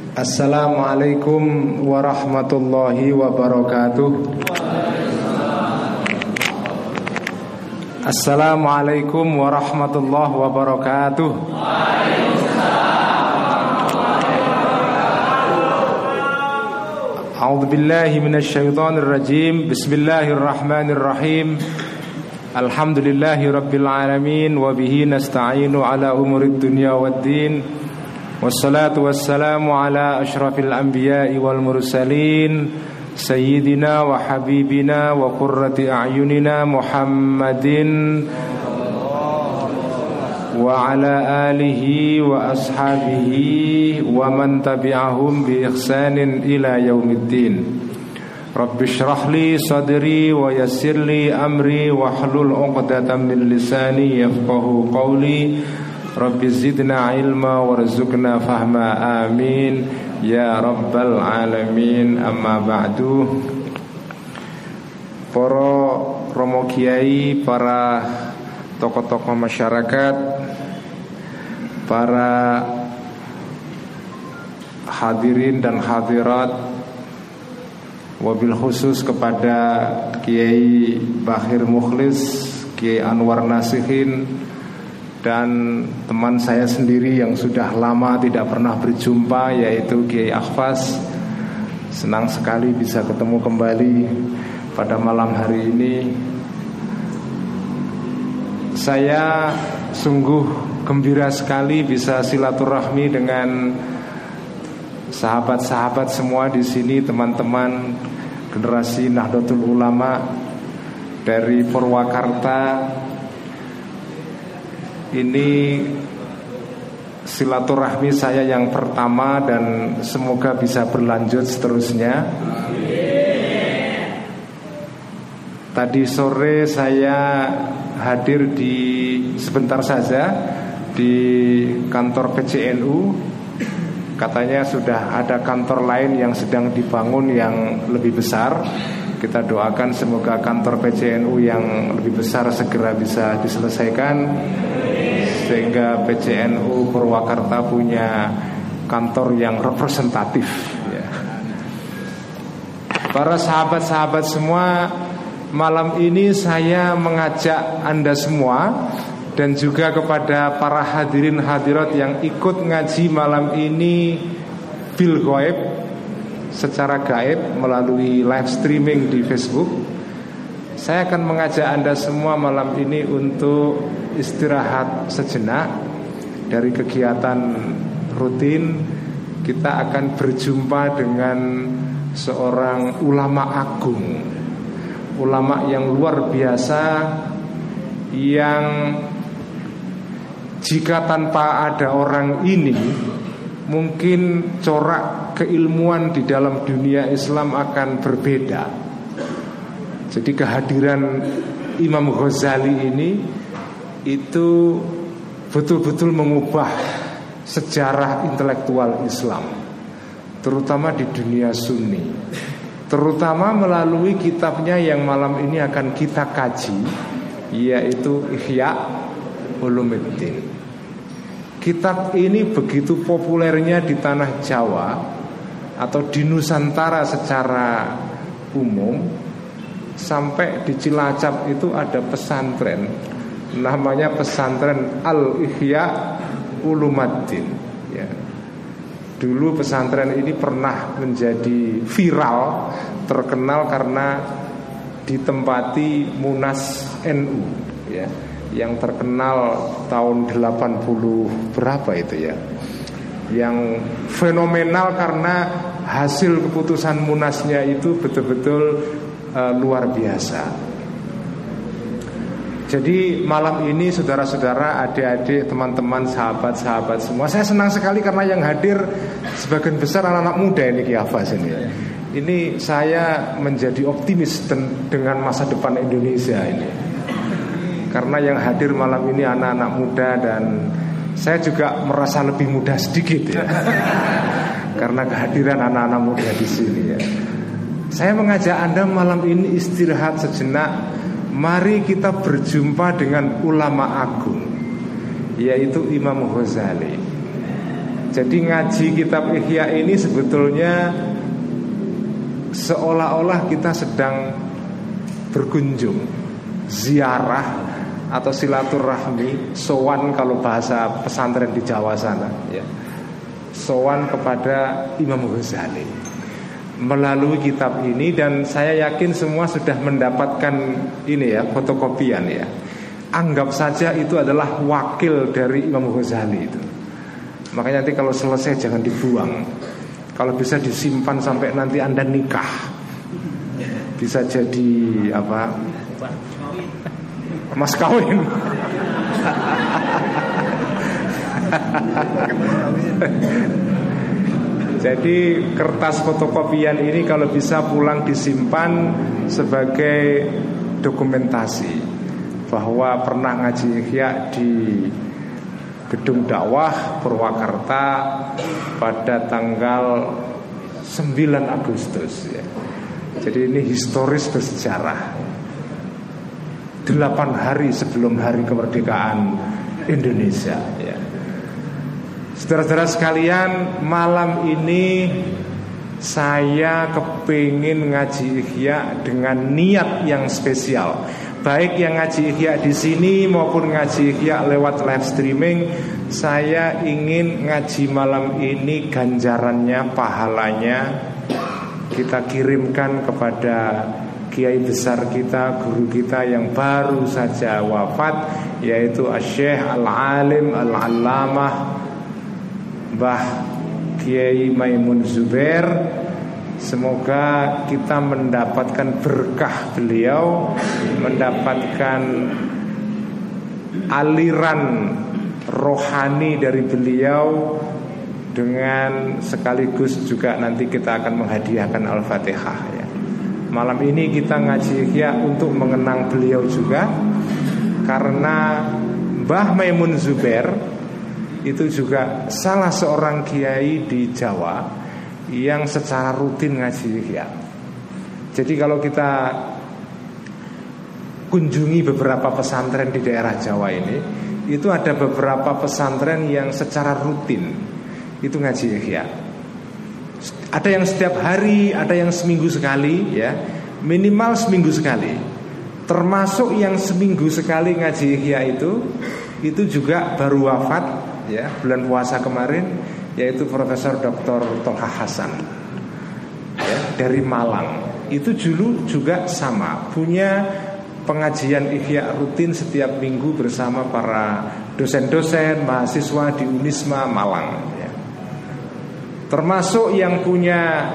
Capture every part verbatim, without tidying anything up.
Assalamualaikum warahmatullahi wabarakatuh. Assalamualaikum warahmatullahi wabarakatuh. A'udzu billahi minasy syaithanir rajim. Bismillahirrahmanirrahim. Alhamdulillahi rabbil alamin wa bihi nasta'inu ala umurid dunya waddin. Wassalatu wassalamu ala asyrafil anbiya'i wal mursalin sayyidina wa habibina wa qurrati a'yunina Muhammadin wa ala alihi wa ashabihi wa man tabi'ahum bi ihsanin ila yaumiddin. Rabbi shrah li sadri wa yassir li amri wa hlul 'uqdatam min lisani yafqahu qawli. Rabbi zidna ilma warzuqna fahma, amin ya rabbal alamin. Amma ba'du. Para romo kiai, para tokoh-tokoh masyarakat, para hadirin dan hadirat, wabil khusus kepada Kiai Bakhir Mukhlis, Kiai Anwar Nasihin, dan teman saya sendiri yang sudah lama tidak pernah berjumpa, yaitu Kiai Akhfas. Senang sekali bisa ketemu kembali pada malam hari ini. Saya sungguh gembira sekali bisa silaturahmi dengan sahabat-sahabat semua di sini, teman-teman generasi Nahdlatul Ulama dari Purwakarta. Ini silaturahmi saya yang pertama dan semoga bisa berlanjut seterusnya. Tadi sore saya hadir di sebentar saja di kantor P C N U. Katanya sudah ada kantor lain yang sedang dibangun yang lebih besar. Kita doakan semoga kantor P C N U yang lebih besar segera bisa diselesaikan, sehingga P C N U Purwakarta punya kantor yang representatif ya. Para sahabat-sahabat semua, malam ini saya mengajak Anda semua dan juga kepada para hadirin hadirat yang ikut ngaji malam ini bil ghaib, secara gaib melalui live streaming di Facebook. Saya akan mengajak Anda semua malam ini untuk istirahat sejenak dari kegiatan rutin. Kita akan berjumpa dengan seorang ulama agung, ulama yang luar biasa, yang jika tanpa ada orang ini mungkin corak keilmuan di dalam dunia Islam akan berbeda. Jadi kehadiran Imam Ghazali ini itu betul-betul mengubah sejarah intelektual Islam, terutama di dunia Sunni, terutama melalui kitabnya yang malam ini akan kita kaji, yaitu Ihya Ulumuddin. Kitab ini begitu populernya di tanah Jawa atau di Nusantara secara umum, sampai di Cilacap itu ada pesantren, namanya pesantren Al-Ihya Ulumuddin ya. Dulu pesantren ini pernah menjadi viral, terkenal karena ditempati Munas N U ya, yang terkenal tahun delapan puluh berapa itu ya, yang fenomenal karena hasil keputusan Munasnya itu betul-betul uh, luar biasa. Jadi malam ini saudara-saudara, adik-adik, teman-teman, sahabat-sahabat semua, saya senang sekali karena yang hadir sebagian besar anak-anak muda ini Ki Hafaz ini. Ini saya menjadi optimis dengan masa depan Indonesia ini, karena yang hadir malam ini anak-anak muda, dan saya juga merasa lebih muda sedikit ya karena kehadiran anak-anak muda di sini ya. Saya mengajak Anda malam ini istirahat sejenak. Mari kita berjumpa dengan ulama agung, yaitu Imam Ghazali. Jadi ngaji kitab Ihya ini sebetulnya seolah-olah kita sedang berkunjung, ziarah atau silaturahmi, sowan kalau bahasa pesantren di Jawa sana ya. Sowan kepada Imam Ghazali melalui kitab ini, dan saya yakin semua sudah mendapatkan ini ya, fotokopian ya. Anggap saja itu adalah wakil dari Imam Ghazali itu. Makanya nanti kalau selesai jangan dibuang. Kalau bisa disimpan sampai nanti Anda nikah, bisa jadi apa? Mas kawin. Jadi kertas fotokopian ini kalau bisa pulang disimpan sebagai dokumentasi bahwa pernah ngaji Ihya di Gedung Dakwah Purwakarta pada tanggal sembilan Agustus ya. Jadi ini historis bersejarah. Delapan hari sebelum hari kemerdekaan Indonesia ya. Saudara-saudara sekalian, malam ini saya kepingin ngaji Ihya dengan niat yang spesial. Baik yang ngaji Ihya di sini maupun ngaji Ihya lewat live streaming, saya ingin ngaji malam ini ganjarannya, pahalanya kita kirimkan kepada kiai besar kita, guru kita yang baru saja wafat, yaitu Asy-Syaikh Al-Alim Al-Allamah Mbah Kiai Maimun Zubair. Semoga kita mendapatkan berkah beliau, mendapatkan aliran rohani dari beliau, dengan sekaligus juga nanti kita akan menghadiahkan Al-Fatihah ya. Malam ini kita ngaji Ihya untuk mengenang beliau juga, karena Mbah Maimun Zubair itu juga salah seorang kiai di Jawa yang secara rutin ngaji Ihya. Jadi kalau kita kunjungi beberapa pesantren di daerah Jawa ini, itu ada beberapa pesantren yang secara rutin itu ngaji Ihya. Ada yang setiap hari, ada yang seminggu sekali ya, minimal seminggu sekali. Termasuk yang seminggu sekali ngaji Ihya itu, itu juga baru wafat ya, bulan puasa kemarin, yaitu Profesor Doktor Tolha Hasan ya, dari Malang. Itu dulu juga sama, punya pengajian Ihya rutin setiap minggu bersama para dosen-dosen, mahasiswa di Unisma Malang ya. Termasuk yang punya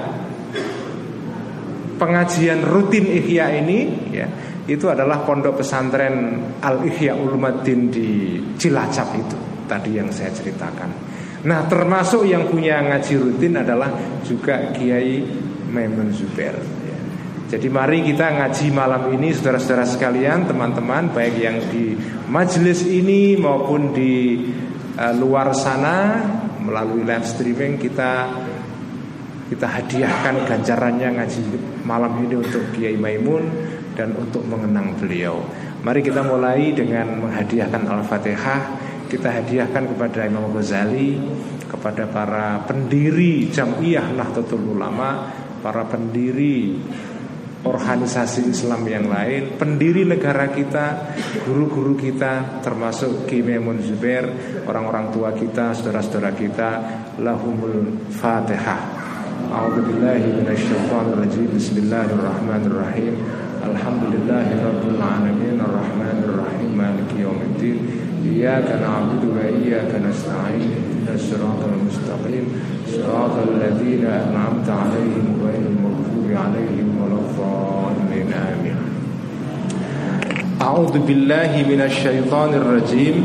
pengajian rutin Ihya ini ya, itu adalah pondok pesantren Al-Ihya Ulumuddin di Cilacap itu tadi yang saya ceritakan. Nah, termasuk yang punya ngaji rutin adalah juga Kiai Maimun Zubair ya. Jadi mari kita ngaji malam ini, saudara-saudara sekalian, teman-teman, baik yang di majelis ini maupun di uh, luar sana melalui live streaming, kita kita hadiahkan ganjarannya ngaji malam ini untuk Kiai Maimun dan untuk mengenang beliau. Mari kita mulai dengan menghadiahkan Al-Fatihah. Kita hadiahkan kepada Imam Ghazali, kepada para pendiri Jam'iyah Nahdlatul Ulama, para pendiri organisasi Islam yang lain, pendiri negara kita, guru-guru kita, termasuk Kiai Maimun Zubair, orang-orang tua kita, saudara-saudara kita. Lahumul Fatihah. A'udzubillahi minasyaitonirrajim. Bismillahirrahmanirrahim. Alhamdulillahirabbil alamin arrahmanir rahim maliki yaumiddin. Iyyaka na'budu wa iyyaka nasta'in. Ihdinas siratal mustaqim. Siratal ladzina an'amta 'alaihim ghairil maghdubi 'alaihim waladdallin. Amin. A'udzu billahi minasyaitonir rajim.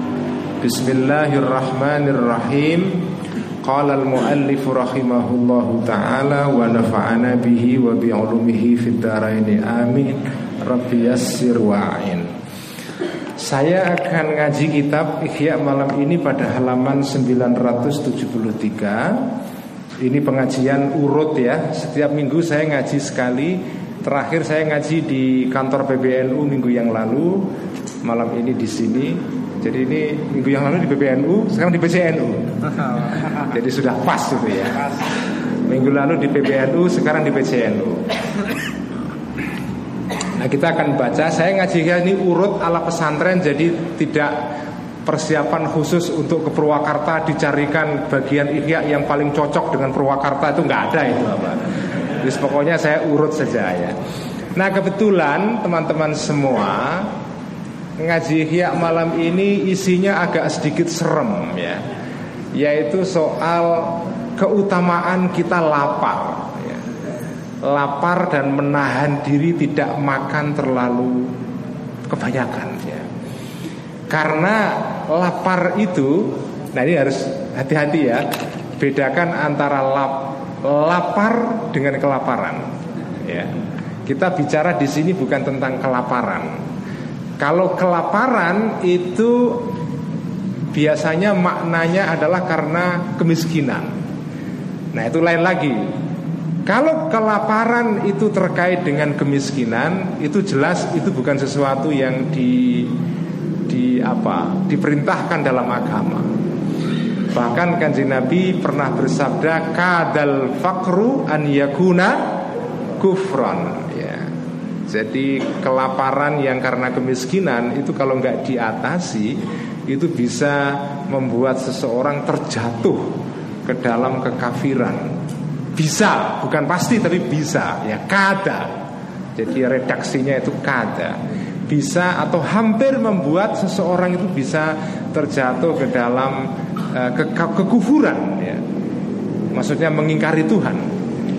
Bismillahirrahmanirrahim. Qala al-muallif rahimahullahu ta'ala wa nafa'ana bihi wa bi'ulumihi fid dharain amin. Rabbi yassir wa'in. Saya akan ngaji kitab Ihya malam ini pada halaman sembilan ratus tujuh puluh tiga. Ini pengajian urut ya. Setiap minggu saya ngaji sekali. Terakhir saya ngaji di kantor P B N U minggu yang lalu. Malam ini di sini. Jadi ini minggu yang lalu di P B N U, sekarang di P C N U. Jadi sudah pas gitu ya. Minggu lalu di P B N U, sekarang di P C N U. Nah kita akan baca. Saya ngaji ini urut ala pesantren, jadi tidak persiapan khusus untuk ke Purwakarta dicarikan bagian ihya yang paling cocok dengan Purwakarta, itu nggak ada itu apa. Jadi pokoknya saya urut saja ya. Nah kebetulan teman-teman semua, ngaji ihya malam ini isinya agak sedikit serem ya, yaitu soal keutamaan kita lapar ya. Lapar dan menahan diri tidak makan terlalu kebanyakan ya. Karena lapar itu, nah ini harus hati-hati ya, bedakan antara lap, lapar dengan kelaparan ya. Kita bicara di sini bukan tentang kelaparan. Kalau kelaparan itu biasanya maknanya adalah karena kemiskinan. Nah itu lain lagi. Kalau kelaparan itu terkait dengan kemiskinan, itu jelas itu bukan sesuatu yang di, di apa, diperintahkan dalam agama. Bahkan Kanjeng Nabi pernah bersabda, kadal fakru an yakuna kufron ya. Jadi kelaparan yang karena kemiskinan itu kalau nggak diatasi, itu bisa membuat seseorang terjatuh ke dalam kekafiran. Bisa, bukan pasti tapi bisa ya, kada. Jadi redaksinya itu kada. Bisa atau hampir membuat seseorang itu bisa terjatuh ke dalam uh, ke kekufuran ya. Maksudnya mengingkari Tuhan.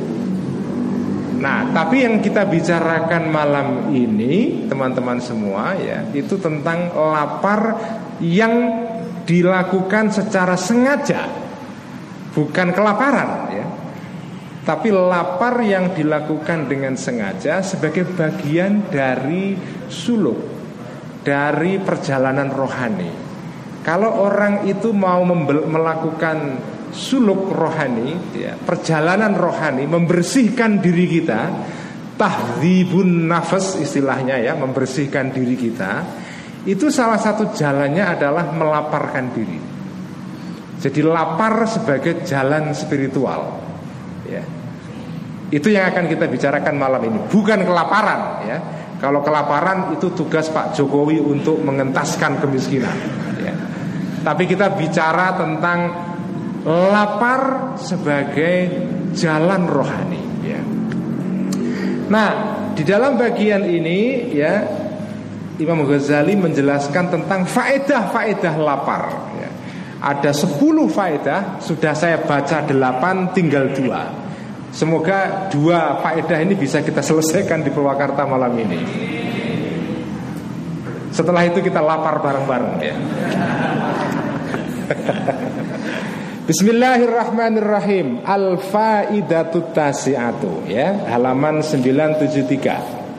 Nah, tapi yang kita bicarakan malam ini, teman-teman semua ya, itu tentang lapar yang dilakukan secara sengaja, bukan kelaparan ya. Tapi lapar yang dilakukan dengan sengaja sebagai bagian dari suluk, dari perjalanan rohani. Kalau orang itu mau melakukan suluk rohani ya, perjalanan rohani, membersihkan diri kita, tahdzibun nafas istilahnya ya, membersihkan diri kita, itu salah satu jalannya adalah melaparkan diri. Jadi lapar sebagai jalan spiritual ya. Itu yang akan kita bicarakan malam ini, bukan kelaparan ya. Kalau kelaparan itu tugas Pak Jokowi untuk mengentaskan kemiskinan ya. Tapi kita bicara tentang lapar sebagai jalan rohani ya. Nah, di dalam bagian ini ya, Imam Ghazali menjelaskan tentang faedah-faedah lapar ya. Ada sepuluh faedah, sudah saya baca delapan, tinggal dua. Semoga dua faedah ini bisa kita selesaikan di Purwakarta malam ini. Setelah itu kita lapar bareng-bareng ya. Bismillahirrahmanirrahim. Al-faidatut tasi'atu ya, halaman sembilan tujuh tiga.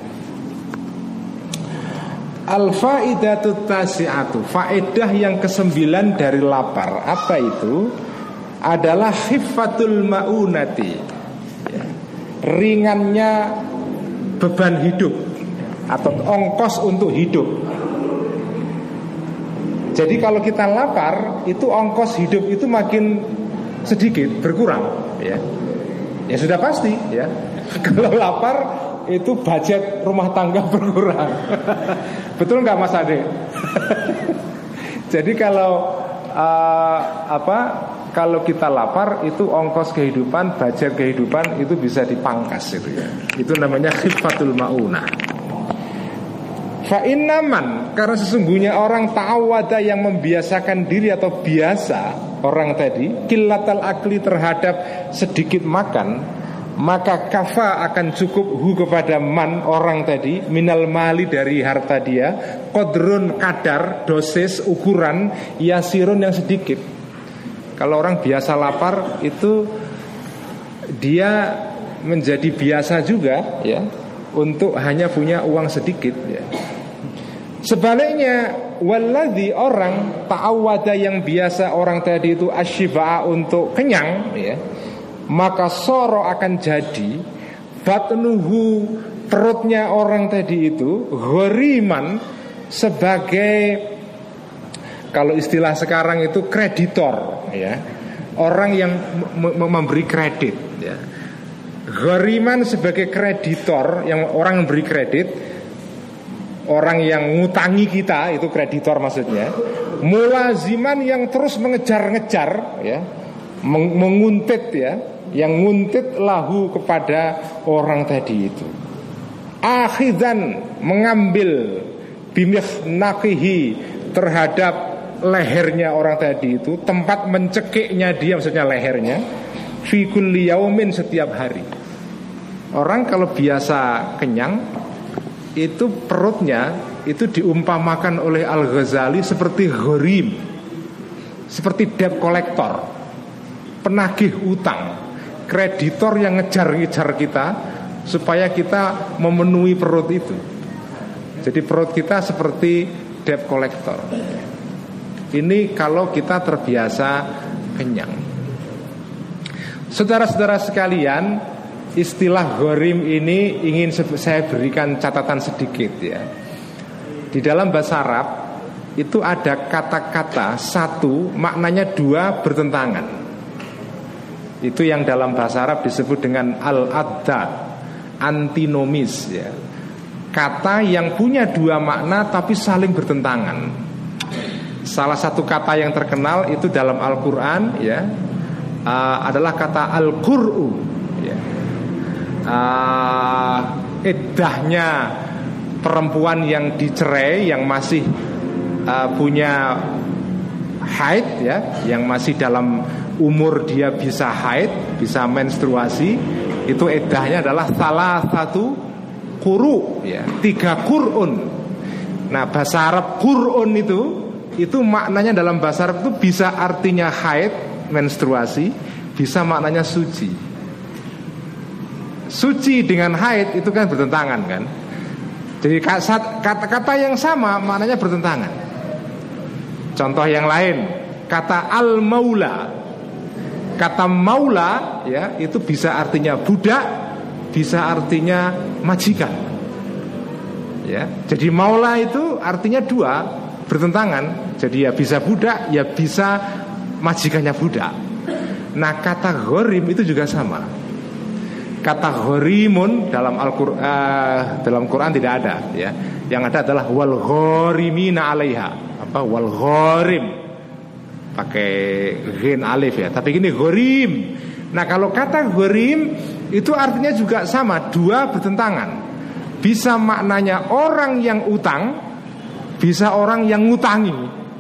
Al-faidatut tasi'atu, faedah yang kesembilan dari lapar. Apa itu? Adalah khiffatul maunati ya, ringannya beban hidup atau ongkos untuk hidup. Jadi kalau kita lapar, itu ongkos hidup itu makin sedikit, berkurang ya. Ya sudah pasti ya. Kalau lapar itu budget rumah tangga berkurang. Betul nggak Mas Ade? Jadi kalau uh, apa? Kalau kita lapar itu ongkos kehidupan, budget kehidupan itu bisa dipangkas itu ya. Itu namanya khiffatul maunah. Fa'innaman, karena sesungguhnya orang ta'awada yang membiasakan diri atau biasa orang tadi qillatal akli terhadap sedikit makan, maka kafa akan cukup hu kepada man orang tadi minal mali dari harta dia, qadrun kadar, dosis, ukuran, yasirun yang sedikit. Kalau orang biasa lapar itu dia menjadi biasa juga ya, untuk hanya punya uang sedikit ya. Sebaliknya waladzi orang ta'awada yang biasa orang tadi itu asyiba'a untuk kenyang ya, maka soro akan jadi batnuhu perutnya orang tadi itu ghoriman sebagai Kalau istilah sekarang itu kreditor, ya, orang yang m- memberi kredit, ya. Ghariman sebagai kreditor, yang orang yang beri kredit, orang yang ngutangi kita, itu kreditor maksudnya. Mulaziman yang terus mengejar-ngejar, ya, meng- menguntit, ya, yang nguntit lahu kepada orang tadi itu. Akhidan, mengambil bimihnaqihi, terhadap lehernya orang tadi itu, tempat mencekiknya dia, maksudnya lehernya, fi kulli yaumin, setiap hari. Orang kalau biasa kenyang, itu perutnya itu diumpamakan oleh Al-Ghazali seperti gharim, seperti debt collector, penagih utang, kreditor yang ngejar-ngejar kita supaya kita memenuhi perut itu. Jadi perut kita seperti debt collector. Ini kalau kita terbiasa kenyang. Saudara-saudara sekalian, istilah gharim ini ingin saya berikan catatan sedikit, ya. Di dalam bahasa Arab itu ada kata-kata satu maknanya dua bertentangan. Itu yang dalam bahasa Arab disebut dengan al-addad, antinomis, ya. Kata yang punya dua makna tapi saling bertentangan. Salah satu kata yang terkenal itu dalam Al-Quran, ya, uh, adalah kata al-qur'u, ya. uh, Iddahnya perempuan yang dicerai, yang masih uh, punya haid, ya, yang masih dalam umur dia bisa haid, bisa menstruasi, itu iddahnya adalah salah satu quru, ya, tiga qur'un. Nah, bahasa Arab qur'un itu itu maknanya dalam bahasa Arab itu bisa artinya haid, menstruasi, bisa maknanya suci. Suci dengan haid itu kan bertentangan, kan? Jadi kata-kata yang sama maknanya bertentangan. Contoh yang lain, kata al-maula. Kata maula, ya, itu bisa artinya budak, bisa artinya majikan, ya. Jadi maula itu artinya dua, bertentangan. Jadi ya bisa budak, ya bisa majikannya budak. Nah, kata gharim itu juga sama. Kata gharimun dalam Al-Qur'an, uh, dalam Quran tidak ada, ya. Yang ada adalah wal gharimina 'alaiha. Apa wal gharim? Pakai ghin alif, ya. Tapi gini gharim. Nah, kalau kata gharim itu artinya juga sama, dua bertentangan. Bisa maknanya orang yang utang, bisa orang yang ngutangi.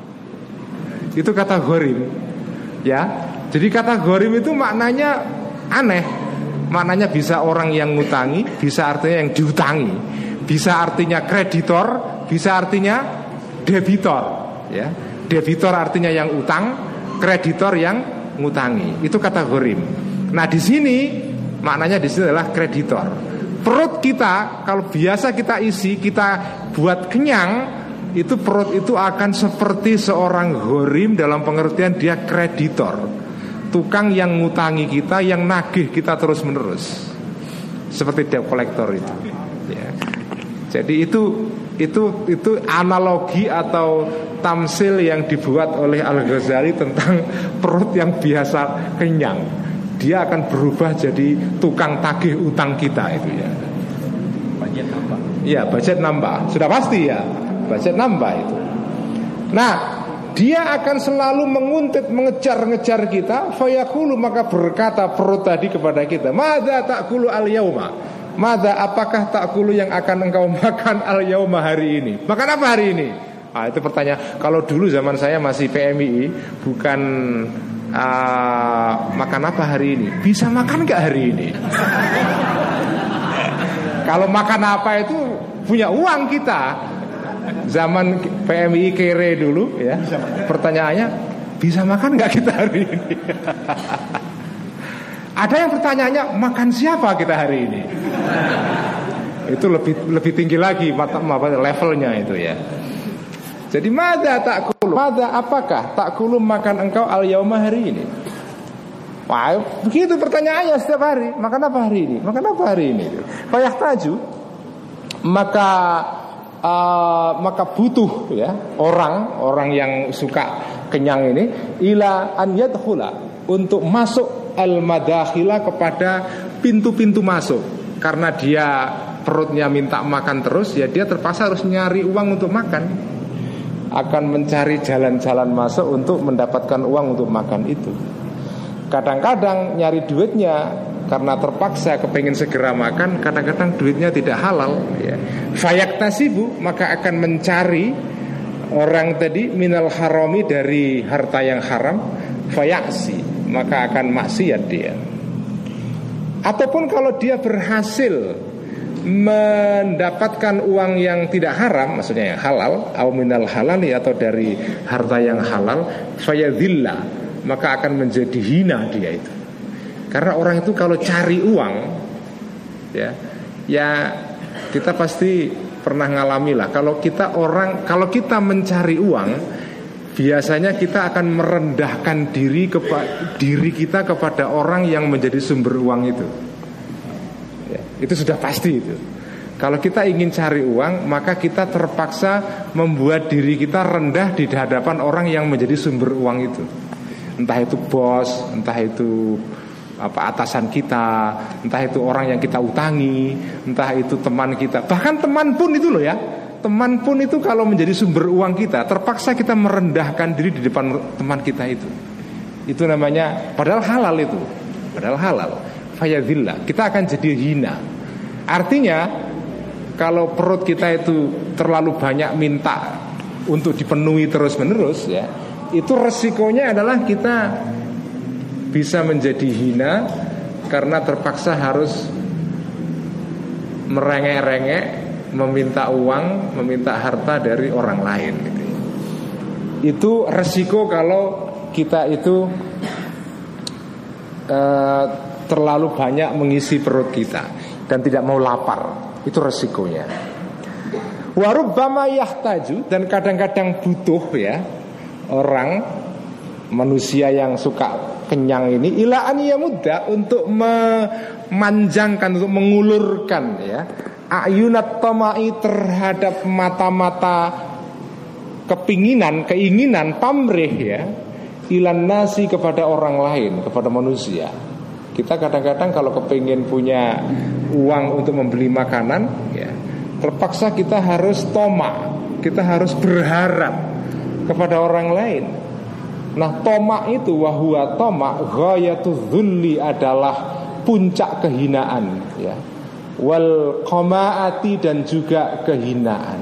Itu kata gharim, ya. Jadi kata gharim itu maknanya aneh. Maknanya bisa orang yang ngutangi, bisa artinya yang diutangi, bisa artinya kreditor, bisa artinya debitor, ya. Debitor artinya yang utang, kreditor yang ngutangi. Itu kata gharim. Nah, di sini maknanya di sini adalah kreditor. Perut kita kalau biasa kita isi, kita buat kenyang, itu perut itu akan seperti seorang gharim dalam pengertian dia kreditor, tukang yang ngutangi kita, yang nagih kita terus menerus, seperti debt collector itu, ya. Jadi itu itu itu analogi atau tamsil yang dibuat oleh Al-Ghazali tentang perut yang biasa kenyang, dia akan berubah jadi tukang tagih utang kita itu, ya. Budget nambah. Iya, budget nambah. Sudah pasti, ya. Budget nambah itu. Nah, dia akan selalu menguntit, mengejar-ngejar kita. Fayaqulu, maka berkata perut tadi kepada kita, madza ta'kulu al-yauma? Madza, apakah ta'kulu yang akan engkau makan al-yauma hari ini? Makan apa hari ini? Ah, itu pertanyaan. Kalau dulu zaman saya masih P M I I, bukan uh, makan apa hari ini, bisa makan gak hari ini? Kalau makan apa itu punya uang kita. Zaman P M I I kere dulu, ya. Pertanyaannya, bisa makan gak kita hari ini? Ada yang pertanyaannya, makan siapa kita hari ini? Itu lebih lebih tinggi lagi levelnya itu, ya. Jadi madza ta'kulu, madza apakah ta'kulu makan engkau al-yauma hari ini? Wah, begitu pertanyaannya setiap hari. Makan apa hari ini? Makan apa hari ini? Fayahtaju, maka uh, maka butuh ya orang orang yang suka kenyang ini ila an yadkhula, untuk masuk al-madakhila, kepada pintu-pintu masuk. Karena dia perutnya minta makan terus, ya dia terpaksa harus nyari uang untuk makan, akan mencari jalan-jalan masuk untuk mendapatkan uang untuk makan itu. Kadang-kadang nyari duitnya karena terpaksa kepengen segera makan, kadang-kadang duitnya tidak halal ya. Fayaktasibu, maka akan mencari orang tadi minal harami, dari harta yang haram. Fayaksi, maka akan maksiat dia. Ataupun kalau dia berhasil mendapatkan uang yang tidak haram, maksudnya yang halal, au minal halali, atau dari harta yang halal, fayadhilla, maka akan menjadi hina dia itu. Karena orang itu kalau cari uang, ya, ya kita pasti pernah ngalami lah. Kalau kita orang, kalau kita mencari uang, biasanya kita akan merendahkan diri kepa, diri kita kepada orang yang menjadi sumber uang itu. Ya, itu sudah pasti itu. Kalau kita ingin cari uang, maka kita terpaksa membuat diri kita rendah di hadapan orang yang menjadi sumber uang itu. Entah itu bos, entah itu apa atasan kita, entah itu orang yang kita utangi, entah itu teman kita. Bahkan teman pun itu loh ya. Teman pun itu kalau menjadi sumber uang kita, terpaksa kita merendahkan diri di depan teman kita itu. Itu namanya, padahal halal itu. Padahal halal. Fayadhillah, kita akan jadi hina. Artinya kalau perut kita itu terlalu banyak minta untuk dipenuhi terus-menerus ya, itu resikonya adalah kita bisa menjadi hina karena terpaksa harus merengek-rengek, meminta uang, meminta harta dari orang lain gitu. Itu resiko kalau kita itu uh, terlalu banyak mengisi perut kita dan tidak mau lapar. Itu resikonya. Warubbama yahtaju, dan kadang-kadang butuh ya orang manusia yang suka kenyang ini ila an yamudda, untuk memanjangkan, untuk mengulurkan ya ayunat tamai, terhadap mata-mata kepinginan, keinginan pamrih ya, ilan nasi, kepada orang lain, kepada manusia. Kita kadang-kadang kalau kepingin punya uang untuk membeli makanan ya, terpaksa kita harus toma, kita harus berharap kepada orang lain. Nah, toma itu, wahwa toma ghayatu dzulli, adalah puncak kehinaan ya, wal qamaati, dan juga kehinaan.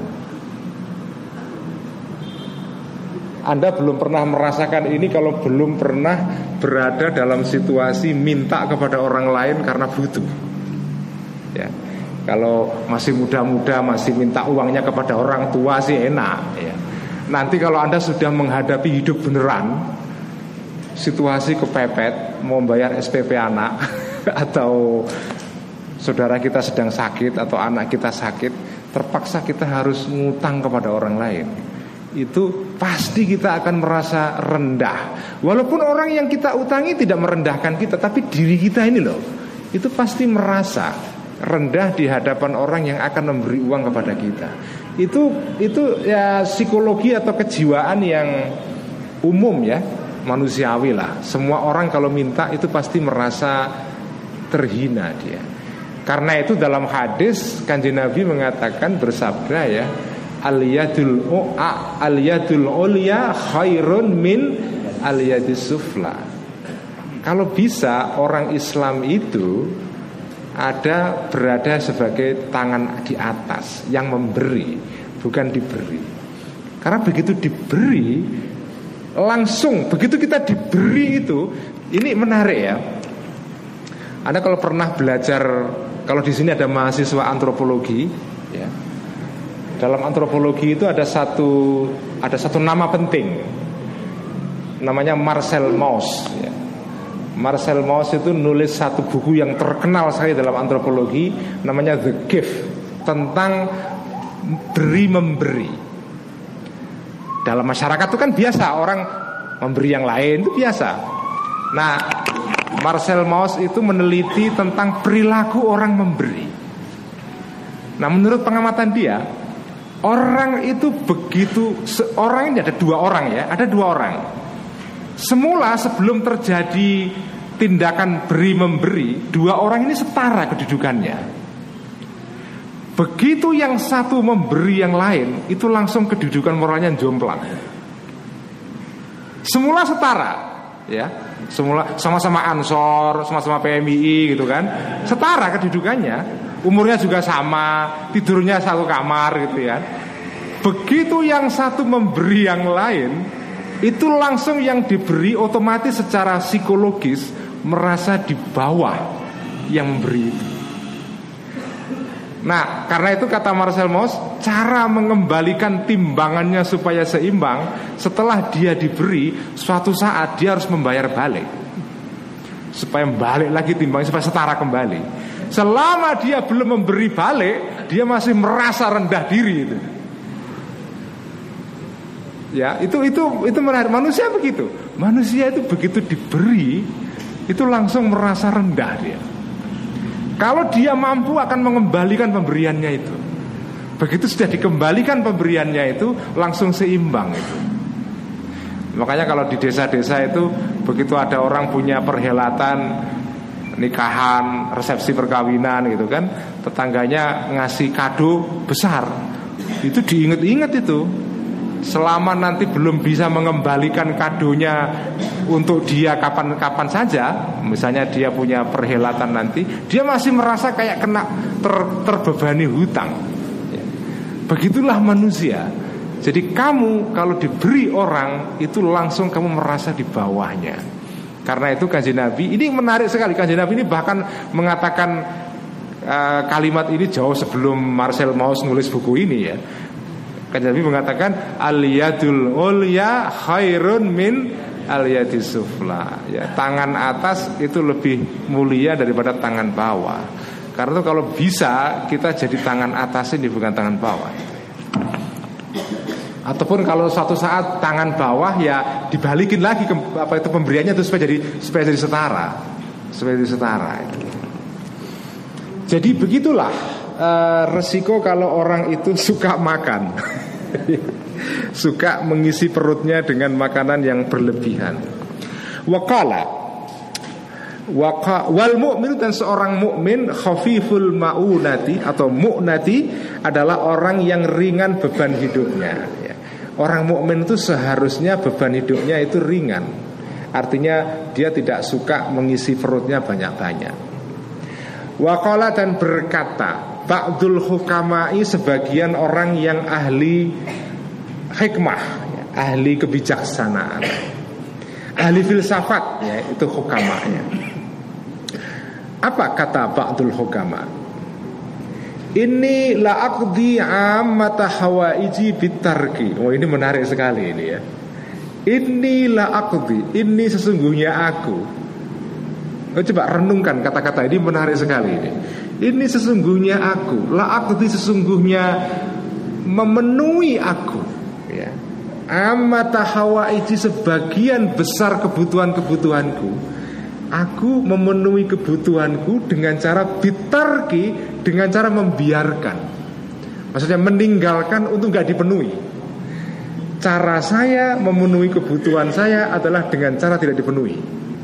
Anda belum pernah merasakan ini kalau belum pernah berada dalam situasi minta kepada orang lain karena butuh ya. Kalau masih muda-muda masih minta uangnya kepada orang tua sih enak ya. Nanti kalau Anda sudah menghadapi hidup beneran, situasi kepepet, mau bayar S P P anak atau saudara kita sedang sakit atau anak kita sakit, terpaksa kita harus ngutang kepada orang lain. Itu pasti kita akan merasa rendah. Walaupun orang yang kita utangi tidak merendahkan kita, tapi diri kita ini loh, itu pasti merasa rendah di hadapan orang yang akan memberi uang kepada kita. Itu itu ya psikologi atau kejiwaan yang umum ya, manusiawi lah. Semua orang kalau minta itu pasti merasa terhina dia. Karena itu dalam hadis Kanjeng Nabi mengatakan, bersabda ya, al-yadul u'a al-yadul ulya khairun min al-yadis sufla. Kalau bisa orang Islam itu ada berada sebagai tangan di atas yang memberi, bukan diberi. Karena begitu diberi langsung, begitu kita diberi itu, ini menarik ya. Anda kalau pernah belajar, kalau di sini ada mahasiswa antropologi ya, dalam antropologi itu ada satu ada satu nama penting, namanya Marcel Mauss ya. Marcel Mauss itu nulis satu buku yang terkenal sekali dalam antropologi, namanya The Gift, tentang beri memberi. Dalam masyarakat itu kan biasa orang memberi yang lain, itu biasa. Nah, Marcel Mauss itu meneliti tentang perilaku orang memberi. Nah, menurut pengamatan dia, Orang itu begitu, orang ini ada dua orang ya, ada dua orang. Semula sebelum terjadi tindakan beri memberi, dua orang ini setara kedudukannya. Begitu yang satu memberi yang lain, itu langsung kedudukan moralnya jomplang. Semula setara, ya, semula sama-sama Ansor, sama-sama P M I I gitu kan, setara kedudukannya. Umurnya juga sama, tidurnya satu kamar gitu ya. Begitu yang satu memberi yang lain, itu langsung yang diberi otomatis secara psikologis merasa di bawah yang memberi itu. Nah, karena itu kata Marcel Mauss, cara mengembalikan timbangannya supaya seimbang, setelah dia diberi, suatu saat dia harus membayar balik, supaya balik lagi timbangnya, supaya setara kembali. Selama dia belum memberi balik, dia masih merasa rendah diri itu. Ya, itu itu itu menarik. Manusia begitu. Manusia itu begitu diberi, itu langsung merasa rendah dia. Kalau dia mampu akan mengembalikan pemberiannya itu. Begitu sudah dikembalikan pemberiannya itu, langsung seimbang itu. Makanya kalau di desa-desa itu, begitu ada orang punya perhelatan nikahan, resepsi perkawinan gitu kan, tetangganya ngasih kado besar, itu diinget-inget itu. Selama nanti belum bisa mengembalikan kadonya untuk dia kapan-kapan saja, misalnya dia punya perhelatan nanti, dia masih merasa kayak kena ter, terbebani hutang. Begitulah manusia. Jadi kamu kalau diberi orang, itu langsung kamu merasa di bawahnya. Karena itu Kanjeng Nabi, ini menarik sekali, Kanjeng Nabi ini bahkan mengatakan uh, kalimat ini jauh sebelum Marcel Mauss nulis buku ini ya. Kanjeng Nabi mengatakan al-yadul ulya khairun min al-yadis sufla ya, tangan atas itu lebih mulia daripada tangan bawah. Karena itu kalau bisa kita jadi tangan atas ini, bukan tangan bawah. Ataupun kalau suatu saat tangan bawah ya dibalikin lagi ke, apa itu pemberiannya itu supaya jadi supaya jadi setara, supaya jadi setara. Jadi begitulah uh, resiko kalau orang itu suka makan, suka mengisi perutnya dengan makanan yang berlebihan. Waqala Waka, wal mu'min, dan seorang mukmin khafiful ma'unati atau mu'nati adalah orang yang ringan beban hidupnya ya. Orang mukmin itu seharusnya beban hidupnya itu ringan. Artinya dia tidak suka mengisi perutnya banyak-banyak. Waqala, dan berkata ba'dul hukama'i, sebagian orang yang ahli hikmah ya, ahli kebijaksanaan, ahli filsafat ya, itu hukamanya. Apa kata ba'dul hukama? Ini la aqdi ammata hawaiji bitarki. Oh, ini menarik sekali ini ya. Ini la aqdi, ini sesungguhnya aku. Oh, coba renungkan kata-kata ini, menarik sekali ini. Ini sesungguhnya aku, la aqdi, sesungguhnya memenuhi aku ya. Ammata hawaiji, sebagian besar kebutuhan-kebutuhanku. Aku memenuhi kebutuhanku dengan cara bitarki, dengan cara membiarkan. Maksudnya meninggalkan untuk gak dipenuhi. Cara saya memenuhi kebutuhan saya adalah dengan cara tidak dipenuhi.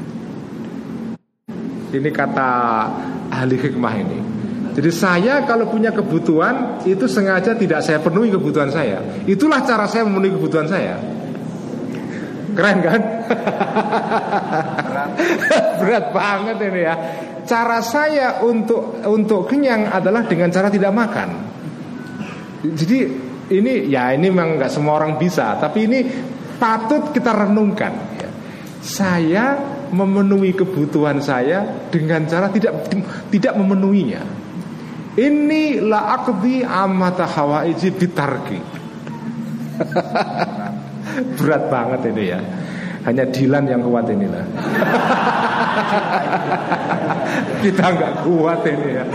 Ini kata ahli hikmah ini. Jadi saya kalau punya kebutuhan, itu sengaja tidak saya penuhi kebutuhan saya. Itulah cara saya memenuhi kebutuhan saya. Keren kan? Berat. Berat banget ini ya. Cara saya untuk untuk kenyang adalah dengan cara tidak makan. Jadi ini ya ini memang nggak semua orang bisa, tapi ini patut kita renungkan ya. Saya memenuhi kebutuhan saya dengan cara tidak tidak memenuhinya. Ini la aqdi amata hawaiji bitarki. Berat banget ini ya. Hanya Dilan yang kuat inilah. Kita nggak kuat ini ya.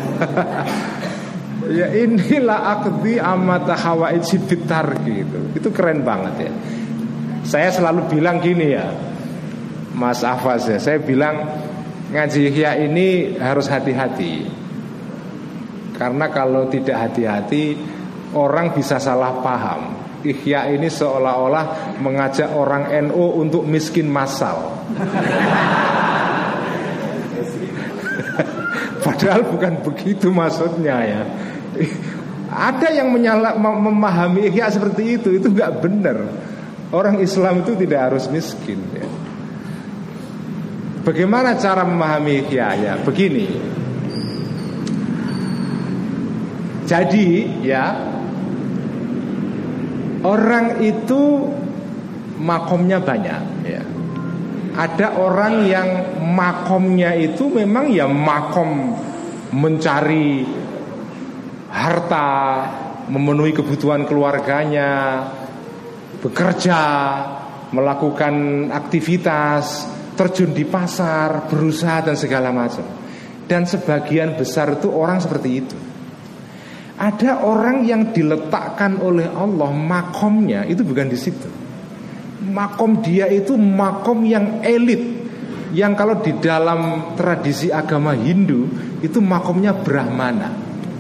Ya inilah aqdi amata hawaiji bitarki itu. Itu keren banget ya. Saya selalu bilang gini ya, Mas Afaz ya, saya bilang ngaji Ihya ini harus hati-hati. Karena kalau tidak hati-hati, orang bisa salah paham. Ihya ini seolah-olah mengajak orang N U untuk miskin massal. Padahal bukan begitu maksudnya ya. Ada yang menyala, memahami ihya seperti itu, itu nggak benar. Orang Islam itu tidak harus miskin ya. Bagaimana cara memahami ihya ya? Begini. Jadi ya, orang itu makomnya banyak ya. Ada orang yang makomnya itu memang ya makom mencari harta, memenuhi kebutuhan keluarganya, bekerja, melakukan aktivitas, terjun di pasar, berusaha dan segala macam. Dan sebagian besar itu orang seperti itu. Ada orang yang diletakkan oleh Allah makomnya itu bukan di situ. Makom dia itu makom yang elit, yang kalau di dalam tradisi agama Hindu itu makomnya Brahmana.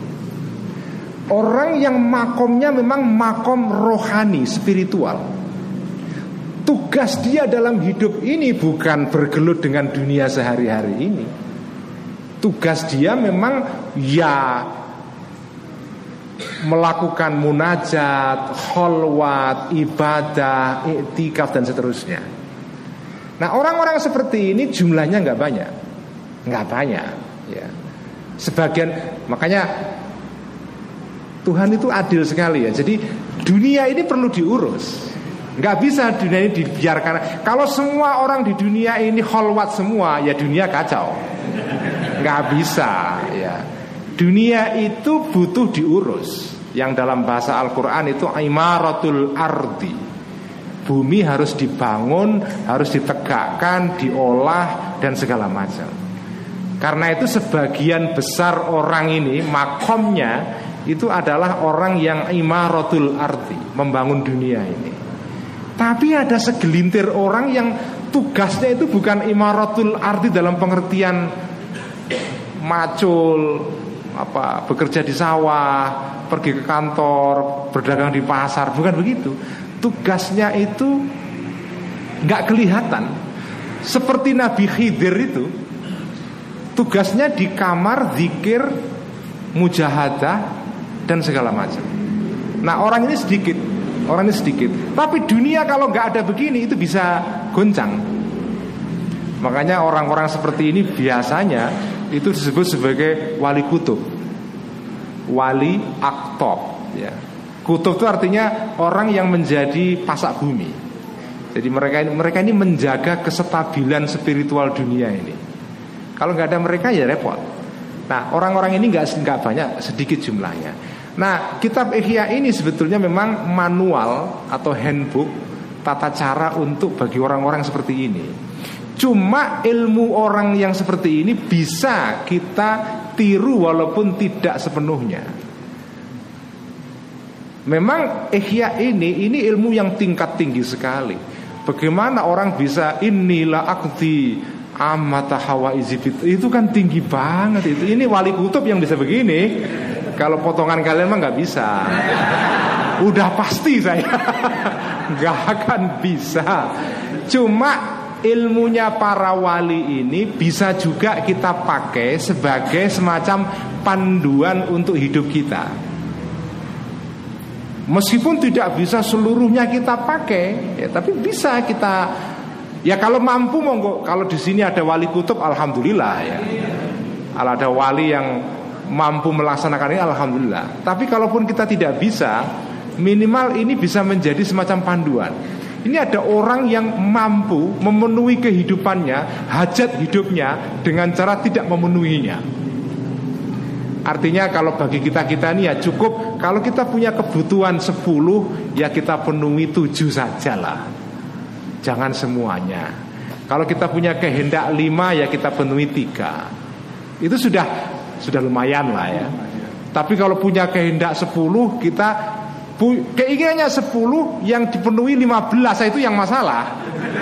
Orang yang makomnya memang makom rohani, spiritual. Tugas dia dalam hidup ini bukan bergelut dengan dunia sehari-hari ini. Tugas dia memang ya melakukan munajat, kholwat, ibadah, iktikaf dan seterusnya. Nah, orang-orang seperti ini jumlahnya nggak banyak, nggak banyak. Ya. Sebagian, makanya Tuhan itu adil sekali ya. Jadi dunia ini perlu diurus. Nggak bisa dunia ini dibiarkan. Kalau semua orang di dunia ini kholwat semua, ya dunia kacau. Nggak bisa ya. Dunia itu butuh diurus. Yang dalam bahasa Al-Quran itu imaratul ardi. Bumi harus dibangun, harus ditegakkan, diolah dan segala macam. Karena itu sebagian besar orang ini makomnya itu adalah orang yang imaratul ardi, membangun dunia ini. Tapi ada segelintir orang yang tugasnya itu bukan imaratul ardi dalam pengertian macul, apa, bekerja di sawah, pergi ke kantor, berdagang di pasar, bukan begitu. Tugasnya itu nggak kelihatan. Seperti Nabi Khidir itu, tugasnya di kamar zikir, mujahadah dan segala macam. Nah, orang ini sedikit, orang ini sedikit. Tapi dunia kalau nggak ada begini itu bisa goncang. Makanya orang-orang seperti ini biasanya itu disebut sebagai wali kutub, wali aktob ya. Kutub itu artinya orang yang menjadi pasak bumi. Jadi mereka ini, mereka ini menjaga kestabilan spiritual dunia ini. Kalau nggak ada mereka ya repot. Nah, orang-orang ini nggak nggak banyak, sedikit jumlahnya. Nah, kitab Ihya ini sebetulnya memang manual atau handbook tata cara untuk bagi orang-orang seperti ini. Cuma ilmu orang yang seperti ini bisa kita tiru walaupun tidak sepenuhnya. Memang Ihya ini ini ilmu yang tingkat tinggi sekali. Bagaimana orang bisa inilah akti amata hawa izibit, itu kan tinggi banget itu. Ini wali kutub yang bisa begini. Kalau potongan kalian mah nggak bisa. Udah pasti saya nggak akan bisa. Cuma ilmunya para wali ini bisa juga kita pakai sebagai semacam panduan untuk hidup kita. Meskipun tidak bisa seluruhnya kita pakai, ya, tapi bisa kita. Ya kalau mampu monggo. Kalau di sini ada wali kutub, alhamdulillah ya. Kalau ada wali yang mampu melaksanakan ini, alhamdulillah. Tapi kalaupun kita tidak bisa, minimal ini bisa menjadi semacam panduan. Ini ada orang yang mampu memenuhi kehidupannya, hajat hidupnya dengan cara tidak memenuhinya. Artinya kalau bagi kita-kita ini ya cukup. Kalau kita punya kebutuhan sepuluh, ya kita penuhi tujuh sajalah, jangan semuanya. Kalau kita punya kehendak lima, ya kita penuhi tiga. Itu sudah sudah lumayan lah ya. Tapi kalau punya kehendak sepuluh, kita keinginannya sepuluh, yang dipenuhi lima belas, itu yang masalah.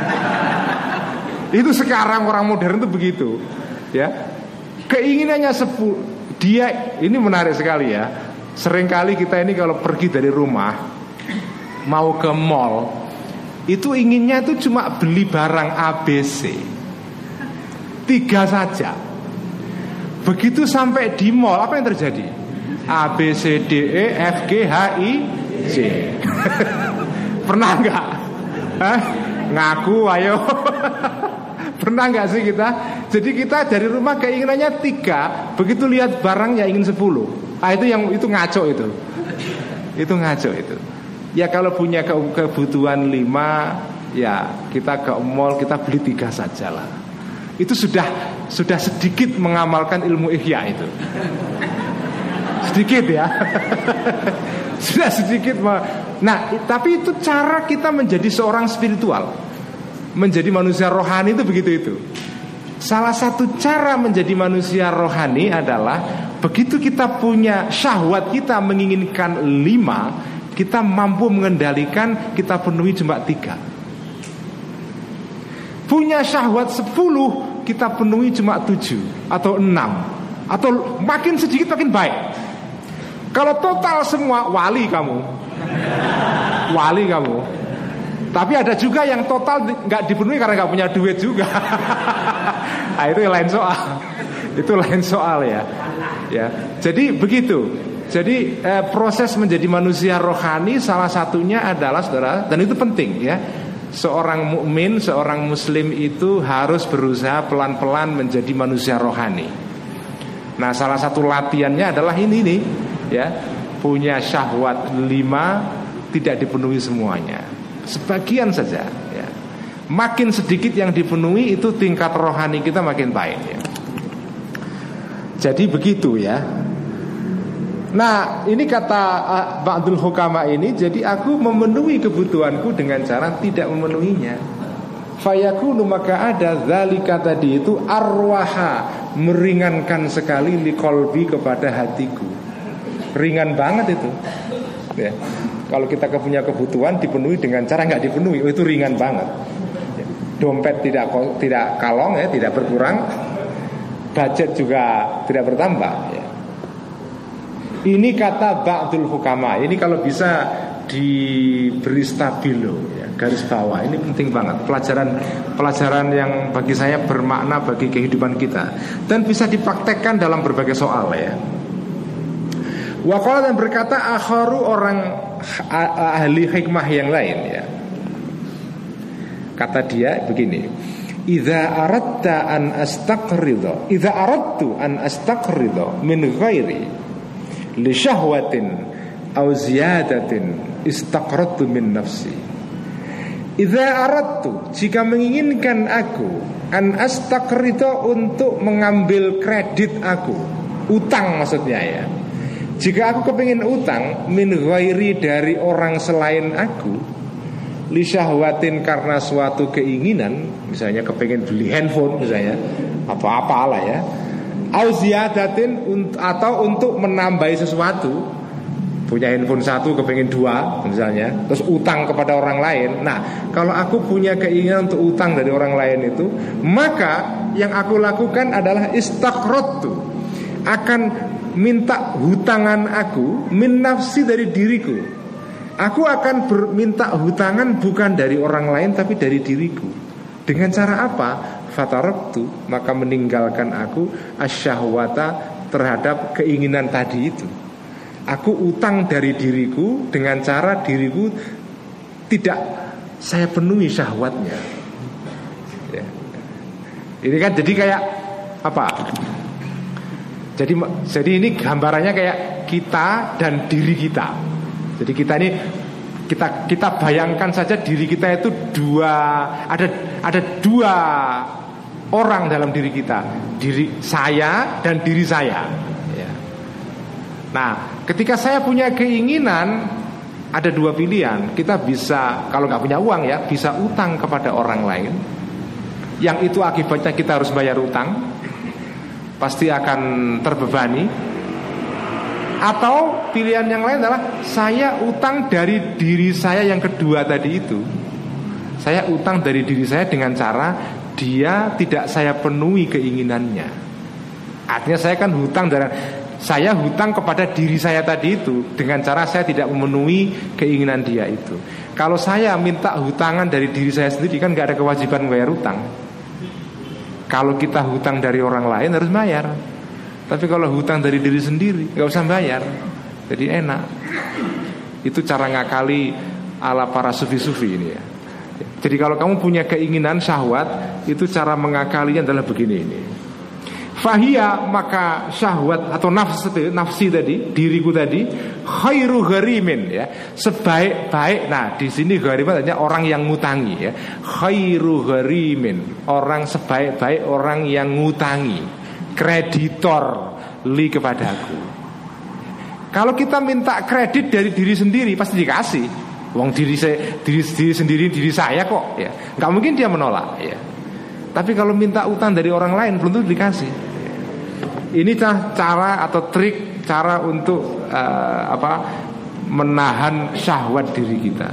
Itu sekarang orang modern itu begitu ya. Keinginannya sepuluh, dia ini menarik sekali ya. Seringkali kita ini kalau pergi dari rumah mau ke mall, itu inginnya itu cuma beli barang A B C, tiga saja. Begitu sampai di mall, apa yang terjadi? A B C D E F G H I J. Pernah nggak? Hah? Ngaku ayo. Pernah nggak sih kita? Jadi kita dari rumah keinginannya tiga, begitu lihat barang ya ingin sepuluh. Ah itu yang itu ngaco itu. Itu ngaco itu. Ya kalau punya ke- kebutuhan lima, ya kita ke mall kita beli tiga sajalah. Itu sudah sudah sedikit mengamalkan ilmu ihya itu. Sedikit ya. Sudah sedikit. Nah, tapi itu cara kita menjadi seorang spiritual, menjadi manusia rohani itu begitu itu. Salah satu cara menjadi manusia rohani adalah begitu kita punya syahwat kita menginginkan lima, kita mampu mengendalikan, kita penuhi cuma tiga. Punya syahwat sepuluh, kita penuhi cuma tujuh atau enam, atau makin sedikit makin baik. Kalau total semua, wali kamu. Wali kamu. Tapi ada juga yang total nggak dipenuhi karena nggak punya duit juga. Nah, itu lain soal. Itu lain soal ya. Ya. Jadi begitu. Jadi eh, proses menjadi manusia rohani salah satunya adalah, saudara, dan itu penting ya. Seorang mukmin, seorang muslim itu harus berusaha pelan-pelan menjadi manusia rohani. Nah, salah satu latihannya adalah ini nih, ya, punya syahwat lima tidak dipenuhi semuanya, sebagian saja. Ya. Makin sedikit yang dipenuhi itu tingkat rohani kita makin baik. Ya. Jadi begitu ya. Nah, ini kata uh, Ba'dul Hukama ini, jadi aku memenuhi kebutuhanku dengan cara tidak memenuhinya. Fayakunu, maka ada zalika tadi itu arwaha, meringankan sekali liqalbi, kepada hatiku. Ringan banget itu. Ya. Kalau kita punya kebutuhan dipenuhi dengan cara nggak dipenuhi, oh, itu ringan banget. Ya. Dompet tidak tidak kalong ya, tidak berkurang, budget juga tidak bertambah. Ya. Ini kata Ba'dul Hukama. Ini kalau bisa diberi stabilo ya, garis bawah. Ini penting banget. Pelajaran pelajaran yang bagi saya bermakna bagi kehidupan kita dan bisa dipraktekkan dalam berbagai soal ya. Waqala, dan berkata akharu, orang ahli hikmah yang lain ya. Kata dia begini, idza aradta an astaqrida, idza aradtu an astaqrida min ghairi li syahwatin aw ziyadatin istaqradtu min nafsi. Idza aradtu, jika menginginkan aku, an astaqrida, untuk mengambil kredit aku, utang maksudnya ya. Jika aku kepingin utang min ghairi, dari orang selain aku, li syahwatin, karena suatu keinginan, misalnya kepingin beli handphone misalnya, apa-apalah ya, au ziyadatin, atau untuk menambahi sesuatu, punya handphone satu kepingin dua misalnya, terus utang kepada orang lain. Nah, kalau aku punya keinginan untuk utang dari orang lain itu, maka yang aku lakukan adalah istaqradtu, akan minta hutangan aku min nafsi, dari diriku. Aku akan berminta hutangan bukan dari orang lain tapi dari diriku. Dengan cara apa? Fataraktu, maka meninggalkan aku asyahwata, terhadap keinginan tadi itu. Aku utang dari diriku dengan cara diriku tidak saya penuhi syahwatnya ya. Ini kan jadi kayak apa? Jadi jadi ini gambarannya kayak kita dan diri kita. Jadi kita ini kita kita bayangkan saja diri kita itu dua, ada ada dua orang dalam diri kita, diri saya dan diri saya. Ya. Nah, ketika saya punya keinginan, ada dua pilihan. Kita bisa, kalau nggak punya uang ya, bisa utang kepada orang lain. Yang itu akibatnya kita harus bayar utang, pasti akan terbebani. Atau pilihan yang lain adalah saya utang dari diri saya yang kedua tadi itu. Saya utang dari diri saya dengan cara dia tidak saya penuhi keinginannya. Artinya saya kan hutang dari Saya hutang kepada diri saya tadi itu dengan cara saya tidak memenuhi keinginan dia itu. Kalau saya minta hutangan dari diri saya sendiri, kan gak ada kewajiban bayar hutang. Kalau kita hutang dari orang lain harus bayar. Tapi kalau hutang dari diri sendiri gak usah bayar. Jadi enak. Itu cara ngakali ala para sufi-sufi ini ya. Jadi kalau kamu punya keinginan syahwat, itu cara mengakalinya adalah begini ini. Fahia, maka syahwat atau nafsi, nafsi tadi, diriku tadi, khairu gharimin ya, sebaik-baik. Nah di sini gharimin artinya orang yang ngutangi ya. Khairu gharimin, orang sebaik-baik orang yang ngutangi, kreditor li kepadaku. Kalau kita minta kredit dari diri sendiri pasti dikasih. Wong diri saya, diri, diri sendiri diri saya kok ya, nggak mungkin dia menolak ya. Tapi kalau minta utang dari orang lain belum tentu dikasih. Ini cara atau trik cara untuk uh, apa menahan syahwat diri kita.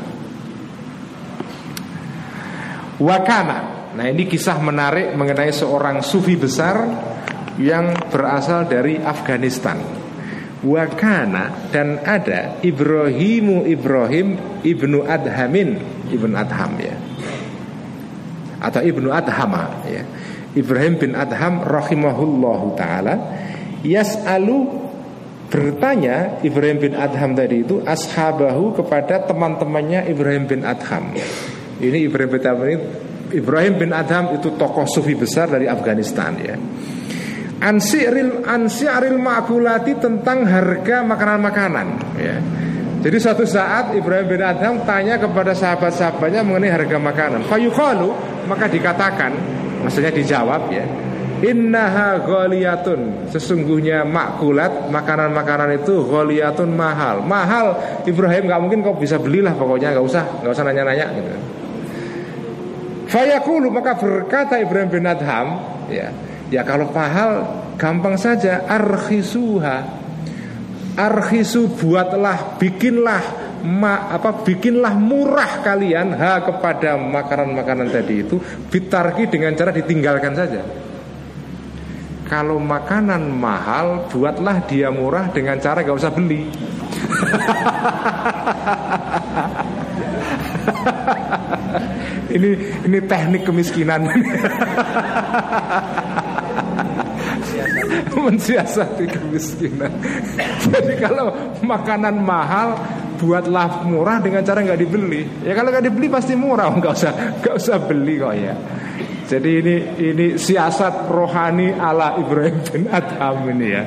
Wakana. Nah ini kisah menarik mengenai seorang sufi besar yang berasal dari Afghanistan. Wakana, dan ada Ibrahimu Ibrahim ibnu Adhamin, ibnu Adham ya, atau ibnu Adhama ya. Ibrahim bin Adham rahimahullahu ta'ala yas'alu, bertanya Ibrahim bin Adham tadi itu ashabahu, kepada teman-temannya Ibrahim bin Adham. Ini Ibrahim bin Adham ini, Ibrahim bin Adham itu tokoh sufi besar dari Afghanistan ya. Ansi'ril ansi'ril ma'kulati, tentang harga makanan-makanan ya. Jadi suatu saat Ibrahim bin Adham tanya kepada sahabat-sahabatnya mengenai harga makanan. Fayuqalu, maka dikatakan, maksudnya dijawab ya, innaha ghaliyatun, sesungguhnya makulat, makanan-makanan itu ghaliyatun, mahal. Mahal Ibrahim, gak mungkin kau bisa belilah, pokoknya gak usah, gak usah nanya-nanya gitu. Fayaqulu, maka berkata Ibrahim bin Adham ya, ya kalau mahal gampang saja, arkhisuha, arkhisu, buatlah, bikinlah ma, apa bikinlah murah kalian ha kepada makanan-makanan tadi itu, bitarki, dengan cara ditinggalkan saja. Kalau makanan mahal, buatlah dia murah dengan cara gak usah beli. Ini ini teknik kemiskinan. Mensiasati kemiskinan. Jadi kalau makanan mahal, buatlah murah dengan cara nggak dibeli. Ya kalau nggak dibeli pasti murah, nggak usah nggak usah beli kok ya. Jadi ini ini siasat rohani ala Ibrahim bin Adham ini ya.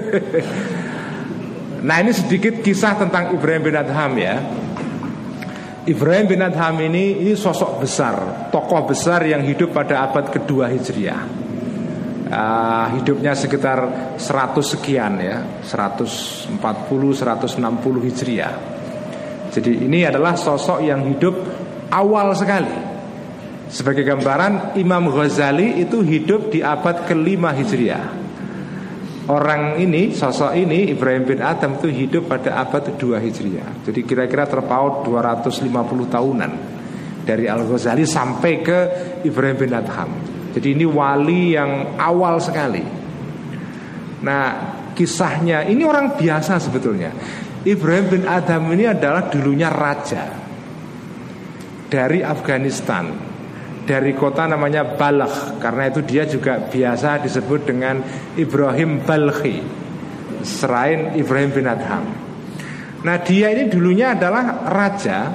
Nah ini sedikit kisah tentang Ibrahim bin Adham ya. Ibrahim bin Adham ini ini sosok besar, tokoh besar yang hidup pada abad kedua Hijriah. Uh, hidupnya sekitar seratus sekian ya, seratus empat puluh, seratus enam puluh Hijriah. Jadi ini adalah sosok yang hidup awal sekali. Sebagai gambaran, Imam Ghazali itu hidup di abad kelima Hijriah. Orang ini, sosok ini, Ibrahim bin Adham itu hidup pada abad kedua Hijriah. Jadi kira-kira terpaut dua ratus lima puluh tahunan dari Al-Ghazali sampai ke Ibrahim bin Adham. Jadi ini wali yang awal sekali. Nah kisahnya, ini orang biasa sebetulnya. Ibrahim bin Adham ini adalah dulunya raja dari Afghanistan, dari kota namanya Balkh. Karena itu dia juga biasa disebut dengan Ibrahim Balkhi, selain Ibrahim bin Adham. Nah dia ini dulunya adalah raja.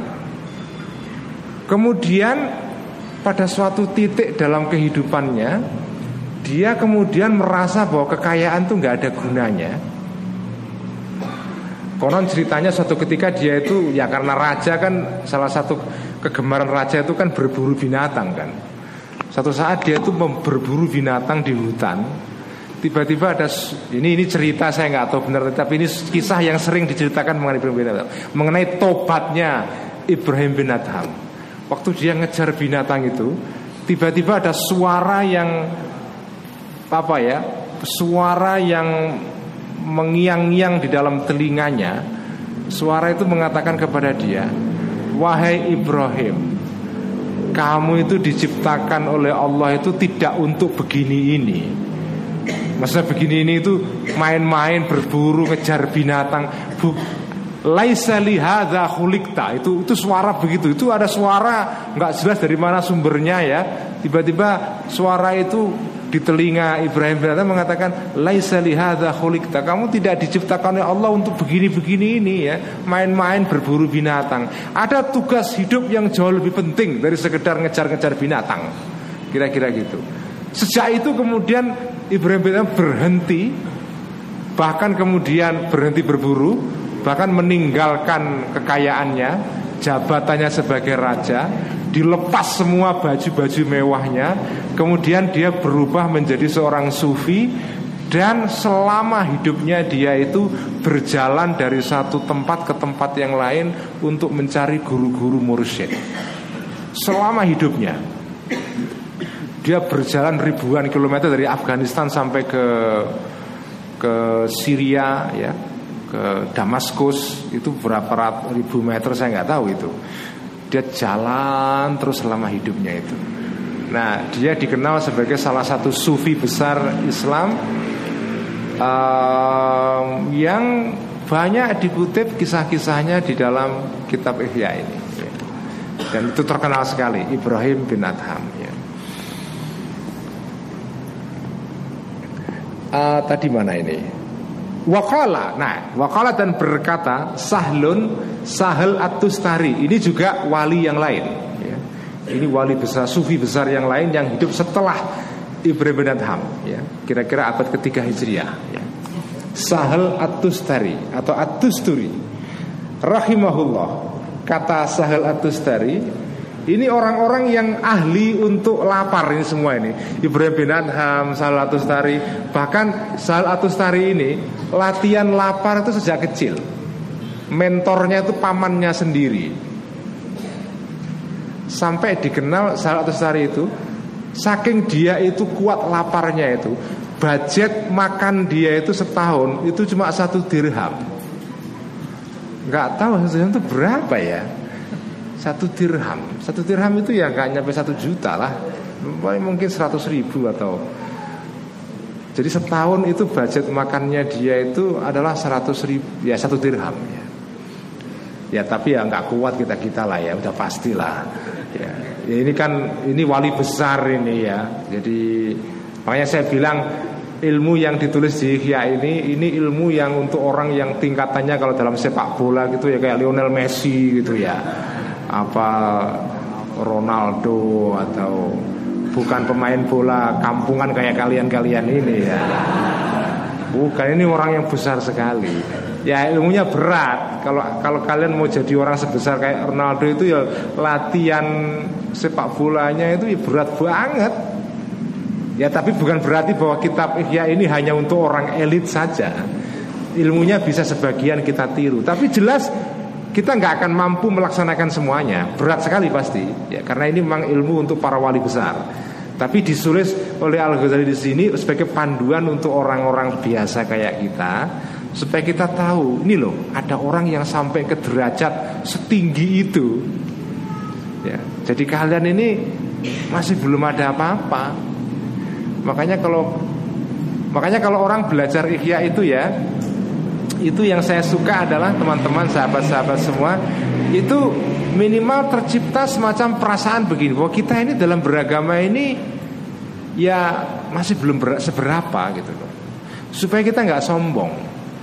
Kemudian pada suatu titik dalam kehidupannya, dia kemudian merasa bahwa kekayaan itu gak ada gunanya. Konon ceritanya suatu ketika dia itu, ya karena raja kan, salah satu kegemaran raja itu kan berburu binatang kan. Suatu saat dia itu berburu binatang di hutan. Tiba-tiba ada, ini ini cerita saya nggak tahu benar, tapi ini kisah yang sering diceritakan mengenai Ibrahim bin Adham, mengenai tobatnya Ibrahim bin Adham. Waktu dia ngejar binatang itu, tiba-tiba ada suara yang apa ya, suara yang mengiang-ngiang di dalam telinganya. Suara itu mengatakan kepada dia, wahai Ibrahim, kamu itu diciptakan oleh Allah itu tidak untuk begini ini. Maksudnya begini, ini itu main-main berburu ngejar binatang. Bu, laisa li hadza khuliqta. Itu itu suara begitu. Itu ada suara enggak jelas dari mana sumbernya ya. Tiba-tiba suara itu di telinga Ibrahim bin Adham mengatakan laisa li hadza khuliqta. Kamu tidak diciptakan oleh Allah untuk begini-begini ini ya. Main-main berburu binatang. Ada tugas hidup yang jauh lebih penting dari sekedar ngejar-ngejar binatang. Kira-kira gitu. Sejak itu kemudian Ibrahim bin Adham berhenti, bahkan kemudian berhenti berburu, bahkan meninggalkan kekayaannya, jabatannya sebagai raja, dilepas semua baju-baju mewahnya, kemudian dia berubah menjadi seorang sufi. Dan selama hidupnya dia itu berjalan dari satu tempat ke tempat yang lain untuk mencari guru-guru mursyid. Selama hidupnya dia berjalan ribuan kilometer dari Afghanistan sampai ke ke Syria ya, ke Damaskus, itu berapa ratus ribu meter saya nggak tahu itu. Dia jalan terus selama hidupnya itu. Nah, dia dikenal sebagai salah satu sufi besar Islam um, yang banyak dikutip kisah-kisahnya di dalam kitab Ihya ini. Dan itu terkenal sekali, Ibrahim bin Adham ya. Uh, tadi mana ini? Wakala, nah wakala dan berkata Sahlun, Sahal At-Tustari. Ini juga wali yang lain ya. Ini wali besar, sufi besar yang lain yang hidup setelah Ibrahim bin Adham ya. Kira-kira abad ketiga Hijriah ya. Sahal At-Tustari atau At-Tusturi rahimahullah. Kata Sahal At-Tustari, ini orang-orang yang ahli untuk lapar ini semua ini. Ibrahim bin Adham, Sahal At-Tustari. Bahkan Sahal At-Tustari ini latihan lapar itu sejak kecil. Mentornya itu pamannya sendiri. Sampai dikenal Sahal At-Tustari itu, saking dia itu kuat laparnya itu, budget makan dia itu setahun itu cuma satu dirham. Gak tahu satu dirham itu berapa ya. Satu dirham, satu dirham itu ya nggak nyampe satu juta lah, mungkin seratus ribu atau. Jadi setahun itu budget makannya dia itu adalah seratus ribu, ya satu dirham ya. Ya tapi ya nggak kuat kita kita lah ya, udah pastilah. Ya, ya ini kan ini wali besar ini ya. Jadi makanya saya bilang ilmu yang ditulis di Ihya ini, ini ilmu yang untuk orang yang tingkatannya kalau dalam sepak bola gitu ya kayak Lionel Messi gitu ya. Apa Ronaldo atau bukan pemain bola kampungan kayak kalian-kalian ini ya. Bukan, ini orang yang besar sekali. Ya ilmunya berat. Kalau kalau kalian mau jadi orang sebesar kayak Ronaldo itu ya latihan sepak bolanya itu ya berat banget. Ya tapi bukan berarti bahwa kitab Ihya ini hanya untuk orang elit saja. Ilmunya bisa sebagian kita tiru, tapi jelas kita nggak akan mampu melaksanakan semuanya. Berat sekali pasti ya, karena ini memang ilmu untuk para wali besar. Tapi ditulis oleh Al-Ghazali di sini sebagai panduan untuk orang-orang biasa kayak kita, supaya kita tahu ini loh, ada orang yang sampai ke derajat setinggi itu ya. Jadi kalian ini masih belum ada apa-apa. Makanya kalau Makanya kalau orang belajar Ihya itu ya, itu yang saya suka adalah teman-teman, sahabat-sahabat semua, itu minimal tercipta semacam perasaan begini, bahwa kita ini dalam beragama ini ya masih belum ber- seberapa gitu loh. Supaya kita nggak sombong.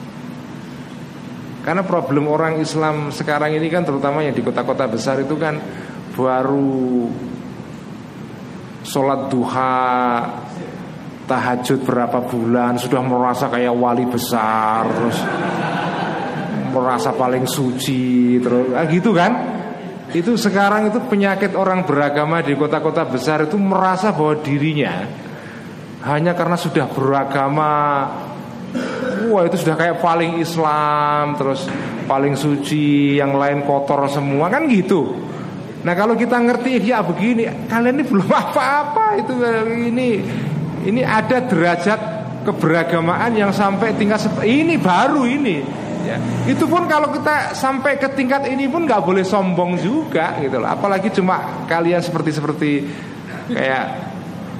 Karena problem orang Islam sekarang ini kan, terutama yang di kota-kota besar itu kan, baru sholat duha, tahajud berapa bulan sudah merasa kayak wali besar, terus merasa paling suci, terus ah, gitu kan. Itu sekarang itu penyakit orang beragama di kota-kota besar itu, merasa bahwa dirinya hanya karena sudah beragama, wah itu sudah kayak paling Islam, terus paling suci, yang lain kotor semua kan gitu. Nah kalau kita ngerti ya begini, kalian ini belum apa-apa. Itu ini ini ada derajat keberagamaan yang sampai tingkat ini, baru ini ya. Itu pun kalau kita sampai ke tingkat ini pun nggak boleh sombong juga gitu loh. Apalagi cuma kalian seperti seperti kayak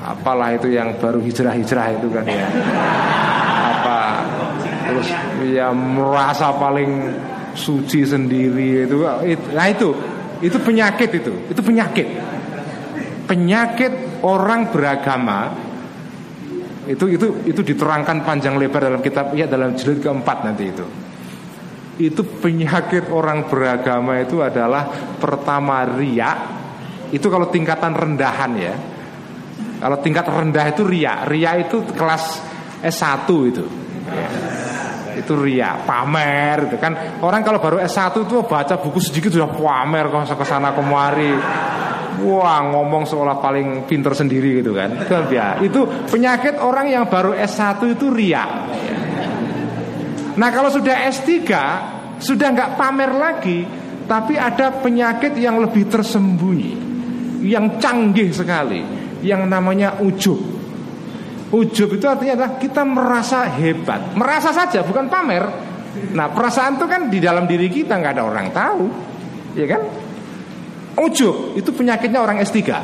apalah itu yang baru hijrah-hijrah itu kan ya. Apa terus ya merasa paling suci sendiri itu. Nah itu itu penyakit itu. Itu penyakit. Penyakit orang beragama itu itu itu diterangkan panjang lebar dalam kitab ya, dalam jilid keempat nanti itu. Itu penyakit orang beragama itu adalah pertama riya. Itu kalau tingkatan rendahan ya. Kalau tingkat rendah itu riya. Riya itu kelas S satu itu ya. Itu riya, pamer itu kan. Orang kalau baru S satu itu baca buku sedikit sudah pamer ke sana kemari. Wah, ngomong seolah paling pinter sendiri gitu kan. Itu ya. Itu penyakit orang yang baru S satu itu riya. Nah, kalau sudah S tiga sudah nggak pamer lagi, tapi ada penyakit yang lebih tersembunyi, yang canggih sekali, yang namanya ujub. Ujub itu artinya adalah kita merasa hebat, merasa saja, bukan pamer. Nah, perasaan itu kan di dalam diri kita, nggak ada orang tahu, ya kan? Ujub itu penyakitnya orang S tiga.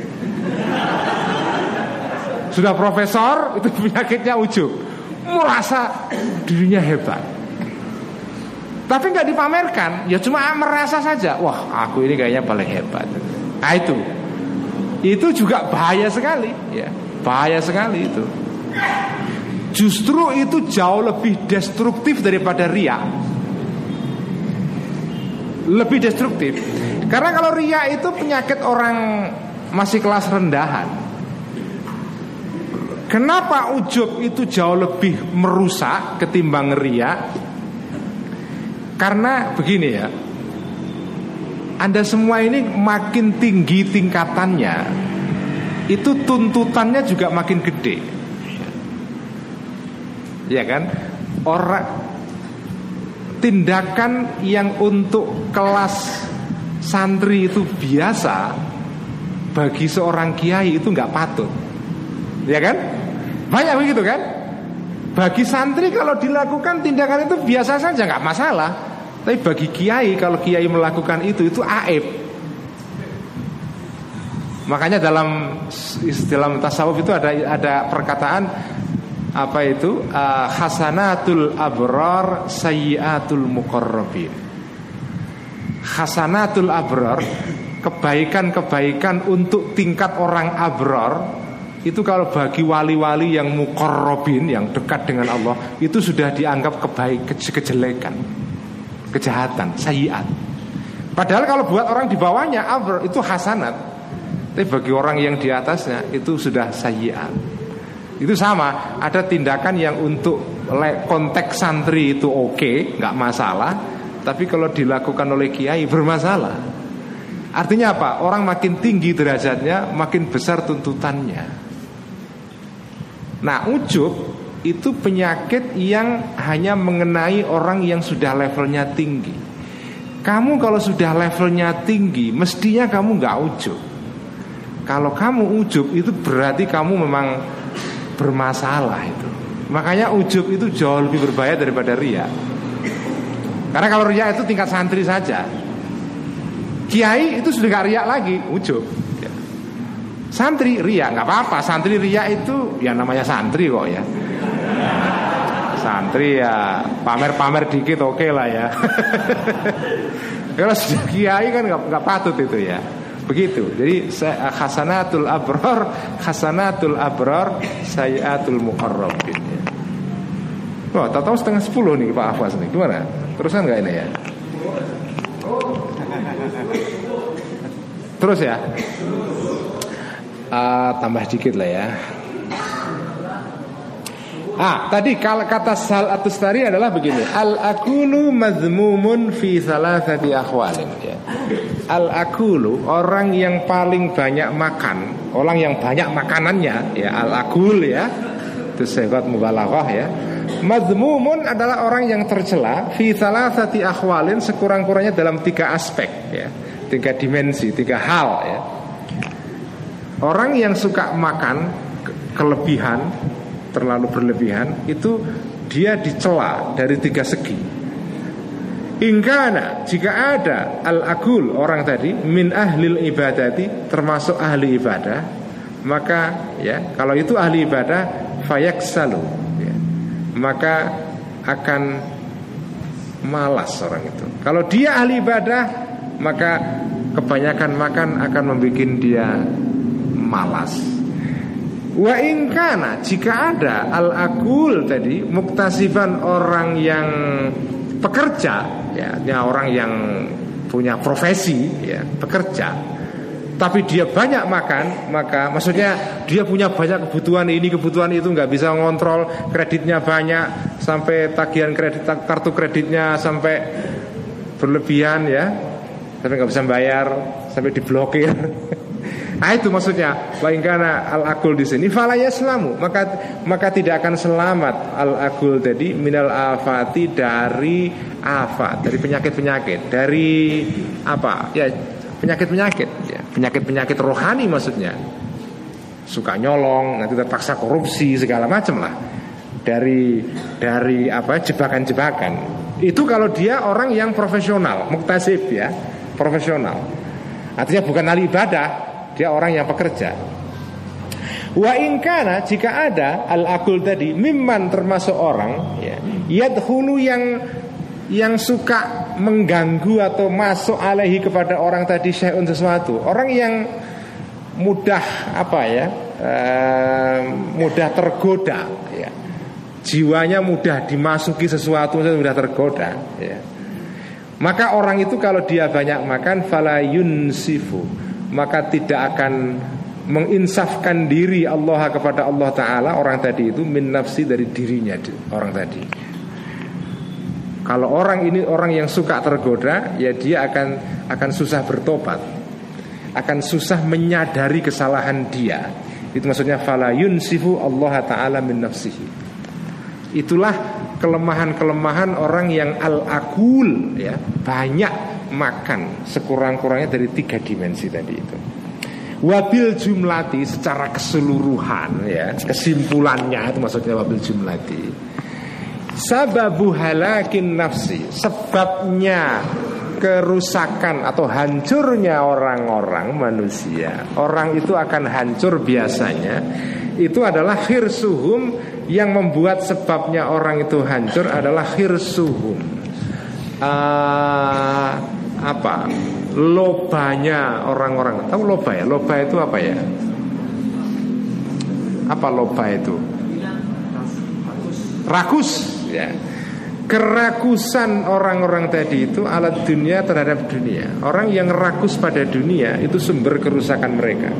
Sudah profesor, itu penyakitnya ujub, merasa dirinya hebat, tapi nggak dipamerkan, ya cuma merasa saja. Wah, aku ini kayaknya paling hebat. Nah itu, itu juga bahaya sekali, ya. Bahaya sekali itu. Justru itu jauh lebih destruktif daripada riya. Lebih destruktif. Karena kalau riya itu penyakit orang masih kelas rendahan. Kenapa ujub itu jauh lebih merusak ketimbang riya? Karena begini ya, Anda semua ini makin tinggi tingkatannya, itu tuntutannya juga makin gede. Ya kan? Orang tindakan yang untuk kelas santri itu biasa, bagi seorang kiai itu nggak patut. Ya kan? Banyak begitu kan? Bagi santri kalau dilakukan tindakan itu biasa saja, nggak masalah. Tapi bagi kiai, kalau kiai melakukan itu, itu aib. Makanya dalam dalam tasawuf itu ada ada perkataan apa itu uh, hasanatul abrar sayyiatul muqarrabin. Hasanatul abrar, kebaikan-kebaikan untuk tingkat orang abrar, itu kalau bagi wali-wali yang muqarrabin, yang dekat dengan Allah, itu sudah dianggap kebaik, kejelekan, kejahatan, sayyiat. Padahal kalau buat orang di bawahnya abrar itu hasanat. Tapi bagi orang yang di atasnya itu sudah sayyiat. Itu sama, ada tindakan yang untuk konteks santri itu oke, nggak masalah. Tapi kalau dilakukan oleh kiai bermasalah. Artinya apa? Orang makin tinggi derajatnya, makin besar tuntutannya. Nah, ujub itu penyakit yang hanya mengenai orang yang sudah levelnya tinggi. Kamu kalau sudah levelnya tinggi, mestinya kamu nggak ujub. Kalau kamu ujub itu berarti kamu memang bermasalah itu. Makanya ujub itu jauh lebih berbahaya daripada riya. Karena kalau riya itu tingkat santri saja. Kiai itu sudah gak riya lagi, ujub. Santri riya nggak apa-apa. Santri riya itu ya namanya santri kok ya. Santri ya pamer-pamer dikit oke okay lah ya. Kalau sudah kiai kan nggak patut itu ya. Begitu. Jadi hasanatul abrar, hasanatul abrar, sayyiatul muqarrabin. Wah, tak tahu setengah sepuluh nih Pak Afwas nih. Gimana? Terusan nggak ini ya? Terus ya? Uh, tambah dikit lah ya. Ah, tadi kalau kata Sal At-Tustari adalah begini. Al-akulu mazmumun fi thalathati akhwalin ya. Al-akulu, orang yang paling banyak makan, orang yang banyak makanannya ya, al-akul ya. Itu sebat mubalaghah ya. Mazmumun adalah orang yang tercela fi thalathati akhwalin, sekurang-kurangnya dalam tiga aspek ya. Tiga dimensi, tiga hal ya. Orang yang suka makan kelebihan, terlalu berlebihan, itu dia dicela dari tiga segi. Ingkana, jika ada al-akul orang tadi min ahlil ibadati, termasuk ahli ibadah, maka ya kalau itu ahli ibadah fayaksalu, ya, maka akan malas orang itu. Kalau dia ahli ibadah, maka kebanyakan makan akan membuat dia malas. Wa in kana, jika ada al-akul tadi muktasifan, orang yang pekerja, ya, orang yang punya profesi, ya, pekerja, tapi dia banyak makan, maka maksudnya dia punya banyak kebutuhan ini, kebutuhan itu, nggak bisa ngontrol, kreditnya banyak, sampai tagihan kredit, kartu kreditnya sampai berlebihan, ya, sampai nggak bisa bayar, sampai diblokir. Nah itu maksudnya wa in kana al-akul di sini fala yaslamu, maka maka tidak akan selamat al-akul tadi minal afati, dari afat, dari penyakit-penyakit, dari apa? Ya, penyakit-penyakit, ya, penyakit-penyakit rohani maksudnya. Suka nyolong, nanti terpaksa korupsi segala macam lah. Dari dari apa? jebakan-jebakan. Itu kalau dia orang yang profesional, muktasib, ya, profesional. Artinya bukan ahli ibadah, dia orang yang pekerja. Wa in kana, jika ada al-akul tadi mimman, termasuk orang, ya, yadkhulu, yang yang suka mengganggu atau masuk alaihi kepada orang tadi syai'un, sesuatu. Orang yang mudah apa ya, uh, mudah tergoda, ya, jiwanya mudah dimasuki sesuatu, mudah tergoda, ya. Maka orang itu kalau dia banyak makan fala yunsifu, maka tidak akan menginsafkan diri Allah kepada Allah Ta'ala, orang tadi itu min nafsi, dari dirinya orang tadi. Kalau orang ini orang yang suka tergoda, ya dia akan akan susah bertobat, akan susah menyadari kesalahan dia. Itu maksudnya fala yunsifu Allah Ta'ala min nafsihi. Itulah kelemahan-kelemahan orang yang al-akul, ya, banyak makan, sekurang-kurangnya dari tiga dimensi tadi itu. Wabil jumlati, secara keseluruhan, ya, kesimpulannya itu maksudnya wabil jumlati, sababu halakin nafsi, sebabnya kerusakan atau hancurnya orang-orang manusia, orang itu akan hancur biasanya, itu adalah khirsuhum. Yang membuat sebabnya orang itu hancur adalah khirsuhum, uh, apa, lobanya orang-orang. Tahu loba ya? Loba itu apa ya? Apa loba itu? Rakus, ya. Kerakusan orang-orang tadi itu alat dunia terhadap dunia. Orang yang rakus pada dunia itu sumber kerusakan mereka.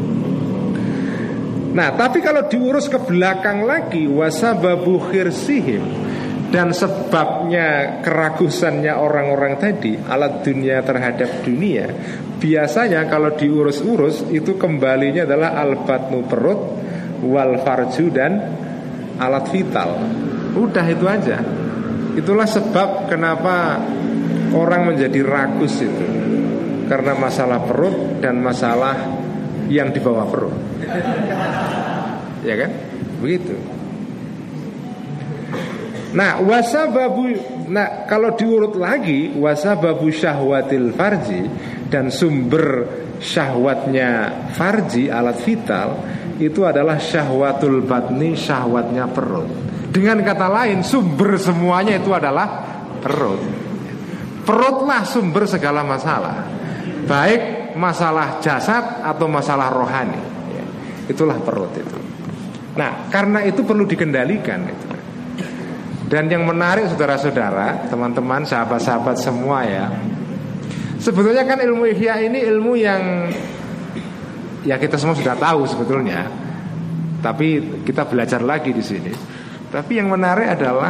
Nah, tapi kalau diurus ke belakang lagi, wasababu khirsihim, dan sebabnya keragusannya orang-orang tadi alat dunia terhadap dunia, biasanya kalau diurus-urus itu kembalinya adalah al-batnu, perut, wal farju, dan alat vital. Udah itu aja. Itulah sebab kenapa orang menjadi rakus itu, karena masalah perut dan masalah yang di bawah perut. Ya kan? Begitu. Nah, wasababu, nah kalau diurut lagi, wasababu syahwatil farji, dan sumber syahwatnya farji, alat vital, itu adalah syahwatul batni, syahwatnya perut. Dengan kata lain, sumber semuanya itu adalah perut. Perutlah sumber segala masalah, baik masalah jasad atau masalah rohani, ya. Itulah perut itu. Nah, karena itu perlu dikendalikan itu. Dan yang menarik saudara-saudara, teman-teman, sahabat-sahabat semua, ya, sebetulnya kan ilmu ihya ini ilmu yang ya kita semua sudah tahu sebetulnya, tapi kita belajar lagi di sini. Tapi yang menarik adalah,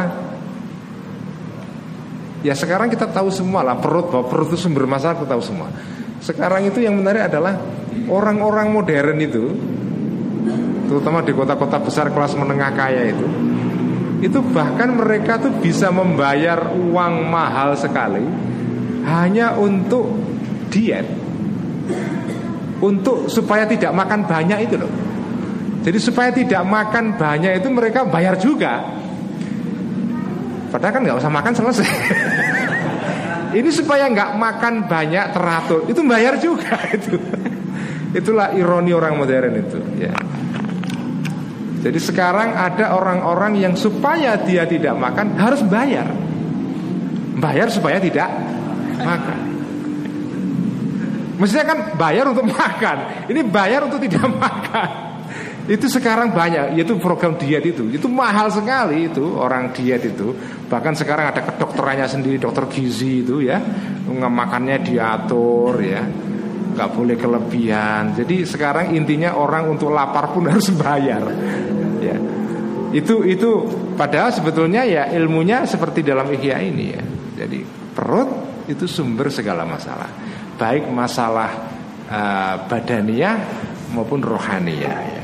ya sekarang kita tahu semua lah perut, bahwa perut itu sumber masalah, kita tahu semua. Sekarang itu yang menarik adalah orang-orang modern itu, terutama di kota-kota besar kelas menengah kaya itu, itu bahkan mereka tuh bisa membayar uang mahal sekali hanya untuk diet, untuk supaya tidak makan banyak itu loh. Jadi supaya tidak makan banyak itu mereka bayar juga. Padahal kan nggak usah makan, selesai. Ini supaya nggak makan banyak, teratur, itu bayar juga itu. Itulah ironi orang modern itu ya. Jadi sekarang ada orang-orang yang supaya dia tidak makan harus bayar. Bayar supaya tidak makan. Mestinya kan bayar untuk makan, ini bayar untuk tidak makan. Itu sekarang banyak, yaitu program diet itu. Itu mahal sekali itu, orang diet itu. Bahkan sekarang ada kedokterannya sendiri, dokter gizi itu ya. Makannya diatur ya, nggak boleh kelebihan. Jadi sekarang intinya orang untuk lapar pun harus bayar ya. Itu itu padahal sebetulnya ya ilmunya seperti dalam Ihya ini ya. Jadi perut itu sumber segala masalah, baik masalah uh, badaniyah maupun rohaniyah ya.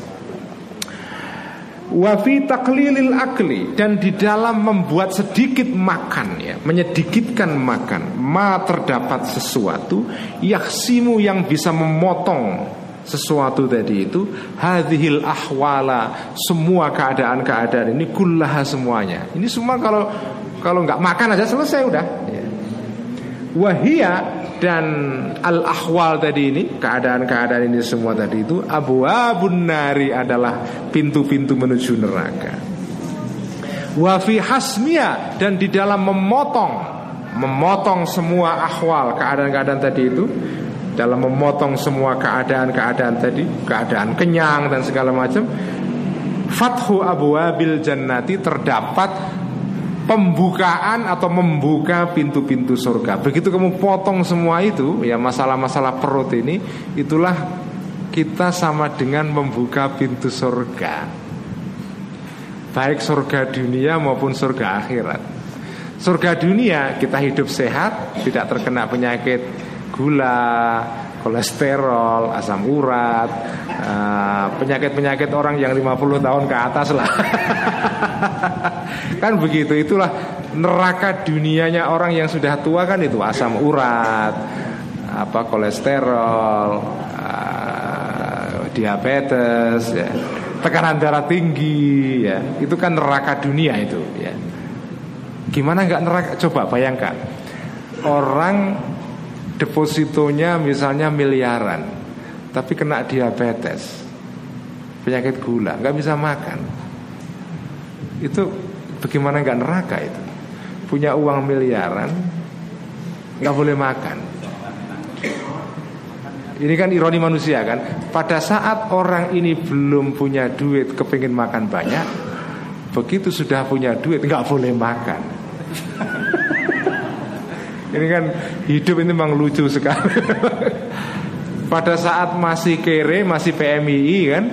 Wa fi taqlilil akli, dan di dalam membuat sedikit makan ya, menyedikitkan makan, ma terdapat sesuatu yaksimu yang bisa memotong sesuatu tadi itu, hadhil ahwala, semua keadaan-keadaan ini, kullaha semuanya. Ini semua kalau kalau nggak makan aja selesai udah ya. Wahia, dan al-ahwal tadi ini, keadaan-keadaan ini semua tadi itu, abwabun nari, adalah pintu-pintu menuju neraka. Wa fi hasmia, dan di dalam memotong memotong semua ahwal, keadaan-keadaan tadi itu, dalam memotong semua keadaan-keadaan tadi, keadaan kenyang dan segala macam, fathu abwabil jannati, terdapat pembukaan atau membuka pintu-pintu surga. Begitu kamu potong semua itu ya, masalah-masalah perut ini, itulah kita sama dengan membuka pintu surga, baik surga dunia maupun surga akhirat. Surga dunia kita hidup sehat, tidak terkena penyakit gula, kolesterol, asam urat, uh, penyakit-penyakit orang yang lima puluh tahun ke atas lah. Kan begitu. Itulah neraka dunianya orang yang sudah tua kan, itu asam urat, apa kolesterol, uh, diabetes ya, tekanan darah tinggi ya. Itu kan neraka dunia itu ya. Gimana nggak neraka? Coba bayangkan, orang depositonya misalnya miliaran, tapi kena diabetes, penyakit gula, nggak bisa makan. Itu bagaimana nggak neraka itu? Punya uang miliaran, nggak boleh makan. Ini kan ironi manusia kan. Pada saat orang ini belum punya duit, kepingin makan banyak, begitu sudah punya duit nggak boleh makan. Ini kan hidup ini memang lucu sekali. Pada saat masih kere, masih P M I I kan,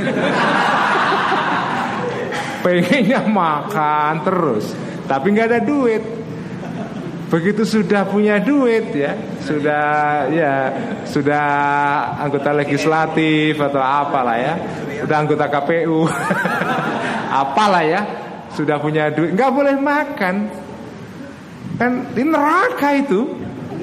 pengennya makan terus, tapi nggak ada duit. Begitu sudah punya duit ya, sudah ya sudah anggota legislatif atau apalah ya, sudah anggota K P U, apalah ya, sudah punya duit, nggak boleh makan. Kan ini neraka itu.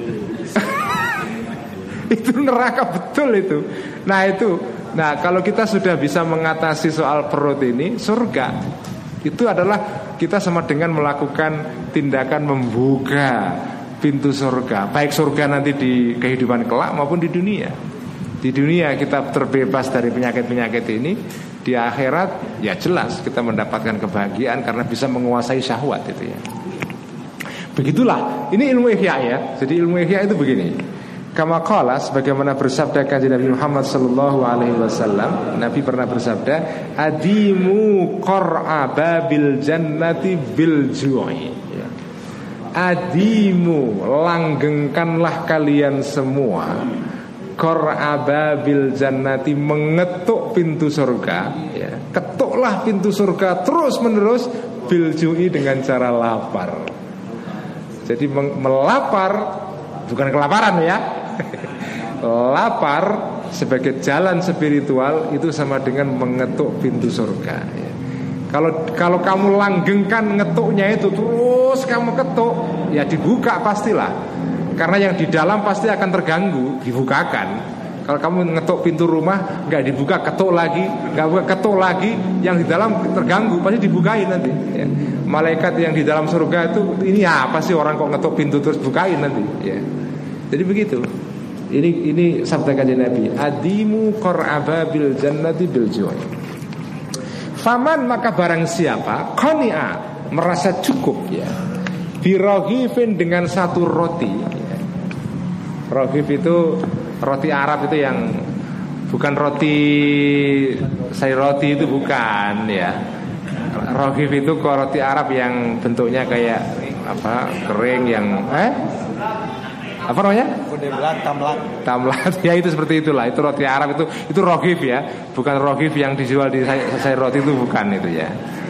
Itu neraka betul itu. Nah itu, nah kalau kita sudah bisa mengatasi soal perut ini, surga itu adalah kita sama dengan melakukan tindakan membuka pintu surga, baik surga nanti di kehidupan kelak maupun di dunia. Di dunia kita terbebas dari penyakit-penyakit ini, di akhirat ya jelas kita mendapatkan kebahagiaan karena bisa menguasai syahwat itu ya. Begitulah, ini ilmu ihya ya. Jadi ilmu ihya itu begini. Kama qala, sebagaimana bersabda kanjeng Nabi Muhammad sallallahu alaihi wasallam, Nabi pernah bersabda, adimu qur'a babil jannati bil ju'i ya. Adimu, langgengkanlah kalian semua qur'a babil jannati, mengetuk pintu surga ya. Ketuklah pintu surga terus menerus bil ju'i, dengan cara lapar. Jadi melapar bukan kelaparan ya. Lapar sebagai jalan spiritual itu sama dengan mengetuk pintu surga ya. Kalau kalau kamu langgengkan ngetuknya itu terus kamu ketuk, ya dibuka pastilah. Karena yang di dalam pasti akan terganggu, dibukakan. Kalau kamu ngetuk pintu rumah nggak dibuka, ketuk lagi, nggak buka, ketuk lagi, yang di dalam terganggu pasti dibukain nanti ya. Malaikat yang di dalam surga itu, ini apa sih orang kok ngetuk pintu terus bukain nanti ya. Jadi begitu. Ini ini sabda kanjeng Nabi, adimu qar'aba bil jannati bil ju'i. Faman maka barang siapa qani'a merasa cukup ya, biroghifin dengan satu roti ya. Roghif itu roti Arab itu yang bukan roti sayur roti itu bukan ya. Roghif itu kok roti Arab yang bentuknya kayak apa kering yang eh apa namanya? Tamlat. Tamlat ya itu seperti itulah. Itu roti Arab itu itu roghif ya, bukan roghif yang dijual di sayur roti itu bukan itu ya.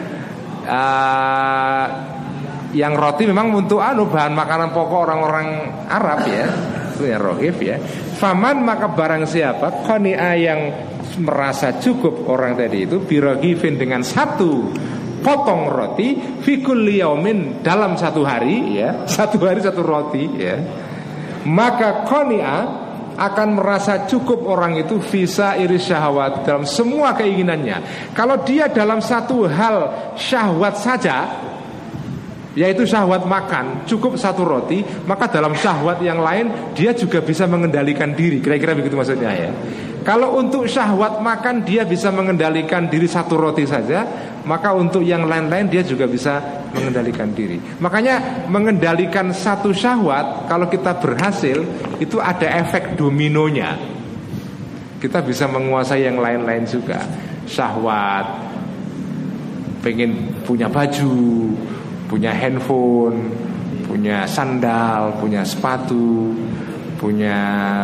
Uh, yang roti memang untuk anu bahan makanan pokok orang-orang Arab ya. Itu ya roghif ya. Faman maka barang siapa qani'a yang merasa cukup orang tadi itu biroghifin dengan satu potong roti fikul yaumin dalam satu hari ya, satu hari satu roti ya. Maka qani'a akan merasa cukup orang itu visa iris syahwat dalam semua keinginannya. Kalau dia dalam satu hal syahwat saja, yaitu syahwat makan, cukup satu roti, maka dalam syahwat yang lain dia juga bisa mengendalikan diri. Kira-kira begitu maksudnya ya. Kalau untuk syahwat makan dia bisa mengendalikan diri satu roti saja, maka untuk yang lain-lain dia juga bisa mengendalikan diri. Makanya mengendalikan satu syahwat, kalau kita berhasil, itu ada efek dominonya. Kita bisa menguasai yang lain-lain juga. Syahwat, pengen punya baju, punya handphone, punya sandal, punya sepatu, punya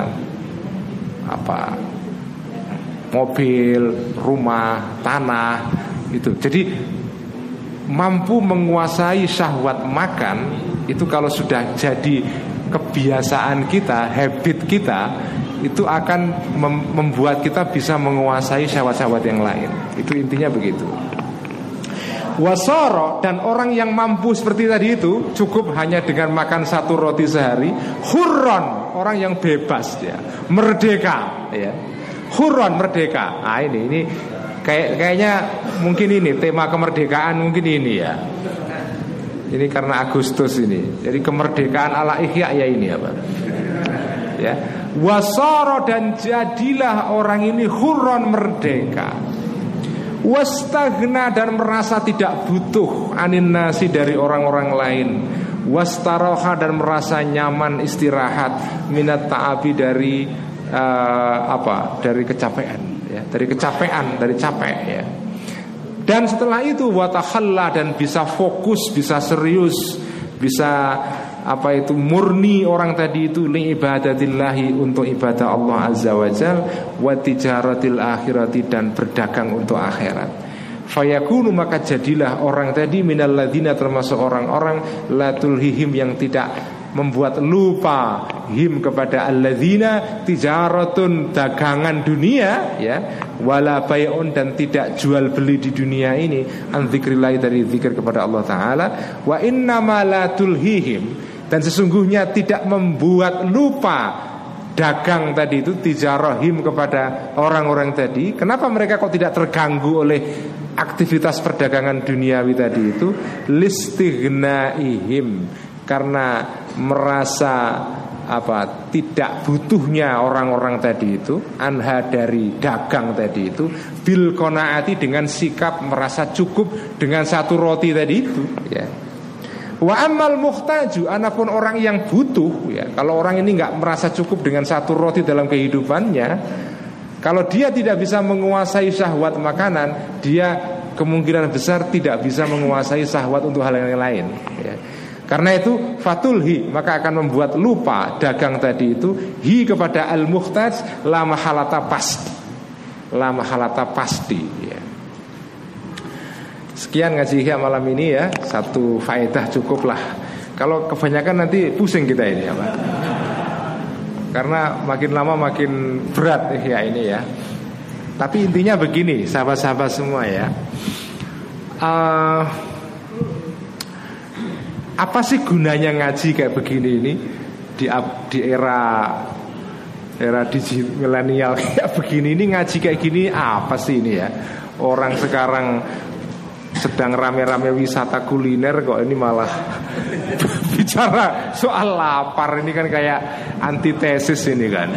apa, mobil, rumah, tanah, itu. Jadi mampu menguasai syahwat makan itu kalau sudah jadi kebiasaan kita, habit kita, itu akan mem- membuat kita bisa menguasai syahwat-syahwat yang lain. Itu intinya begitu. Wasoro, dan orang yang mampu seperti tadi itu cukup hanya dengan makan satu roti sehari. Hurron, orang yang bebas ya, merdeka ya. Hurron, merdeka. Nah ini ini kayak kayaknya mungkin ini tema kemerdekaan mungkin ini ya. Ini karena Agustus ini. Jadi kemerdekaan ala Ihya ya ini apa? Ya. Wasoro, dan jadilah orang ini hurron, merdeka. Wastagna, dan merasa tidak butuh anin nasi dari orang-orang lain. Wastaroha, dan merasa nyaman istirahat minat ta'abi dari uh, apa? Dari kecapean ya, dari kecapean, dari capek ya. Dan setelah itu watakhalla, dan bisa fokus, bisa serius, bisa apa itu murni orang tadi itu li ibadatillahi, untuk ibadah Allah azza wajal, wa tijaratil akhirati, dan berdagang untuk akhirat. Fayakunu, maka jadilah orang tadi minal ladzina, termasuk orang-orang la tulhihim, yang tidak membuat lupa him kepada alladzina tijaratun, dagangan dunia ya, wala bai'un, dan tidak jual beli di dunia ini, an dzikrillah, dari zikir kepada Allah taala. Wa innama la tulhihim, dan sesungguhnya tidak membuat lupa dagang tadi itu, tijarahim, kepada orang-orang tadi. Kenapa mereka kok tidak terganggu oleh aktivitas perdagangan duniawi tadi itu? Listighnaihim, karena merasa apa, tidak butuhnya orang-orang tadi itu, anha, dari dagang tadi itu, bil qanaati, dengan sikap merasa cukup dengan satu roti tadi itu ya. Wa amal muhtaju, anapun orang yang butuh ya, kalau orang ini nggak merasa cukup dengan satu roti dalam kehidupannya, kalau dia tidak bisa menguasai syahwat makanan, dia kemungkinan besar tidak bisa menguasai syahwat untuk hal yang lain ya. Karena itu fatulhi, maka akan membuat lupa dagang tadi itu hi kepada al muhtaj, la mahalata pasti, la mahalata pasti ya. Sekian ngaji Ihya malam ini ya, satu faedah cukuplah. Kalau kebanyakan nanti pusing kita ini ya Pak, karena makin lama makin berat Ihya ini ya. Tapi intinya begini sahabat-sahabat semua ya, uh, apa sih gunanya ngaji kayak begini ini di, di era era digital milenial kayak begini ini, ngaji kayak gini apa sih ini ya? Orang sekarang sedang rame-rame wisata kuliner kok ini malah bicara soal lapar. Ini kan kayak antitesis ini kan.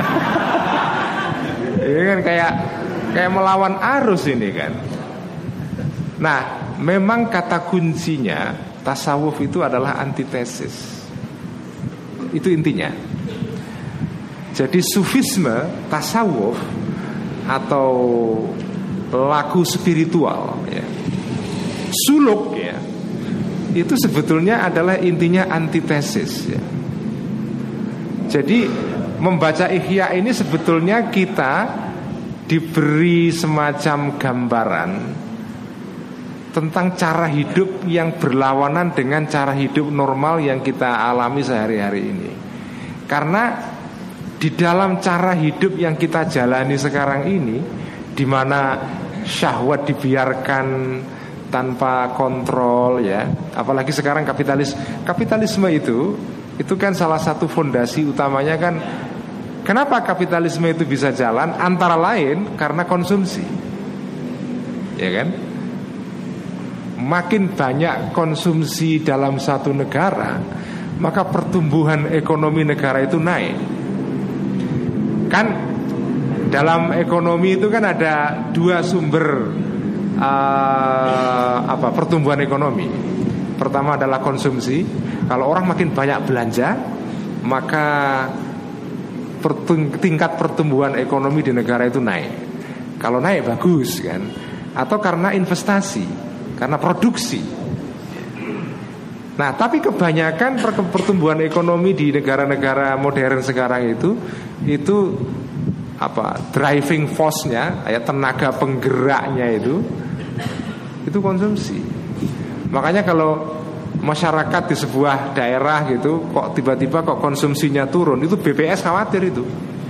Ini kan kayak kayak melawan arus ini kan. Nah, memang kata kuncinya tasawuf itu adalah antitesis. Itu intinya. Jadi sufisme, tasawuf atau laku spiritual ya, suluk ya, itu sebetulnya adalah intinya antitesis ya. Jadi membaca Ihya ini sebetulnya kita diberi semacam gambaran tentang cara hidup yang berlawanan dengan cara hidup normal yang kita alami sehari-hari ini. Karena di dalam cara hidup yang kita jalani sekarang ini, di mana syahwat dibiarkan tanpa kontrol ya, apalagi sekarang kapitalis kapitalisme itu itu kan salah satu fondasi utamanya kan. Kenapa kapitalisme itu bisa jalan? Antara lain karena konsumsi, ya kan? Makin banyak konsumsi dalam satu negara, maka pertumbuhan ekonomi negara itu naik. Kan dalam ekonomi itu kan ada dua sumber uh, apa pertumbuhan ekonomi. Pertama adalah konsumsi. Kalau orang makin banyak belanja, maka tingkat pertumbuhan ekonomi di negara itu naik. Kalau naik bagus kan. Atau karena investasi, karena produksi. Nah, tapi kebanyakan pertumbuhan ekonomi di negara-negara modern sekarang itu itu apa? Driving force-nya, ya tenaga penggeraknya itu itu konsumsi. Makanya kalau masyarakat di sebuah daerah gitu kok tiba-tiba kok konsumsinya turun, itu B P S khawatir itu.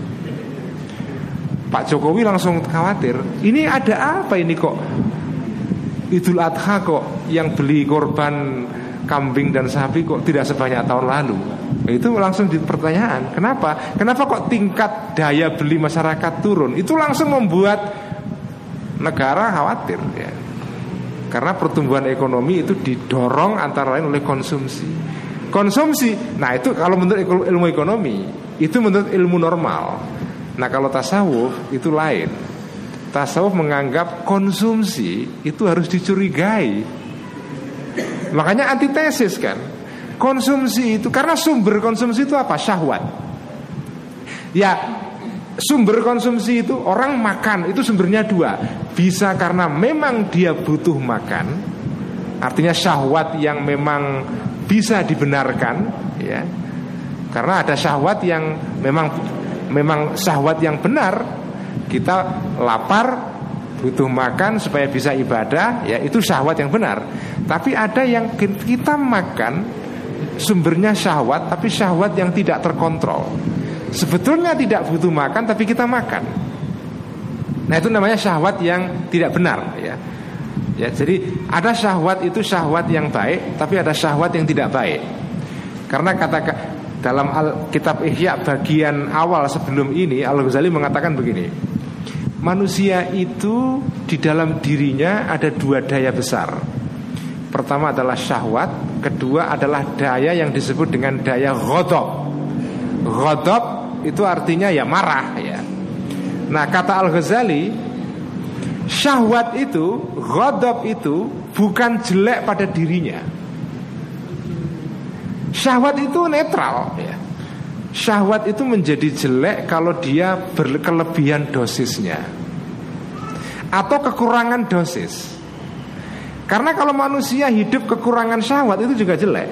Pak Jokowi langsung khawatir. Ini ada apa ini kok Idul Adha kok yang beli korban kambing dan sapi kok tidak sebanyak tahun lalu. Itu langsung dipertanyaan, kenapa? Kenapa kok tingkat daya beli masyarakat turun? Itu langsung membuat negara khawatir ya. Karena pertumbuhan ekonomi itu didorong antara lain oleh konsumsi. Konsumsi, nah itu kalau menurut ilmu ekonomi, itu menurut ilmu normal. Nah kalau tasawuf itu lain. Tasawuf menganggap konsumsi itu harus dicurigai. Makanya antitesis kan. Konsumsi itu, karena sumber konsumsi itu apa? Syahwat. Ya, sumber konsumsi itu orang makan, itu sumbernya dua. Bisa karena memang dia butuh makan, artinya syahwat yang memang bisa dibenarkan ya. Karena ada syahwat yang memang memang syahwat yang benar. Kita lapar, butuh makan supaya bisa ibadah, ya itu syahwat yang benar. Tapi ada yang kita makan sumbernya syahwat, tapi syahwat yang tidak terkontrol. Sebetulnya tidak butuh makan, tapi kita makan. Nah itu namanya syahwat yang tidak benar ya. Ya, jadi ada syahwat itu syahwat yang baik, tapi ada syahwat yang tidak baik. Karena kata dalam al, kitab Ihya bagian awal sebelum ini, Al-Ghazali mengatakan begini: manusia itu di dalam dirinya ada dua daya besar. Pertama adalah syahwat, kedua adalah daya yang disebut dengan daya ghadab. Ghadab itu artinya ya marah ya. Nah kata Al-Ghazali, syahwat itu, ghadab itu bukan jelek pada dirinya. Syahwat itu netral ya. Syahwat itu menjadi jelek kalau dia berkelebihan dosisnya atau kekurangan dosis. Karena kalau manusia hidup kekurangan syahwat itu juga jelek.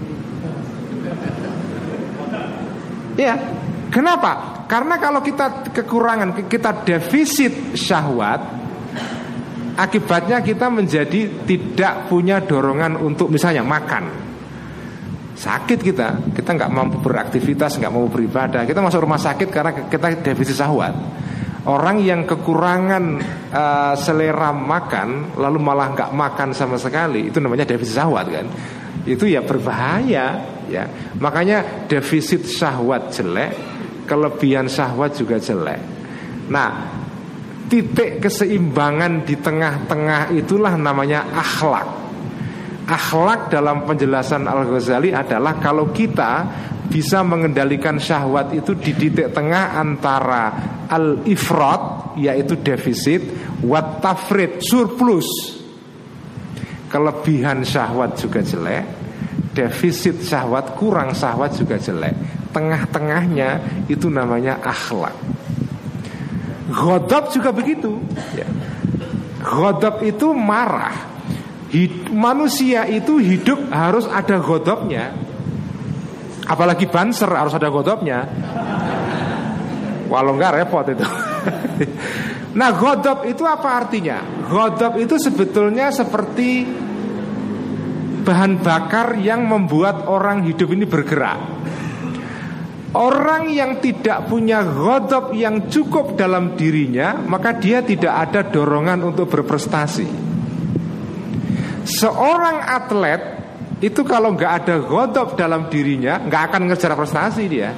Ya, kenapa? Karena kalau kita kekurangan, kita defisit syahwat, akibatnya kita menjadi tidak punya dorongan untuk misalnya makan. Sakit kita, kita nggak mampu beraktivitas, nggak mampu beribadah. Kita masuk rumah sakit karena kita defisit syahwat. Orang yang kekurangan uh, selera makan, lalu malah nggak makan sama sekali, itu namanya defisit syahwat kan? Itu ya berbahaya ya. Makanya defisit syahwat jelek, kelebihan syahwat juga jelek. Nah, titik keseimbangan di tengah-tengah itulah namanya akhlak. Akhlak dalam penjelasan Al-Ghazali adalah kalau kita bisa mengendalikan syahwat itu di titik tengah antara al-ifrat, yaitu defisit, wat tafrid, surplus. Kelebihan syahwat juga jelek, defisit syahwat, kurang syahwat juga jelek. Tengah-tengahnya itu namanya akhlak. Ghadab juga begitu ya. Ghadab itu marah. Hid- manusia itu hidup harus ada ghadabnya. Apalagi banser harus ada ghadabnya. Walau enggak repot itu. Nah, ghadab itu apa artinya? Ghadab itu sebetulnya seperti bahan bakar yang membuat orang hidup ini bergerak. Orang yang tidak punya ghadab yang cukup dalam dirinya, maka dia tidak ada dorongan untuk berprestasi. Seorang atlet itu kalau nggak ada ghadab dalam dirinya, nggak akan ngejar prestasi dia.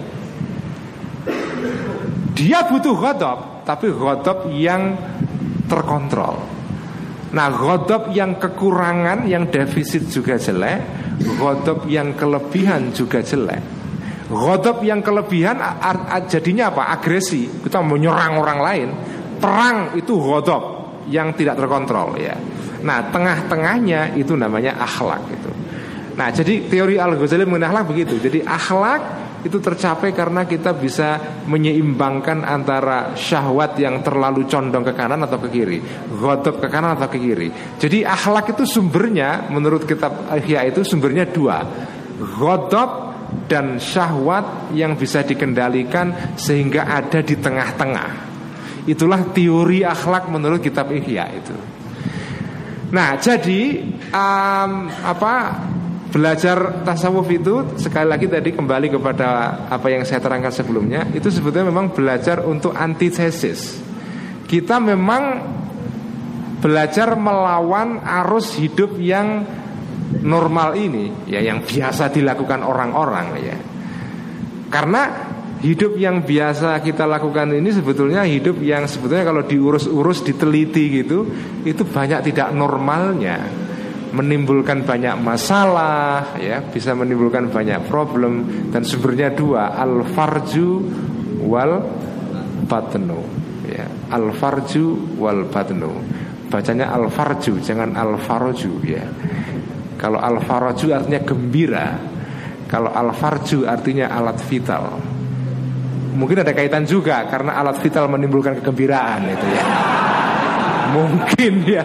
Dia butuh ghadab, tapi ghadab yang terkontrol. Nah, ghadab yang kekurangan, yang defisit juga jelek. Ghadab yang kelebihan juga jelek. Ghadab yang kelebihan jadinya apa? Agresi. Kita menyerang orang lain. Perang itu ghadab yang tidak terkontrol ya. Nah, tengah-tengahnya itu namanya akhlak itu. Nah, jadi teori Al-Ghazali mengenai akhlak begitu. Jadi akhlak itu tercapai karena kita bisa menyeimbangkan antara syahwat yang terlalu condong ke kanan atau ke kiri, ghadab ke kanan atau ke kiri. Jadi akhlak itu sumbernya menurut kitab Ihya itu sumbernya dua, ghadab dan syahwat yang bisa dikendalikan sehingga ada di tengah-tengah. Itulah teori akhlak menurut kitab Ihya itu. Nah, jadi um, apa belajar tasawuf itu sekali lagi tadi kembali kepada apa yang saya terangkan sebelumnya, itu sebetulnya memang belajar untuk antitesis. Kita memang belajar melawan arus hidup yang normal ini, ya, yang biasa dilakukan orang-orang ya. Karena hidup yang biasa kita lakukan ini sebetulnya hidup yang sebetulnya kalau diurus-urus, diteliti gitu, itu banyak tidak normalnya, menimbulkan banyak masalah ya, bisa menimbulkan banyak problem. Dan sumbernya dua, al-farju wal batnu ya, al-farju wal batnu. Bacanya al-farju, jangan al-farju ya. Kalau al-farju artinya gembira, kalau al-farju artinya alat vital. Mungkin ada kaitan juga karena alat vital menimbulkan kegembiraan itu ya. Mungkin ya.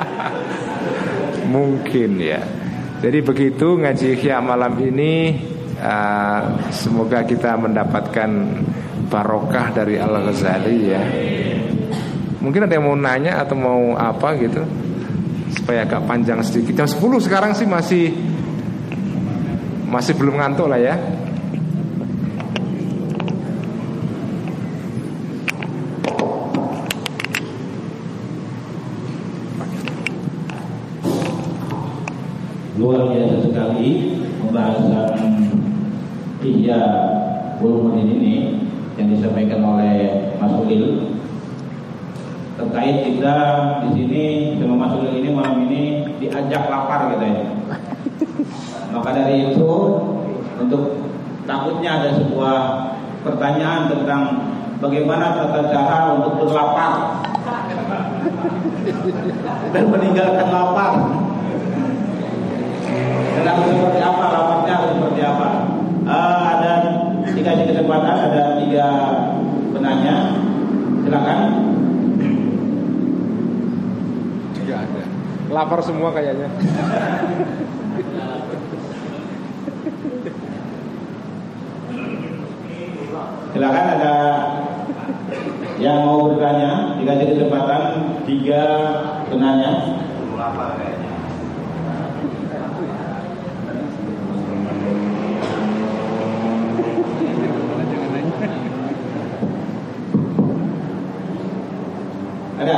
Mungkin ya. Jadi begitu ngaji Ihya malam ini. uh, Semoga kita mendapatkan barokah dari Al-Ghazali ya. Mungkin ada yang mau nanya atau mau apa gitu, supaya agak panjang sedikit. Jam sepuluh sekarang sih masih Masih belum ngantuk lah ya. Luar biasa sekali pembahasan Ihya Ulumuddin ini yang disampaikan oleh Mas Ulil. Terkait kita di sini sama Mas Ulil ini malam ini diajak lapar katanya. Maka dari itu untuk takutnya ada sebuah pertanyaan tentang bagaimana tata cara untuk berlapar dan meninggalkan lapar. Dan harus seperti apa, laparnya harus seperti apa. uh, Ada dikasih kesempatan, ada tiga penanya. Silakan. Tidak ada. Lapar semua kayaknya. Silakan, ada yang mau bertanya. Dikasih kesempatan tiga penanya. Lapar kayaknya. Ada?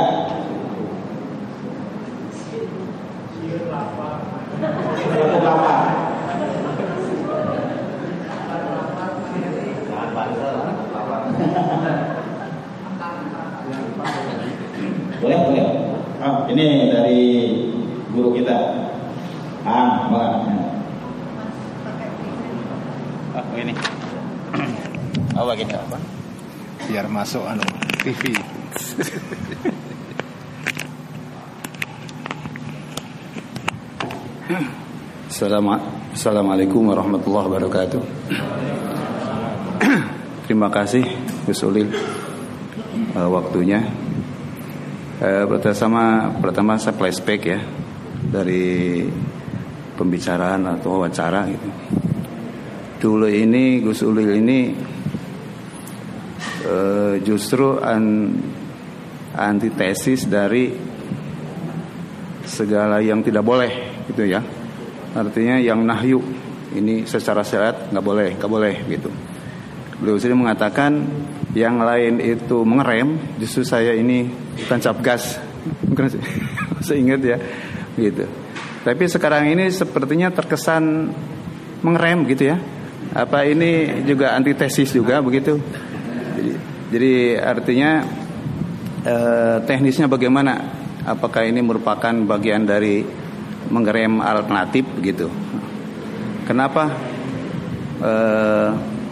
Satu lapar. Ini dari guru kita. Ah, Mbak. Oh, ini. Oh, begini apa? Biar masuk anu T V. Assalamualaikum warahmatullahi wabarakatuh. Terima kasih Gus Ulil uh, waktunya. Uh, pertama, pertama saya flashback ya dari pembicaraan atau wawancara gitu. Dulu ini Gus Ulil ini uh, justru an, antitesis dari segala yang tidak boleh gitu ya. Artinya yang nahyu ini secara syariat nggak boleh, nggak boleh gitu. Beliau sendiri mengatakan yang lain itu mengerem, justru saya ini tancap gas, bukan saya ingat ya, gitu. Tapi sekarang ini sepertinya terkesan mengerem gitu ya. Apa ini juga antitesis juga begitu? Jadi, jadi artinya eh, teknisnya bagaimana? Apakah ini merupakan bagian dari mengerem alternatif gitu? Kenapa? Eh,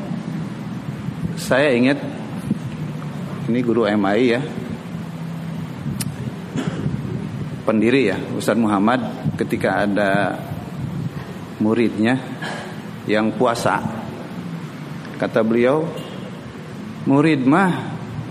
saya ingat ini guru M A I ya, pendiri ya, Ustadz Muhammad, ketika ada muridnya yang puasa, kata beliau, murid mah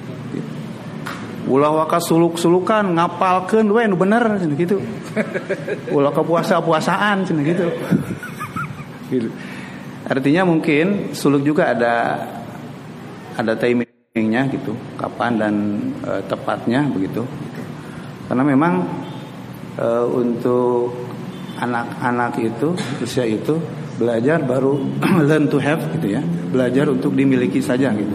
ulah waka suluk-sulukan ngapalkeun we nu bener gitu. Ulah ka puasa-puasaan cenah gitu. Gitu. Artinya mungkin suluk juga ada ada timingnya gitu, kapan dan e, tepatnya begitu. Karena memang e, untuk anak-anak itu usia itu belajar baru learn to have gitu ya, belajar untuk dimiliki saja gitu.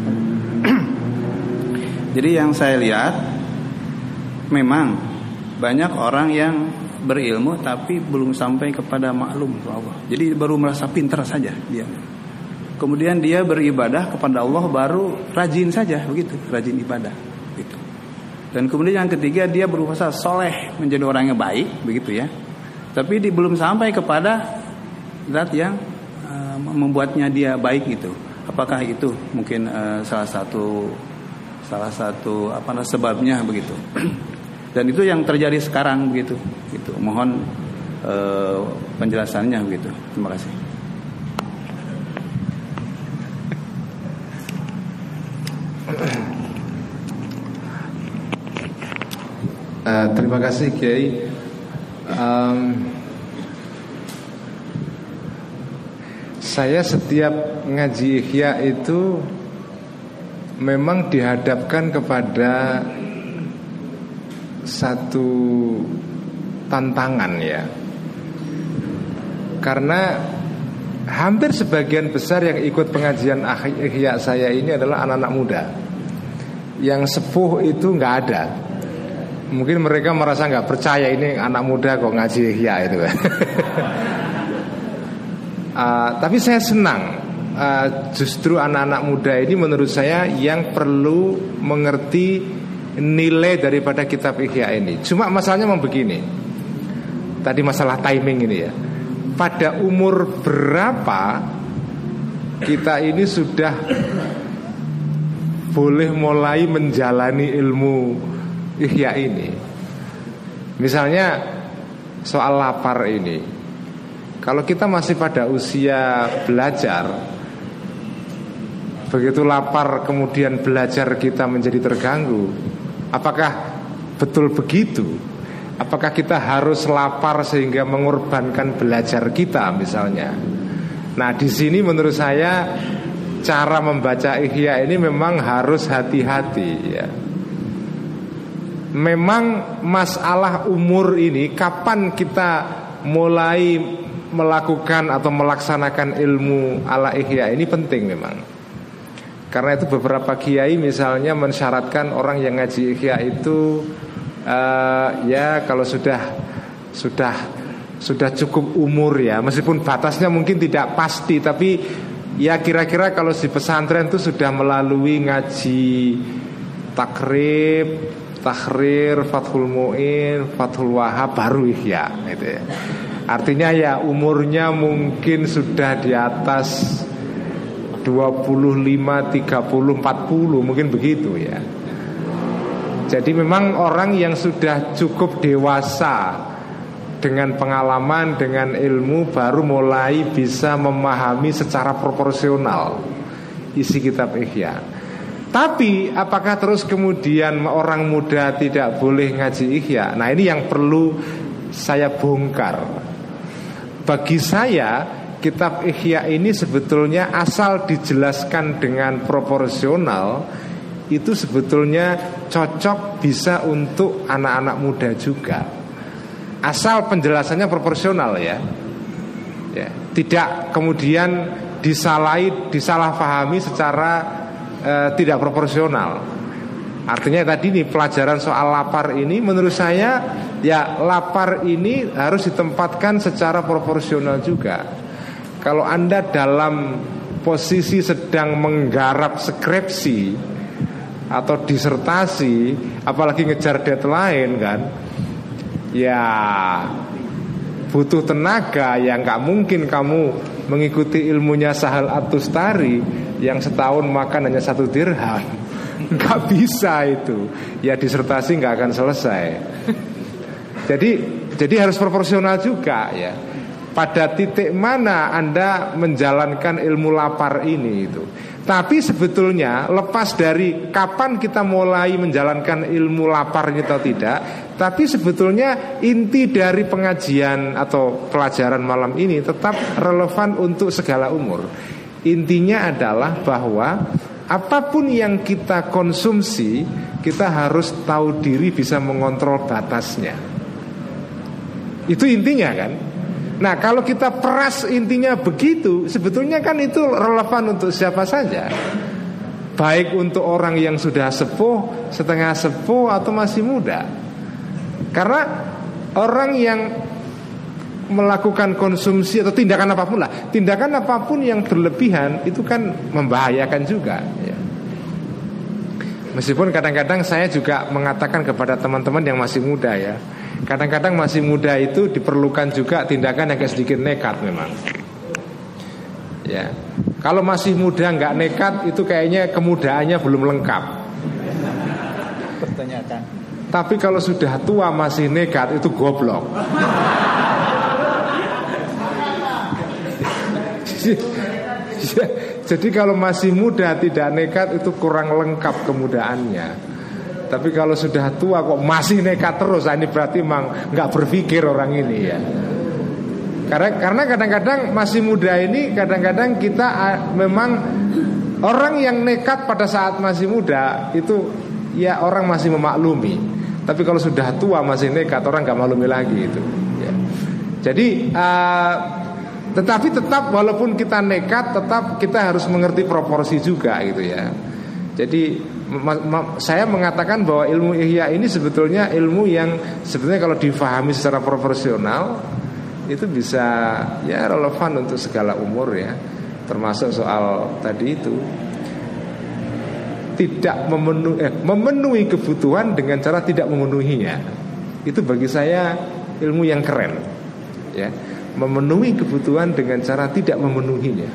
Jadi yang saya lihat memang banyak orang yang berilmu tapi belum sampai kepada maklum Allah. Jadi baru merasa pintar saja dia. Kemudian dia beribadah kepada Allah baru rajin saja begitu, rajin ibadah gitu. Dan kemudian yang ketiga dia berusaha soleh menjadi orang yang baik begitu ya. Tapi di, belum sampai kepada zat yang uh, membuatnya dia baik gitu. Apakah itu mungkin uh, salah satu salah satu apa namanya sebabnya begitu. Dan itu yang terjadi sekarang begitu. Gitu. Mohon uh, penjelasannya begitu. Terima kasih. Uh, terima kasih Kiai. Um, saya setiap ngaji Ihya itu memang dihadapkan kepada satu tantangan ya. Karena hampir sebagian besar yang ikut pengajian Ihya saya ini adalah anak-anak muda. Yang sepuh itu nggak ada. Mungkin mereka merasa nggak percaya ini anak muda kok ngaji Ihya itu. uh, tapi saya senang. Uh, justru anak-anak muda ini menurut saya yang perlu mengerti nilai daripada kitab Ihya ini. Cuma masalahnya memang begini. Tadi masalah timing ini ya. Pada umur berapa kita ini sudah boleh mulai menjalani ilmu Ihya ini? Misalnya soal lapar ini. Kalau kita masih pada usia belajar, begitu lapar kemudian belajar kita menjadi terganggu, apakah betul begitu? Apakah kita harus lapar sehingga mengorbankan belajar kita misalnya? Nah di sini menurut saya cara membaca Ihya ini memang harus hati-hati ya. Memang masalah umur ini, kapan kita mulai melakukan atau melaksanakan ilmu ala Ihya ini penting memang. Karena itu beberapa kiai misalnya mensyaratkan orang yang ngaji Ihya itu uh, ya kalau sudah sudah sudah cukup umur ya, meskipun batasnya mungkin tidak pasti, tapi ya kira-kira kalau di pesantren itu sudah melalui ngaji takrib, Tahrir, Fathul Mu'in, Fathul Wahhab, baru Ihya gitu ya. Artinya ya umurnya mungkin sudah di atas dua puluh lima, tiga puluh, empat puluh, mungkin begitu ya. Jadi memang orang yang sudah cukup dewasa dengan pengalaman, dengan ilmu, baru mulai bisa memahami secara proporsional isi kitab Ihya. Tapi apakah terus kemudian orang muda tidak boleh ngaji Ihya? Nah ini yang perlu saya bongkar. Bagi saya kitab Ihya ini sebetulnya asal dijelaskan dengan proporsional, itu sebetulnya cocok bisa untuk anak-anak muda juga. Asal penjelasannya proporsional ya, ya. Tidak kemudian disalahi, disalahpahami secara Uh, tidak proporsional. Artinya tadi nih pelajaran soal lapar ini menurut saya ya lapar ini harus ditempatkan secara proporsional juga. Kalau Anda dalam posisi sedang menggarap skripsi atau disertasi, apalagi ngejar deadline kan, ya butuh tenaga. Ya nggak mungkin kamu mengikuti ilmunya Sahal At-Tustari yang setahun makan hanya satu dirham. Nggak bisa itu. Ya disertasi nggak akan selesai. Jadi jadi harus proporsional juga ya. Pada titik mana Anda menjalankan ilmu lapar ini itu. Tapi sebetulnya lepas dari kapan kita mulai menjalankan ilmu lapar atau tidak, tapi sebetulnya inti dari pengajian atau pelajaran malam ini tetap relevan untuk segala umur. Intinya adalah bahwa apapun yang kita konsumsi, kita harus tahu diri bisa mengontrol batasnya. Itu intinya kan. Nah kalau kita peras intinya begitu, sebetulnya kan itu relevan untuk siapa saja. Baik untuk orang yang sudah sepuh, setengah sepuh, atau masih muda. Karena orang yang melakukan konsumsi atau tindakan apapun lah, tindakan apapun yang berlebihan itu kan membahayakan juga ya. Meskipun kadang-kadang saya juga mengatakan kepada teman-teman yang masih muda ya, kadang-kadang masih muda itu diperlukan juga tindakan yang agak sedikit nekat memang ya. Kalau masih muda nggak nekat itu kayaknya kemudaannya belum lengkap. Pertanyakan. Tapi kalau sudah tua masih nekat itu goblok. Jadi kalau masih muda tidak nekat itu kurang lengkap kemudaannya. Tapi kalau sudah tua kok masih nekat terus, ini berarti memang nggak berpikir orang ini ya. Karena karena kadang-kadang masih muda ini kadang-kadang kita memang orang yang nekat pada saat masih muda itu ya orang masih memaklumi. Tapi kalau sudah tua masih nekat orang nggak maklumi lagi itu. Ya. Jadi uh, tetapi tetap walaupun kita nekat, tetap kita harus mengerti proporsi juga gitu ya. Jadi ma- ma- saya mengatakan bahwa ilmu Ihya ini sebetulnya ilmu yang sebetulnya kalau difahami secara proporsional itu bisa ya relevan untuk segala umur ya. Termasuk soal tadi itu tidak memenuhi, eh, memenuhi kebutuhan dengan cara tidak memenuhinya. Itu bagi saya ilmu yang keren ya. Memenuhi kebutuhan dengan cara tidak memenuhinya,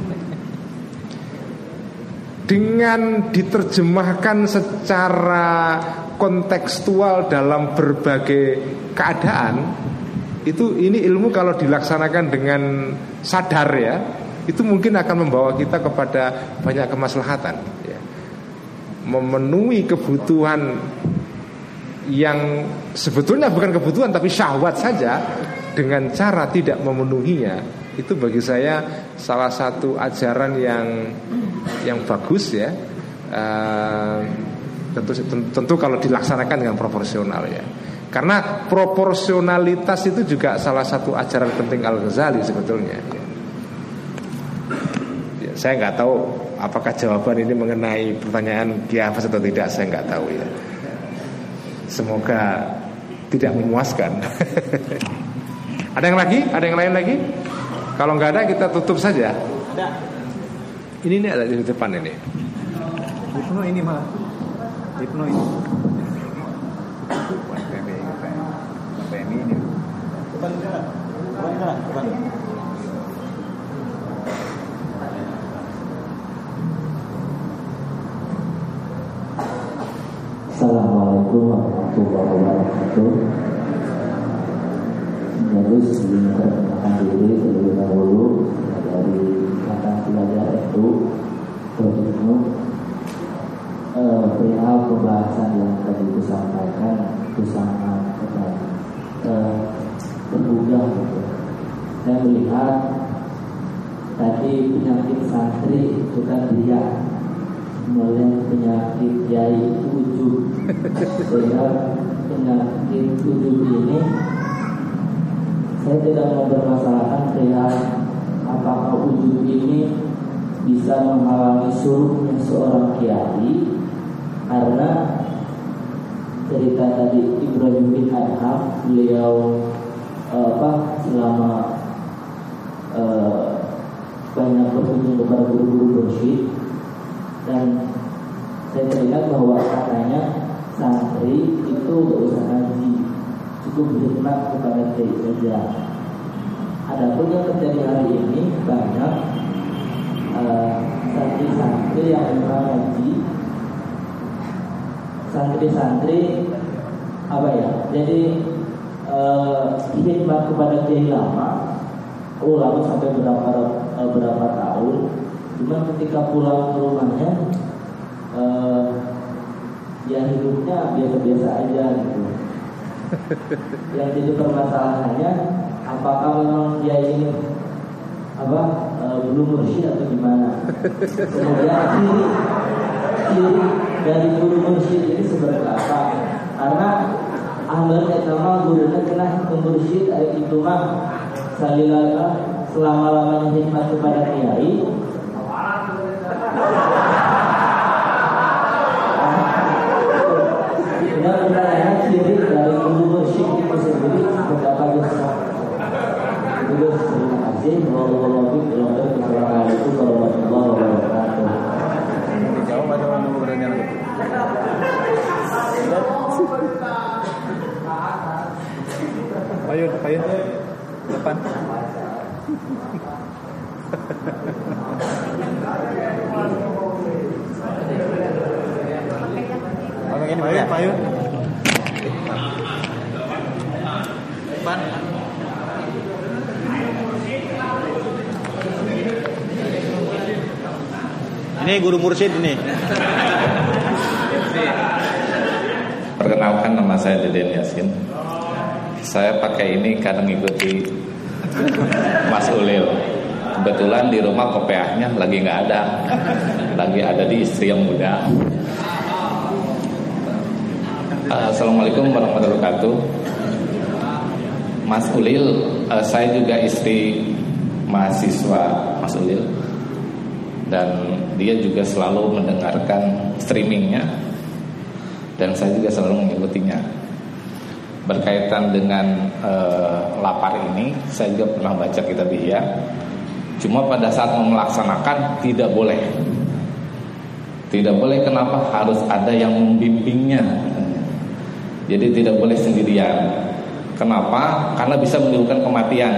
dengan diterjemahkan secara kontekstual dalam berbagai keadaan. Itu ini ilmu kalau dilaksanakan dengan sadar ya, itu mungkin akan membawa kita kepada banyak kemaslahatan ya. Memenuhi kebutuhan yang sebetulnya bukan kebutuhan tapi syahwat saja dengan cara tidak memenuhinya, itu bagi saya salah satu ajaran yang yang bagus ya. Uh, tentu tentu kalau dilaksanakan dengan proporsional ya. Karena proporsionalitas itu juga salah satu ajaran penting Al-Ghazali sebetulnya ya. Ya, saya nggak tahu apakah jawaban ini mengenai pertanyaan Ki Hafiz atau tidak, saya nggak tahu ya. Semoga tidak memuaskan. Ada yang lagi? Ada yang lain lagi? Kalau nggak ada kita tutup saja. Ada. Ini nih ada di depan ini. Hipno ini malah. Hipno ini. Assalamualaikum warahmatullahi wabarakatuh. Jadi sebelum perkenalkan diri terlebih dahulu dari kata belajar itu berikut eh, perihal pembahasan yang tadi disampaikan itu sangat eh, berguna. Saya melihat tadi penyakit santri itu kan dia melihat penyakit kiai itu ujub. Sehingga penyakit ujub ini saya tidak mau bermasalahkan perihal apakah ujub ini bisa menghalangi suluknya seorang kiai, karena cerita tadi Ibrahim bin Adham, beliau eh, apa selama eh, banyak berkunjung kepada guru-guru mursyid, dan saya teringat bahwa katanya santri itu gak usah ngaji, cukup berkhidmat kepada kiai saja. Adapun yang terjadi hari ini banyak uh, santri-santri yang memang ngaji, santri-santri apa ya? Jadi uh, khidmat kepada kiai lama, ulama sampai berapa uh, berapa tahun. Cuma ketika pulang ke rumahnya, uh, ya hidupnya biasa-biasa aja gitu. Yang jadi permasalahannya, apakah memang dia ini apa uh, belum mursyid atau gimana? Kemudian ciri ciri dari guru mursyid ini seperti apa? Karena ahlan etama gurunya kena mursyid itu mah salilala selama-lamanya hikmat kepada kiai. Dan sebenarnya ciri dari guru mursyid itu sendiri seperti apa gitu. Terima kasih. Wassalamualaikum warahmatullahi wabarakatuh. Dijawab atau mau bertanya lagi? Ayo, ayo depan. Orang ini ayo, ayo. Depan. Ini guru mursyid ini. Perkenalkan, nama saya Deden Yasin. Saya pakai ini karena ngikuti Mas Ulil. Kebetulan di rumah kopiahnya lagi nggak ada, lagi ada di istri yang muda. Assalamualaikum warahmatullahi wabarakatuh. Mas Ulil, saya juga istri mahasiswa Mas Ulil, dan dia juga selalu mendengarkan streamingnya, dan saya juga selalu mengikutinya. Berkaitan dengan uh, lapar ini, saya juga pernah baca kitab Ihya. Cuma pada saat mau melaksanakan tidak boleh. Tidak boleh, kenapa? Harus ada yang membimbingnya. Jadi tidak boleh sendirian. Kenapa? Karena bisa menimbulkan kematian.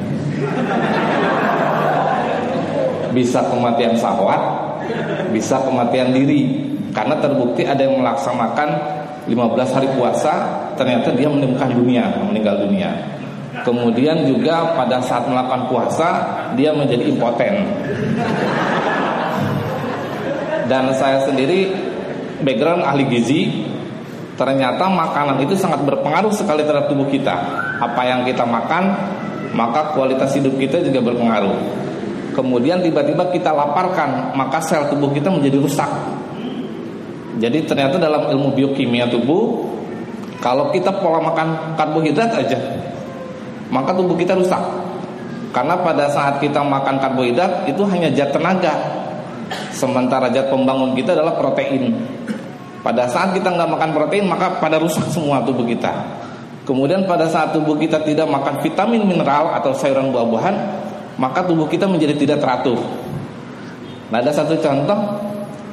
Bisa kematian syahwat, bisa kematian diri. Karena terbukti ada yang melaksanakan lima belas hari puasa, ternyata dia menimbulkan dunia, meninggal dunia. Kemudian juga pada saat melakukan puasa, dia menjadi impoten. Dan saya sendiri background ahli gizi. Ternyata makanan itu sangat berpengaruh sekali terhadap tubuh kita. Apa yang kita makan, maka kualitas hidup kita juga berpengaruh. Kemudian tiba-tiba kita laparkan, maka sel tubuh kita menjadi rusak. Jadi ternyata dalam ilmu biokimia tubuh, kalau kita pola makan karbohidrat aja, maka tubuh kita rusak. Karena pada saat kita makan karbohidrat, itu hanya zat tenaga, sementara zat pembangun kita adalah protein. Pada saat kita nggak makan protein, maka pada rusak semua tubuh kita. Kemudian pada saat tubuh kita tidak makan vitamin, mineral atau sayuran buah-buahan, maka tubuh kita menjadi tidak teratur. Nah, ada satu contoh.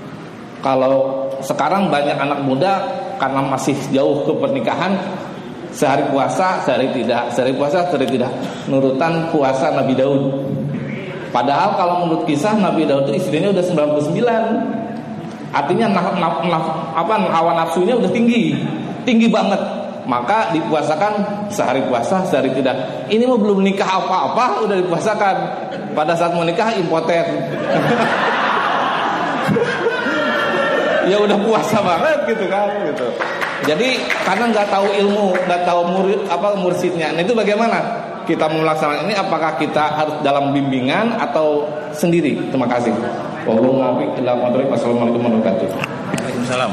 Kalau sekarang banyak anak muda karena masih jauh ke pernikahan, Sehari puasa, sehari tidak. Sehari puasa, sehari tidak. Nurutan puasa Nabi Daud. Padahal kalau menurut kisah Nabi Daud itu istrinya udah sembilan puluh sembilan. Artinya naf, naf, naf, apa, hawa nafsunya udah tinggi. Tinggi banget. Maka dipuasakan sehari puasa, sehari tidak. Ini mah belum nikah apa-apa udah dipuasakan. Pada saat mau nikah impoten. Ya udah puasa banget gitu kan gitu. Jadi karena nggak tahu ilmu, nggak tahu murid apa mursidnya. Nah itu bagaimana kita melaksanakan ini? Apakah kita harus dalam bimbingan atau sendiri? Terima kasih. Wassalamualaikum warahmatullahi wabarakatuh. Waalaikumsalam.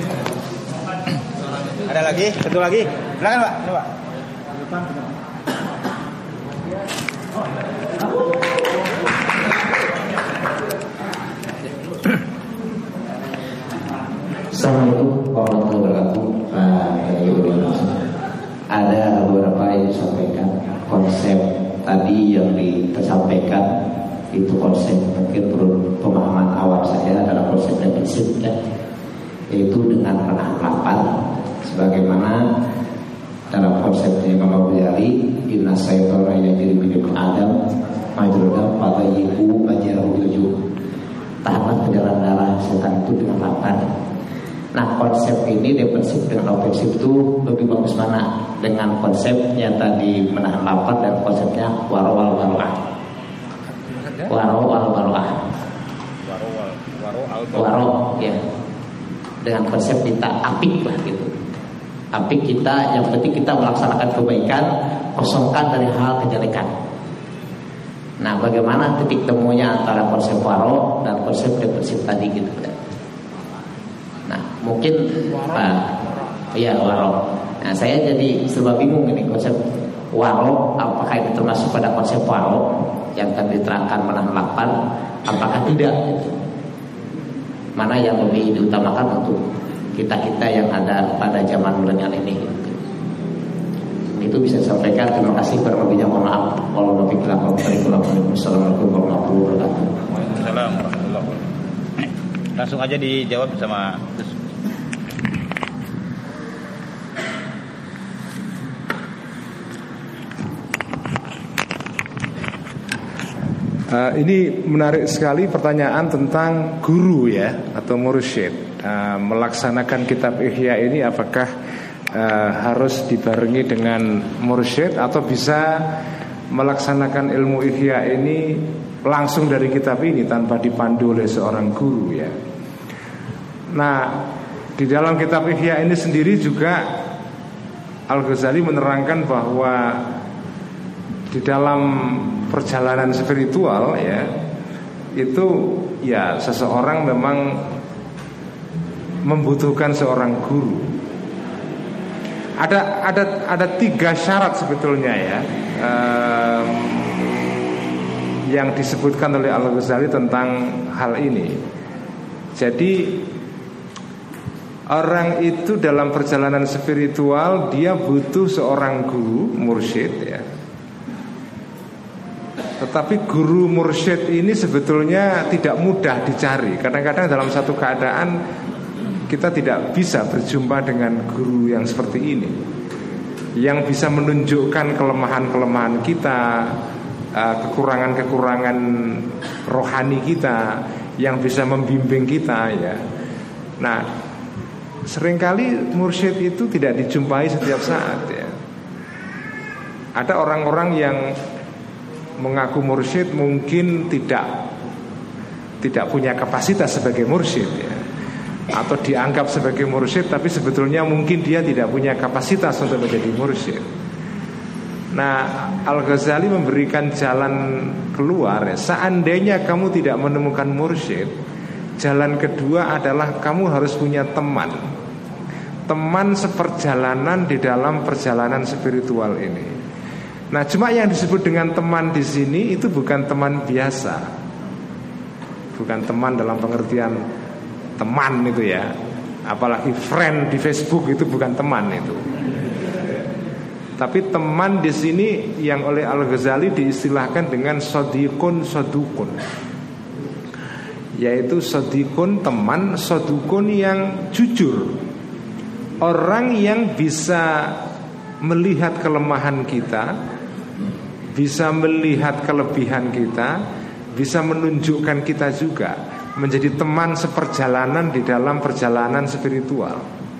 Ada lagi? Satu lagi? Silakan Pak. Coba. Assalamualaikum warahmatullahi wabarakatuh. Ada beberapa yang disampaikan konsep tadi yang disampaikan itu konsep mungkin perlu pemahaman awal saja adalah konsep defisit ya, yaitu dengan menahan lapar sebagaimana dalam konsepnya Imam Ghazali inna syaitana yajri min adam majruda pada ibu majrahu tujuh tahapan perjalanan darah setan itu dengan lapar. Nah konsep ini defensif dengan ofensif itu lebih bagus mana dengan konsepnya tadi menahan lapar dan konsepnya waro wal waroah waro wal waroah waro ya dengan konsep kita apik lah gitu, apik kita yang penting kita melaksanakan kebaikan, kosongkan dari hal kejelekan. Nah bagaimana titik temunya antara konsep waro dan konsep defensif tadi gitu. Nah mungkin Pak, iya waro. Nah saya jadi serba bingung ini konsep waro, apakah itu termasuk pada konsep waro yang akan diterangkan menahan lapar, apakah tidak? Gitu. Mana yang lebih diutamakan untuk kita-kita yang ada pada zaman milenial ini? Gitu. Itu bisa disampaikan. Terima kasih berlebihnya, mohon maaf. Wassalamualaikum warahmatullahi wabarakatuh. Waalaikumsalam. Langsung aja dijawab sama Gus. Uh, ini menarik sekali pertanyaan tentang guru ya atau mursyid. Uh, melaksanakan kitab Ihya ini apakah uh, harus dibarengi dengan mursyid atau bisa melaksanakan ilmu Ihya ini langsung dari kitab ini tanpa dipandu oleh seorang guru ya. Nah, di dalam kitab Ihya ini sendiri juga Al-Ghazali menerangkan bahwa di dalam perjalanan spiritual ya itu ya seseorang memang membutuhkan seorang guru. Ada ada ada tiga syarat sebetulnya ya um, yang disebutkan oleh Al-Ghazali tentang hal ini. Jadi orang itu dalam perjalanan spiritual dia butuh seorang guru mursyid ya. Tetapi guru mursyid ini sebetulnya tidak mudah dicari. Kadang-kadang dalam satu keadaan kita tidak bisa berjumpa dengan guru yang seperti ini, yang bisa menunjukkan kelemahan-kelemahan kita, kekurangan-kekurangan rohani kita, yang bisa membimbing kita ya. Nah, seringkali mursyid itu tidak dijumpai setiap saat ya. Ada orang-orang yang mengaku mursyid mungkin tidak tidak punya kapasitas sebagai mursyid ya, atau dianggap sebagai mursyid tapi sebetulnya mungkin dia tidak punya kapasitas untuk menjadi mursyid. Nah, Al-Ghazali memberikan jalan keluar ya. Seandainya kamu tidak menemukan mursyid, jalan kedua adalah kamu harus punya teman. Teman seperjalanan di dalam perjalanan spiritual ini. Nah, cuma yang disebut dengan teman di sini itu bukan teman biasa, bukan teman dalam pengertian teman itu ya. Apalagi friend di Facebook itu bukan teman itu. Tapi teman di sini yang oleh Al-Ghazali diistilahkan dengan sodikun sodukun, yaitu sodikun teman, sodukun yang jujur, orang yang bisa melihat kelemahan kita, bisa melihat kelebihan kita, bisa menunjukkan kita juga menjadi teman seperjalanan di dalam perjalanan spiritual.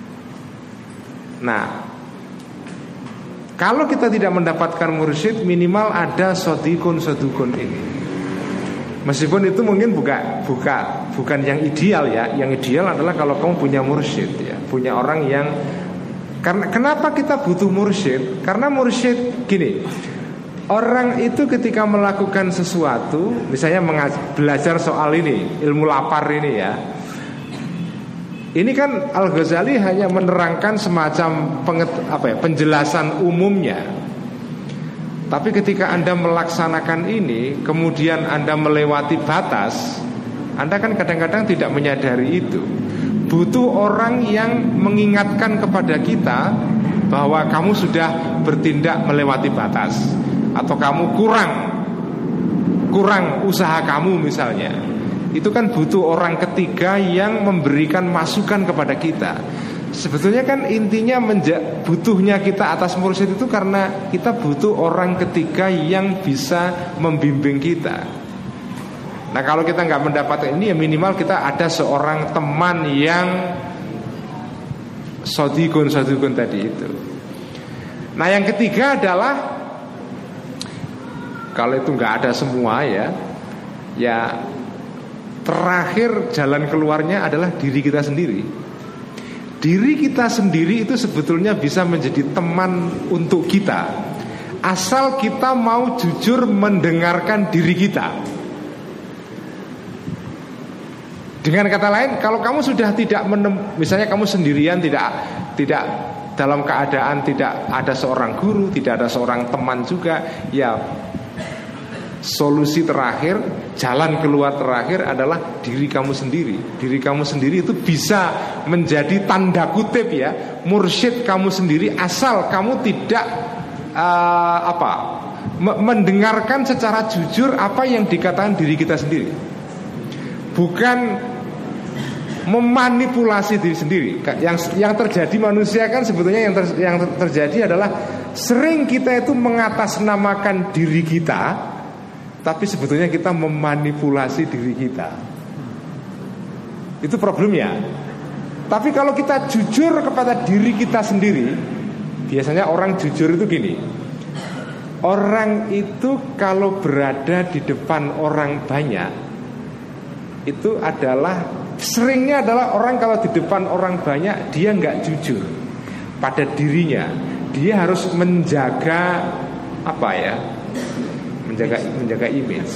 Nah, kalau kita tidak mendapatkan mursyid, minimal ada sodikun-sodikun ini. Meskipun itu mungkin buka, buka, bukan yang ideal ya. Yang ideal adalah kalau kamu punya mursyid ya, punya orang yang. Karena kenapa kita butuh mursyid? Karena mursyid gini, orang itu ketika melakukan sesuatu, misalnya belajar soal ini, ilmu lapar ini ya. Ini kan Al-Ghazali hanya menerangkan semacam penget, apa ya, penjelasan umumnya. Tapi ketika Anda melaksanakan ini, kemudian Anda melewati batas, Anda kan kadang-kadang tidak menyadari itu. Butuh orang yang mengingatkan kepada kita bahwa kamu sudah bertindak melewati batas, atau kamu kurang kurang usaha kamu misalnya. Itu kan butuh orang ketiga yang memberikan masukan kepada kita. Sebetulnya kan intinya menja- butuhnya kita atas mursyid itu karena kita butuh orang ketiga yang bisa membimbing kita. Nah, kalau kita nggak mendapatkan ini, ya minimal kita ada seorang teman yang sodikun-sodikun tadi itu. Nah, yang ketiga adalah, kalau itu nggak ada semua ya, ya terakhir jalan keluarnya adalah diri kita sendiri. Diri kita sendiri itu sebetulnya bisa menjadi teman untuk kita, asal kita mau jujur mendengarkan diri kita. Dengan kata lain, kalau kamu sudah tidak menem, misalnya kamu sendirian, tidak tidak dalam keadaan tidak ada seorang guru, tidak ada seorang teman juga, ya solusi terakhir, jalan keluar terakhir adalah diri kamu sendiri. Diri kamu sendiri itu bisa menjadi tanda kutip ya, mursyid kamu sendiri, asal kamu tidak uh, apa mendengarkan secara jujur apa yang dikatakan diri kita sendiri, bukan memanipulasi diri sendiri. Yang yang terjadi manusia kan sebetulnya yang ter, yang terjadi adalah sering kita itu mengatasnamakan diri kita, tapi sebetulnya kita memanipulasi diri kita. Itu problemnya. Tapi kalau kita jujur kepada diri kita sendiri, biasanya orang jujur itu gini. Orang itu kalau berada di depan orang banyak, itu adalah, seringnya adalah orang kalau di depan orang banyak, dia nggak jujur pada dirinya. Dia harus menjaga apa ya, menjaga menjaga image.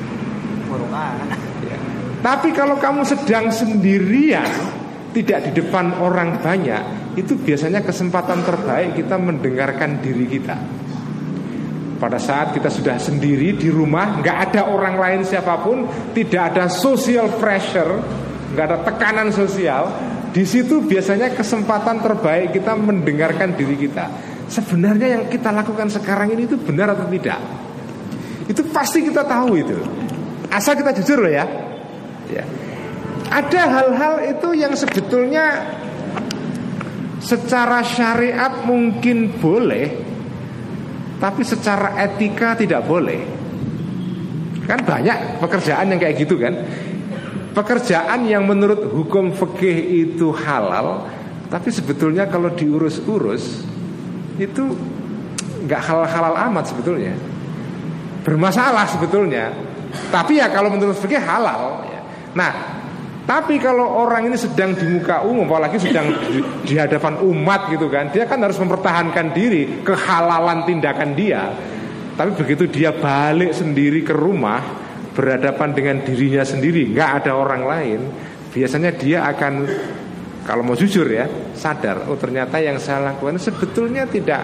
Ya. Tapi kalau kamu sedang sendirian, tidak di depan orang banyak, itu biasanya kesempatan terbaik kita mendengarkan diri kita. Pada saat kita sudah sendiri di rumah, nggak ada orang lain siapapun, tidak ada social pressure, nggak ada tekanan sosial, di situ biasanya kesempatan terbaik kita mendengarkan diri kita. Sebenarnya yang kita lakukan sekarang ini itu benar atau tidak? Itu pasti kita tahu itu, asal kita jujur loh ya. Ya. Ada hal-hal itu yang sebetulnya secara syariat mungkin boleh, tapi secara etika tidak boleh. Kan banyak pekerjaan yang kayak gitu kan. Pekerjaan yang menurut hukum fikih itu halal, tapi sebetulnya kalau diurus-urus itu nggak halal-halal amat sebetulnya, bermasalah sebetulnya. Tapi ya kalau menurut fikih halal ya. Nah, tapi kalau orang ini sedang di muka umum, apalagi sedang di, di hadapan umat gitu kan, dia kan harus mempertahankan diri, kehalalan tindakan dia. Tapi begitu dia balik sendiri ke rumah, berhadapan dengan dirinya sendiri, nggak ada orang lain, biasanya dia akan, kalau mau jujur ya, sadar, oh ternyata yang saya lakukan sebetulnya tidak,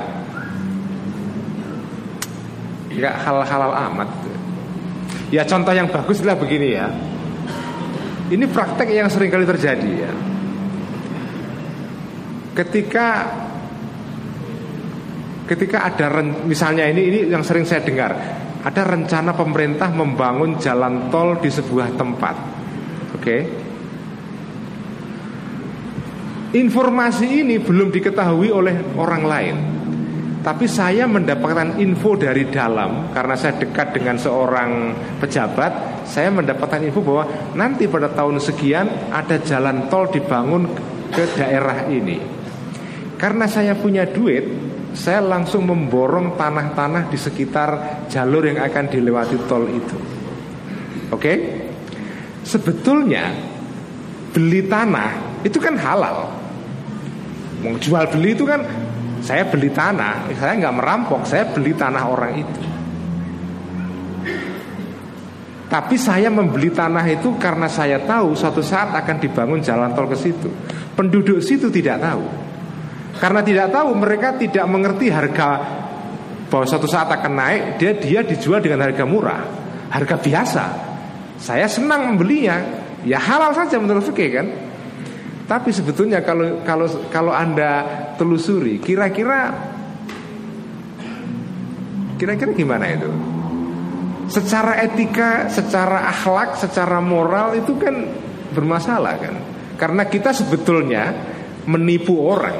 nggak halal-halal amat. Ya contoh yang bagus adalah begini ya. Ini praktek yang sering kali terjadi ya. Ketika Ketika ada misalnya ini ini yang sering saya dengar, ada rencana pemerintah membangun jalan tol di sebuah tempat. Oke. Okay? Informasi ini belum diketahui oleh orang lain. Tapi saya mendapatkan info dari dalam, karena saya dekat dengan seorang pejabat. Saya mendapatkan info bahwa nanti pada tahun sekian ada jalan tol dibangun ke daerah ini. Karena saya punya duit, saya langsung memborong tanah-tanah di sekitar jalur yang akan dilewati tol itu. Oke? Sebetulnya beli tanah itu kan halal. Mau jual beli itu kan, saya beli tanah, saya nggak merampok, saya beli tanah orang itu. Tapi saya membeli tanah itu karena saya tahu suatu saat akan dibangun jalan tol ke situ. Penduduk situ tidak tahu. Karena tidak tahu, mereka tidak mengerti harga bahwa suatu saat akan naik, dia dia dijual dengan harga murah, harga biasa. Saya senang membelinya, ya halal saja menurut fikih kan. Tapi sebetulnya kalau kalau kalau Anda telusuri, kira-kira kira-kira gimana itu? Secara etika, secara akhlak, secara moral itu kan bermasalah kan? Karena kita sebetulnya menipu orang.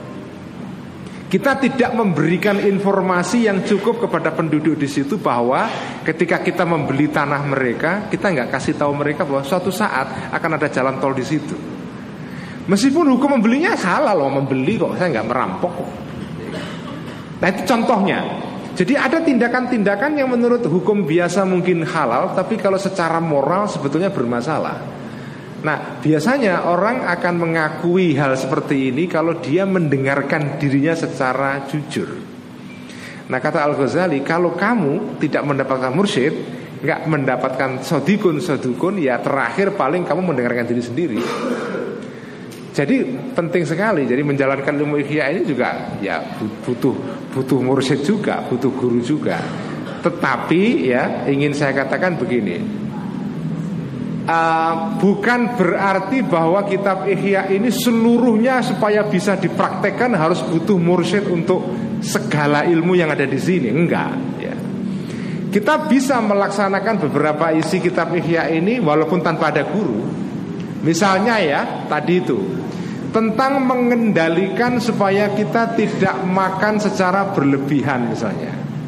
Kita tidak memberikan informasi yang cukup kepada penduduk di situ bahwa ketika kita membeli tanah mereka, kita nggak kasih tahu mereka bahwa suatu saat akan ada jalan tol di situ. Meskipun hukum membelinya salah loh, membeli kok, saya nggak merampok kok. Nah itu contohnya. Jadi ada tindakan-tindakan yang menurut hukum biasa mungkin halal, tapi kalau secara moral sebetulnya bermasalah. Nah biasanya orang akan mengakui hal seperti ini kalau dia mendengarkan dirinya secara jujur. Nah kata Al-Ghazali, kalau kamu tidak mendapatkan mursyid, nggak mendapatkan sodikun-sodikun, ya terakhir paling kamu mendengarkan diri sendiri. Jadi penting sekali. Jadi menjalankan ilmu ihya ini juga ya butuh butuh mursyid juga, butuh guru juga. Tetapi ya ingin saya katakan begini, uh, bukan berarti bahwa kitab ihya ini seluruhnya supaya bisa dipraktekkan harus butuh mursyid untuk segala ilmu yang ada di sini. Enggak ya. Kita bisa melaksanakan beberapa isi kitab ihya ini walaupun tanpa ada guru. Misalnya ya tadi itu tentang mengendalikan supaya kita tidak makan secara berlebihan misalnya.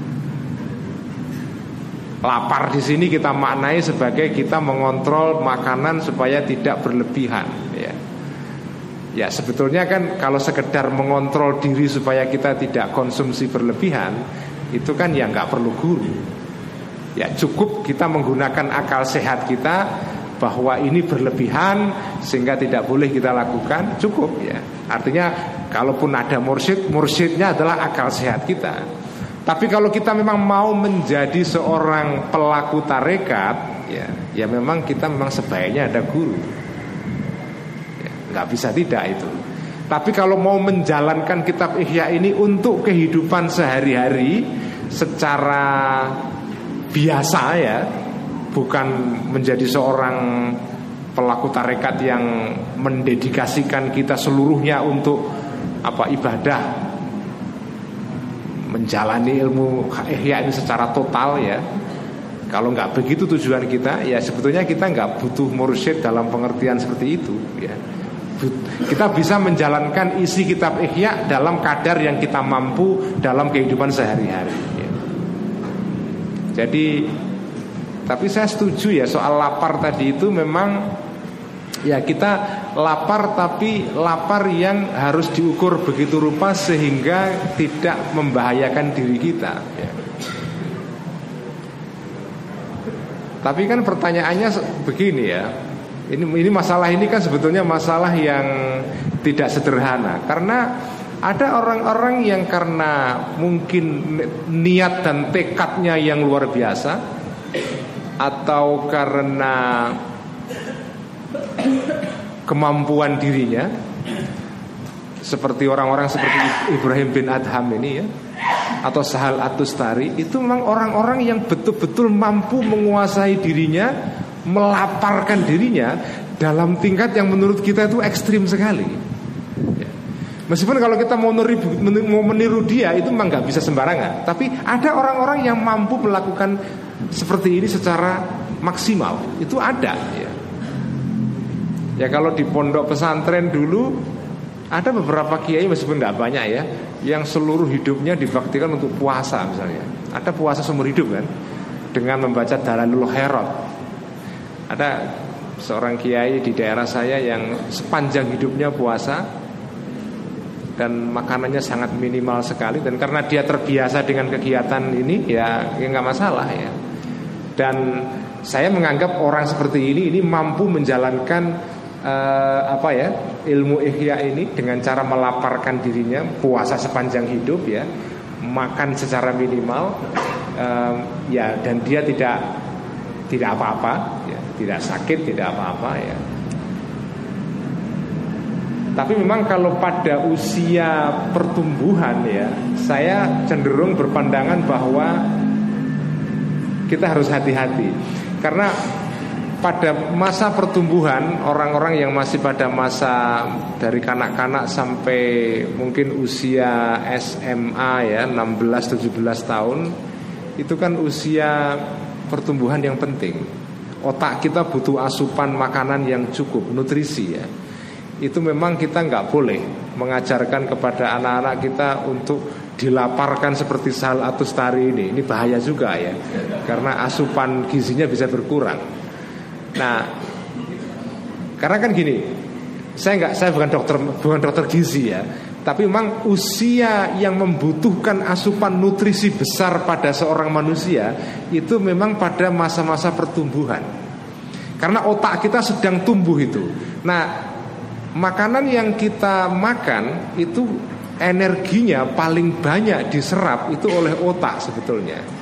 Lapar di sini kita maknai sebagai kita mengontrol makanan supaya tidak berlebihan ya. Ya sebetulnya kan kalau sekedar mengontrol diri supaya kita tidak konsumsi berlebihan, itu kan ya nggak perlu guru. Ya cukup kita menggunakan akal sehat kita bahwa ini berlebihan sehingga tidak boleh kita lakukan, cukup ya. Artinya kalaupun ada mursyid, mursyidnya adalah akal sehat kita. Tapi kalau kita memang mau menjadi seorang pelaku tarekat, ya, ya memang kita memang sebaiknya ada guru. Ya, nggak bisa tidak itu. Tapi kalau mau menjalankan kitab ihya ini untuk kehidupan sehari-hari secara biasa ya, bukan menjadi seorang pelaku tarekat yang mendedikasikan kita seluruhnya untuk apa ibadah, menjalani ilmu ihya ini secara total ya. Kalau nggak begitu tujuan kita, ya sebetulnya kita nggak butuh mursyid dalam pengertian seperti itu ya. Kita bisa menjalankan isi kitab ihya dalam kadar yang kita mampu dalam kehidupan sehari-hari ya. Jadi tapi saya setuju ya soal lapar tadi itu memang ya kita lapar, tapi lapar yang harus diukur begitu rupa sehingga tidak membahayakan diri kita ya. Tapi kan pertanyaannya begini ya, ini ini masalah ini kan sebetulnya masalah yang tidak sederhana, karena ada orang-orang yang karena mungkin niat dan tekadnya yang luar biasa, atau karena kemampuan dirinya, seperti orang-orang seperti Ibrahim bin Adham ini ya, atau Sahal At-Tustari, itu memang orang-orang yang betul-betul mampu menguasai dirinya, melaparkan dirinya dalam tingkat yang menurut kita itu ekstrim sekali ya. Meskipun kalau kita mau meniru, mau meniru dia itu memang nggak bisa sembarangan, tapi ada orang-orang yang mampu melakukan seperti ini secara maksimal, itu ada ya. Ya kalau di pondok pesantren dulu ada beberapa kiai, meskipun nggak banyak ya, yang seluruh hidupnya dibaktikan untuk puasa misalnya. Ada puasa seumur hidup kan, dengan membaca Dalalul Khairat. Ada seorang kiai di daerah saya yang sepanjang hidupnya puasa dan makanannya sangat minimal sekali, dan karena dia terbiasa dengan kegiatan ini ya ya nggak masalah ya. Dan saya menganggap orang seperti ini ini mampu menjalankan Uh, apa ya ilmu ihya ini dengan cara melaparkan dirinya, puasa sepanjang hidup ya, makan secara minimal uh, ya, dan dia tidak tidak apa-apa ya, tidak sakit, tidak apa-apa ya. Tapi memang kalau pada usia pertumbuhan ya, saya cenderung berpandangan bahwa kita harus hati-hati, karena pada masa pertumbuhan orang-orang yang masih pada masa dari kanak-kanak sampai mungkin usia S M A ya, enam belas tujuh belas tahun, itu kan usia pertumbuhan yang penting. Otak kita butuh asupan makanan yang cukup, nutrisi ya. Itu memang kita nggak boleh mengajarkan kepada anak-anak kita untuk dilaparkan seperti Sahal Atustari ini. Ini bahaya juga ya, karena asupan gizinya bisa berkurang. Nah, karena kan gini, saya nggak, saya bukan dokter, bukan dokter gizi ya, tapi memang usia yang membutuhkan asupan nutrisi besar pada seorang manusia itu memang pada masa-masa pertumbuhan, karena otak kita sedang tumbuh itu. Nah, makanan yang kita makan itu energinya paling banyak diserap itu oleh otak sebetulnya.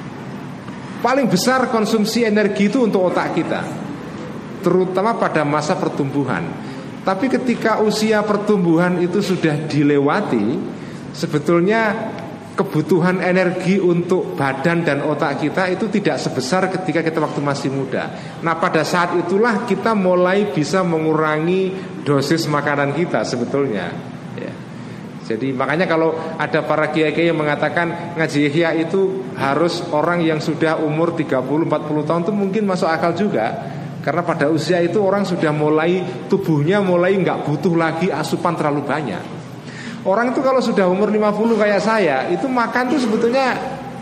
Paling besar konsumsi energi itu untuk otak kita, terutama pada masa pertumbuhan. Tapi ketika usia pertumbuhan itu sudah dilewati, sebetulnya kebutuhan energi untuk badan dan otak kita itu tidak sebesar ketika kita waktu masih muda. Nah, pada saat itulah kita mulai bisa mengurangi dosis makanan kita sebetulnya ya. Jadi makanya kalau ada para kiai-kiai yang mengatakan ngaji ihya itu harus orang yang sudah umur tiga puluh empat puluh tahun, itu mungkin masuk akal juga. Karena pada usia itu orang sudah mulai, tubuhnya mulai nggak butuh lagi asupan terlalu banyak. Orang itu kalau sudah umur lima puluh kayak saya, itu makan tuh sebetulnya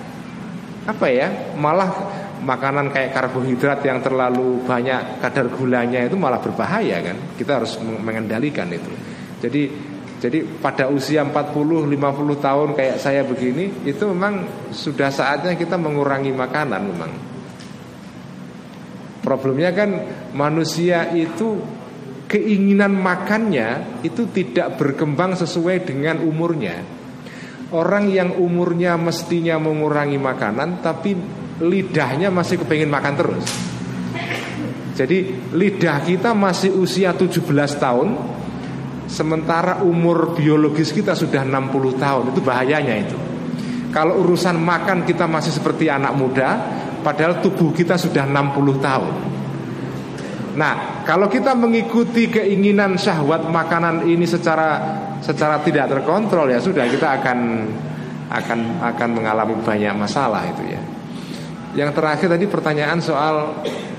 apa ya, malah makanan kayak karbohidrat yang terlalu banyak kadar gulanya itu malah berbahaya kan. Kita harus mengendalikan itu. Jadi Jadi pada usia empat puluh lima puluh tahun kayak saya begini, itu memang sudah saatnya kita mengurangi makanan memang. Problemnya kan manusia itu keinginan makannya itu tidak berkembang sesuai dengan umurnya. Orang yang umurnya mestinya mengurangi makanan, tapi lidahnya masih kepengen makan terus. Jadi lidah kita masih usia tujuh belas tahun, sementara umur biologis kita sudah enam puluh tahun. Itu bahayanya itu. Kalau urusan makan kita masih seperti anak muda, padahal tubuh kita sudah enam puluh tahun. Nah, kalau kita mengikuti keinginan syahwat makanan ini secara secara tidak terkontrol, ya sudah, kita akan akan akan mengalami banyak masalah itu ya. Yang terakhir tadi pertanyaan soal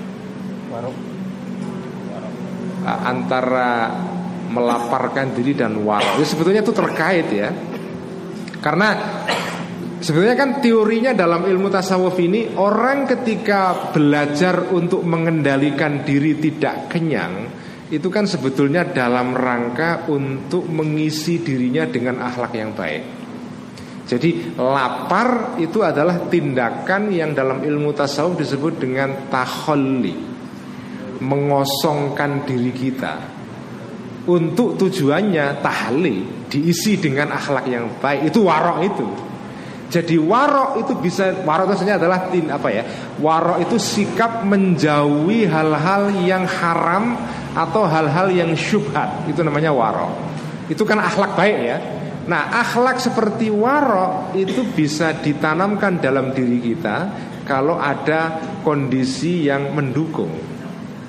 antara melaparkan diri dan warok. Sebetulnya itu terkait ya. Karena sebetulnya kan teorinya dalam ilmu tasawuf ini, orang ketika belajar untuk mengendalikan diri tidak kenyang, itu kan sebetulnya dalam rangka untuk mengisi dirinya dengan akhlak yang baik. Jadi lapar itu adalah tindakan yang dalam ilmu tasawuf disebut dengan takhalli, mengosongkan diri kita untuk tujuannya tahli, diisi dengan akhlak yang baik. Itu warok itu. Jadi warok itu bisa, warok itu sebenarnya adalah tin apa ya? Warok itu sikap menjauhi hal-hal yang haram atau hal-hal yang syubhat. Itu namanya warok. Itu kan akhlak baik ya. Nah, akhlak seperti warok itu bisa ditanamkan dalam diri kita kalau ada kondisi yang mendukung.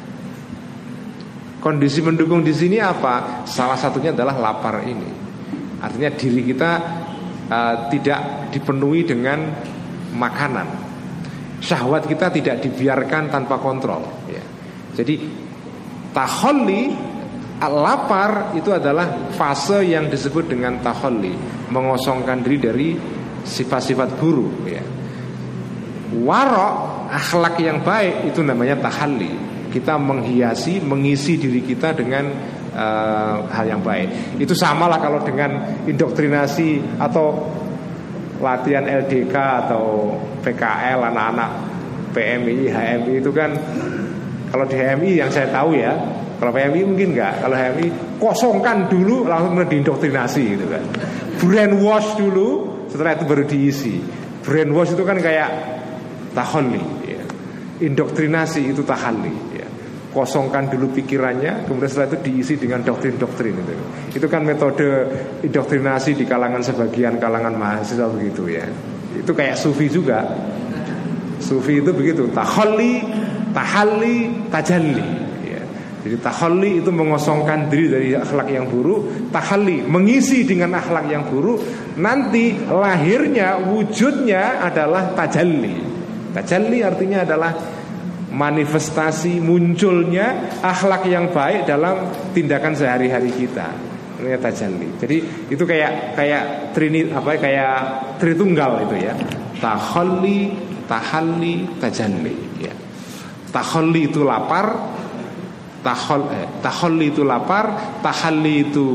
Kondisi mendukung di sini apa? Salah satunya adalah lapar ini. Artinya diri kita uh, tidak dipenuhi dengan makanan. Syahwat kita tidak dibiarkan tanpa kontrol ya. Jadi takhalli lapar itu adalah fase yang disebut dengan takhalli, mengosongkan diri dari sifat-sifat buruk ya. Warok, akhlak yang baik itu namanya tahalli. Kita menghiasi, mengisi diri kita dengan uh, hal yang baik. Itu samalah kalau dengan indoktrinasi atau latihan L D K atau P K L anak-anak P M I, H M I itu kan, kalau di H M I yang saya tahu ya, kalau P M I mungkin enggak. Kalau H M I kosongkan dulu langsung diindoktrinasi gitu kan. Brainwash dulu, setelah itu baru diisi. Brainwash itu kan kayak takhalli ya. Indoktrinasi itu takhalli ya. Kosongkan dulu pikirannya, kemudian setelah itu diisi dengan doktrin-doktrin itu. Itu kan metode indoktrinasi di kalangan sebagian kalangan mahasiswa begitu ya. Itu kayak sufi juga. Sufi itu begitu, takhalli, tahalli, tajalli ya. Jadi takhalli itu mengosongkan diri dari akhlak yang buruk, tahalli mengisi dengan akhlak yang buruk. Nanti lahirnya, wujudnya adalah tajalli. Tajalli artinya adalah manifestasi munculnya akhlak yang baik dalam tindakan sehari-hari kita. Ini tajalli. Jadi itu kayak kayak trini apa kayak tritunggal itu ya. Takhalli, tahalli, tajalli ya. Takhalli itu lapar, tahol eh, takhalli itu lapar, tahalli itu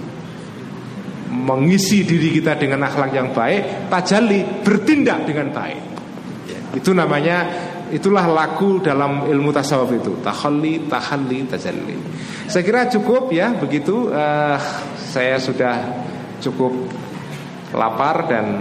mengisi diri kita dengan akhlak yang baik, tajalli bertindak dengan baik. Ya, itu namanya, itulah laku dalam ilmu tasawuf itu, takhalli, tahalli, tajalli. Saya kira cukup ya begitu. Uh, saya sudah cukup lapar dan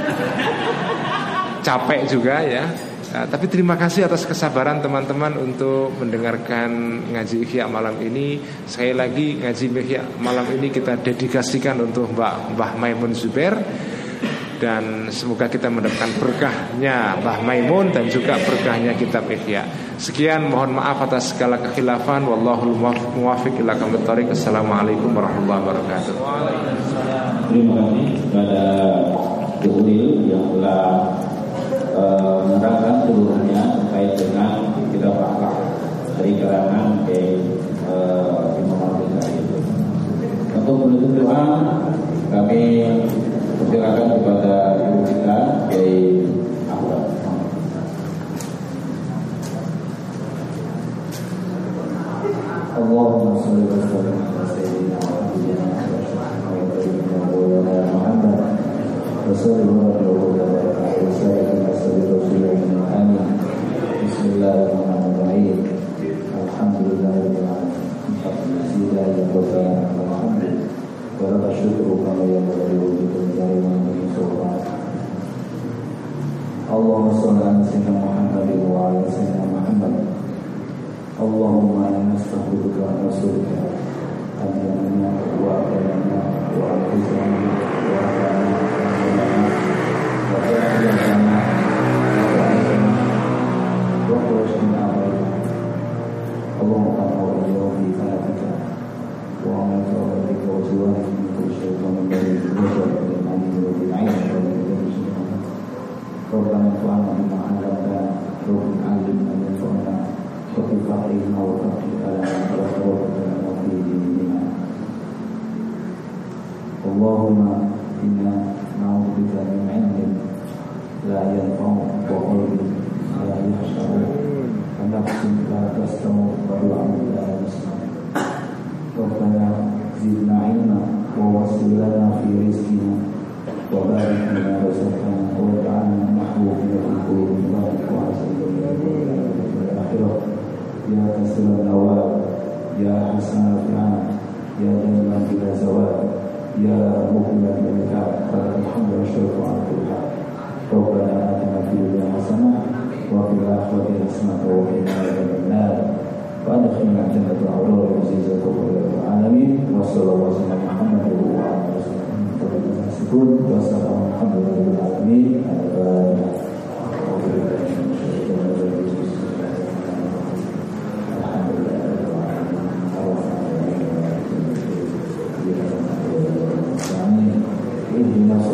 capek juga ya. Uh, tapi terima kasih atas kesabaran teman-teman untuk mendengarkan ngaji Ihya malam ini. Sekali lagi ngaji Ihya malam ini kita dedikasikan untuk Mbak Mbah Maimun Zubair. Dan semoga kita mendapatkan berkahnya Mbah Maimun dan juga berkahnya kitab Ihya. Sekian, mohon maaf atas segala kekhilafan. Wallahul muwaffiq ila aqwamit thoriq. Assalamualaikum warahmatullahi wabarakatuh. Terima kasih kepada Bu Ulil yang telah uh, menerangkan seluruhnya terkait dengan kitab akhlak dari karangan Kiai uh, Imam Al-Ghazali. Untuk menutup doa, kami silakan kepada ibu kita Kiai Ahmad. Allahumma shalli wa sallim ala sayyidina Muhammad wa sallallahu alaihi wa sallam. Bismillahirrahmanirrahim. Alhamdulillahirabbil alamin. Wa syukru kama yanbaghi li jalalihi subhanahu. Allahumma shalli ala sayyidina Muhammad wa ala sayyidina Muhammad. Allahumma inna nastaghfiruka wa nastaghfiruka ayyana wa ayyana wa ayyana wa ayyana wa ayyana wa ayyana Allahumma qawwina fi falatika wa a'udzu bika wa juwani min kulli shaytanin marid wa sharri ma yudhi'u bi'ayni wa yudhi'u Rabbana tu'ana bima 'allamtana Rabbana 'allimna ma yanfa'una wa fi faqihina wa faqihina wa tawakkalna wa fi dinina. Allahumma inna na'udzubika min 'ilmin la yanfa'u wa qalbin la yakhsha'u wa nafsin la tasma'u wa du'a'un la yasma'u. Rabbana zidna 'ilma wa wassil lana fi rizqina wa barik lana rizqana wa ja'alna mahbubina fi kulli barik wa hasanina fil akhirah. Ya kasiran awal, ya hasan al-fi'an, ya jalan bila zawal, ya mu'minat bilka, alhamdulillah wa syukur al-kulha. Rabbana atina fid dunya hasanah wa fil akhirati hasanah wa qina adzaban nar. Wa adkhilna jannata al-abrar azizatu lil alamin. Wa sallallahu alaihi wa sallam wa ala alihi wa sallam. Alhamdulillah alamin. Ini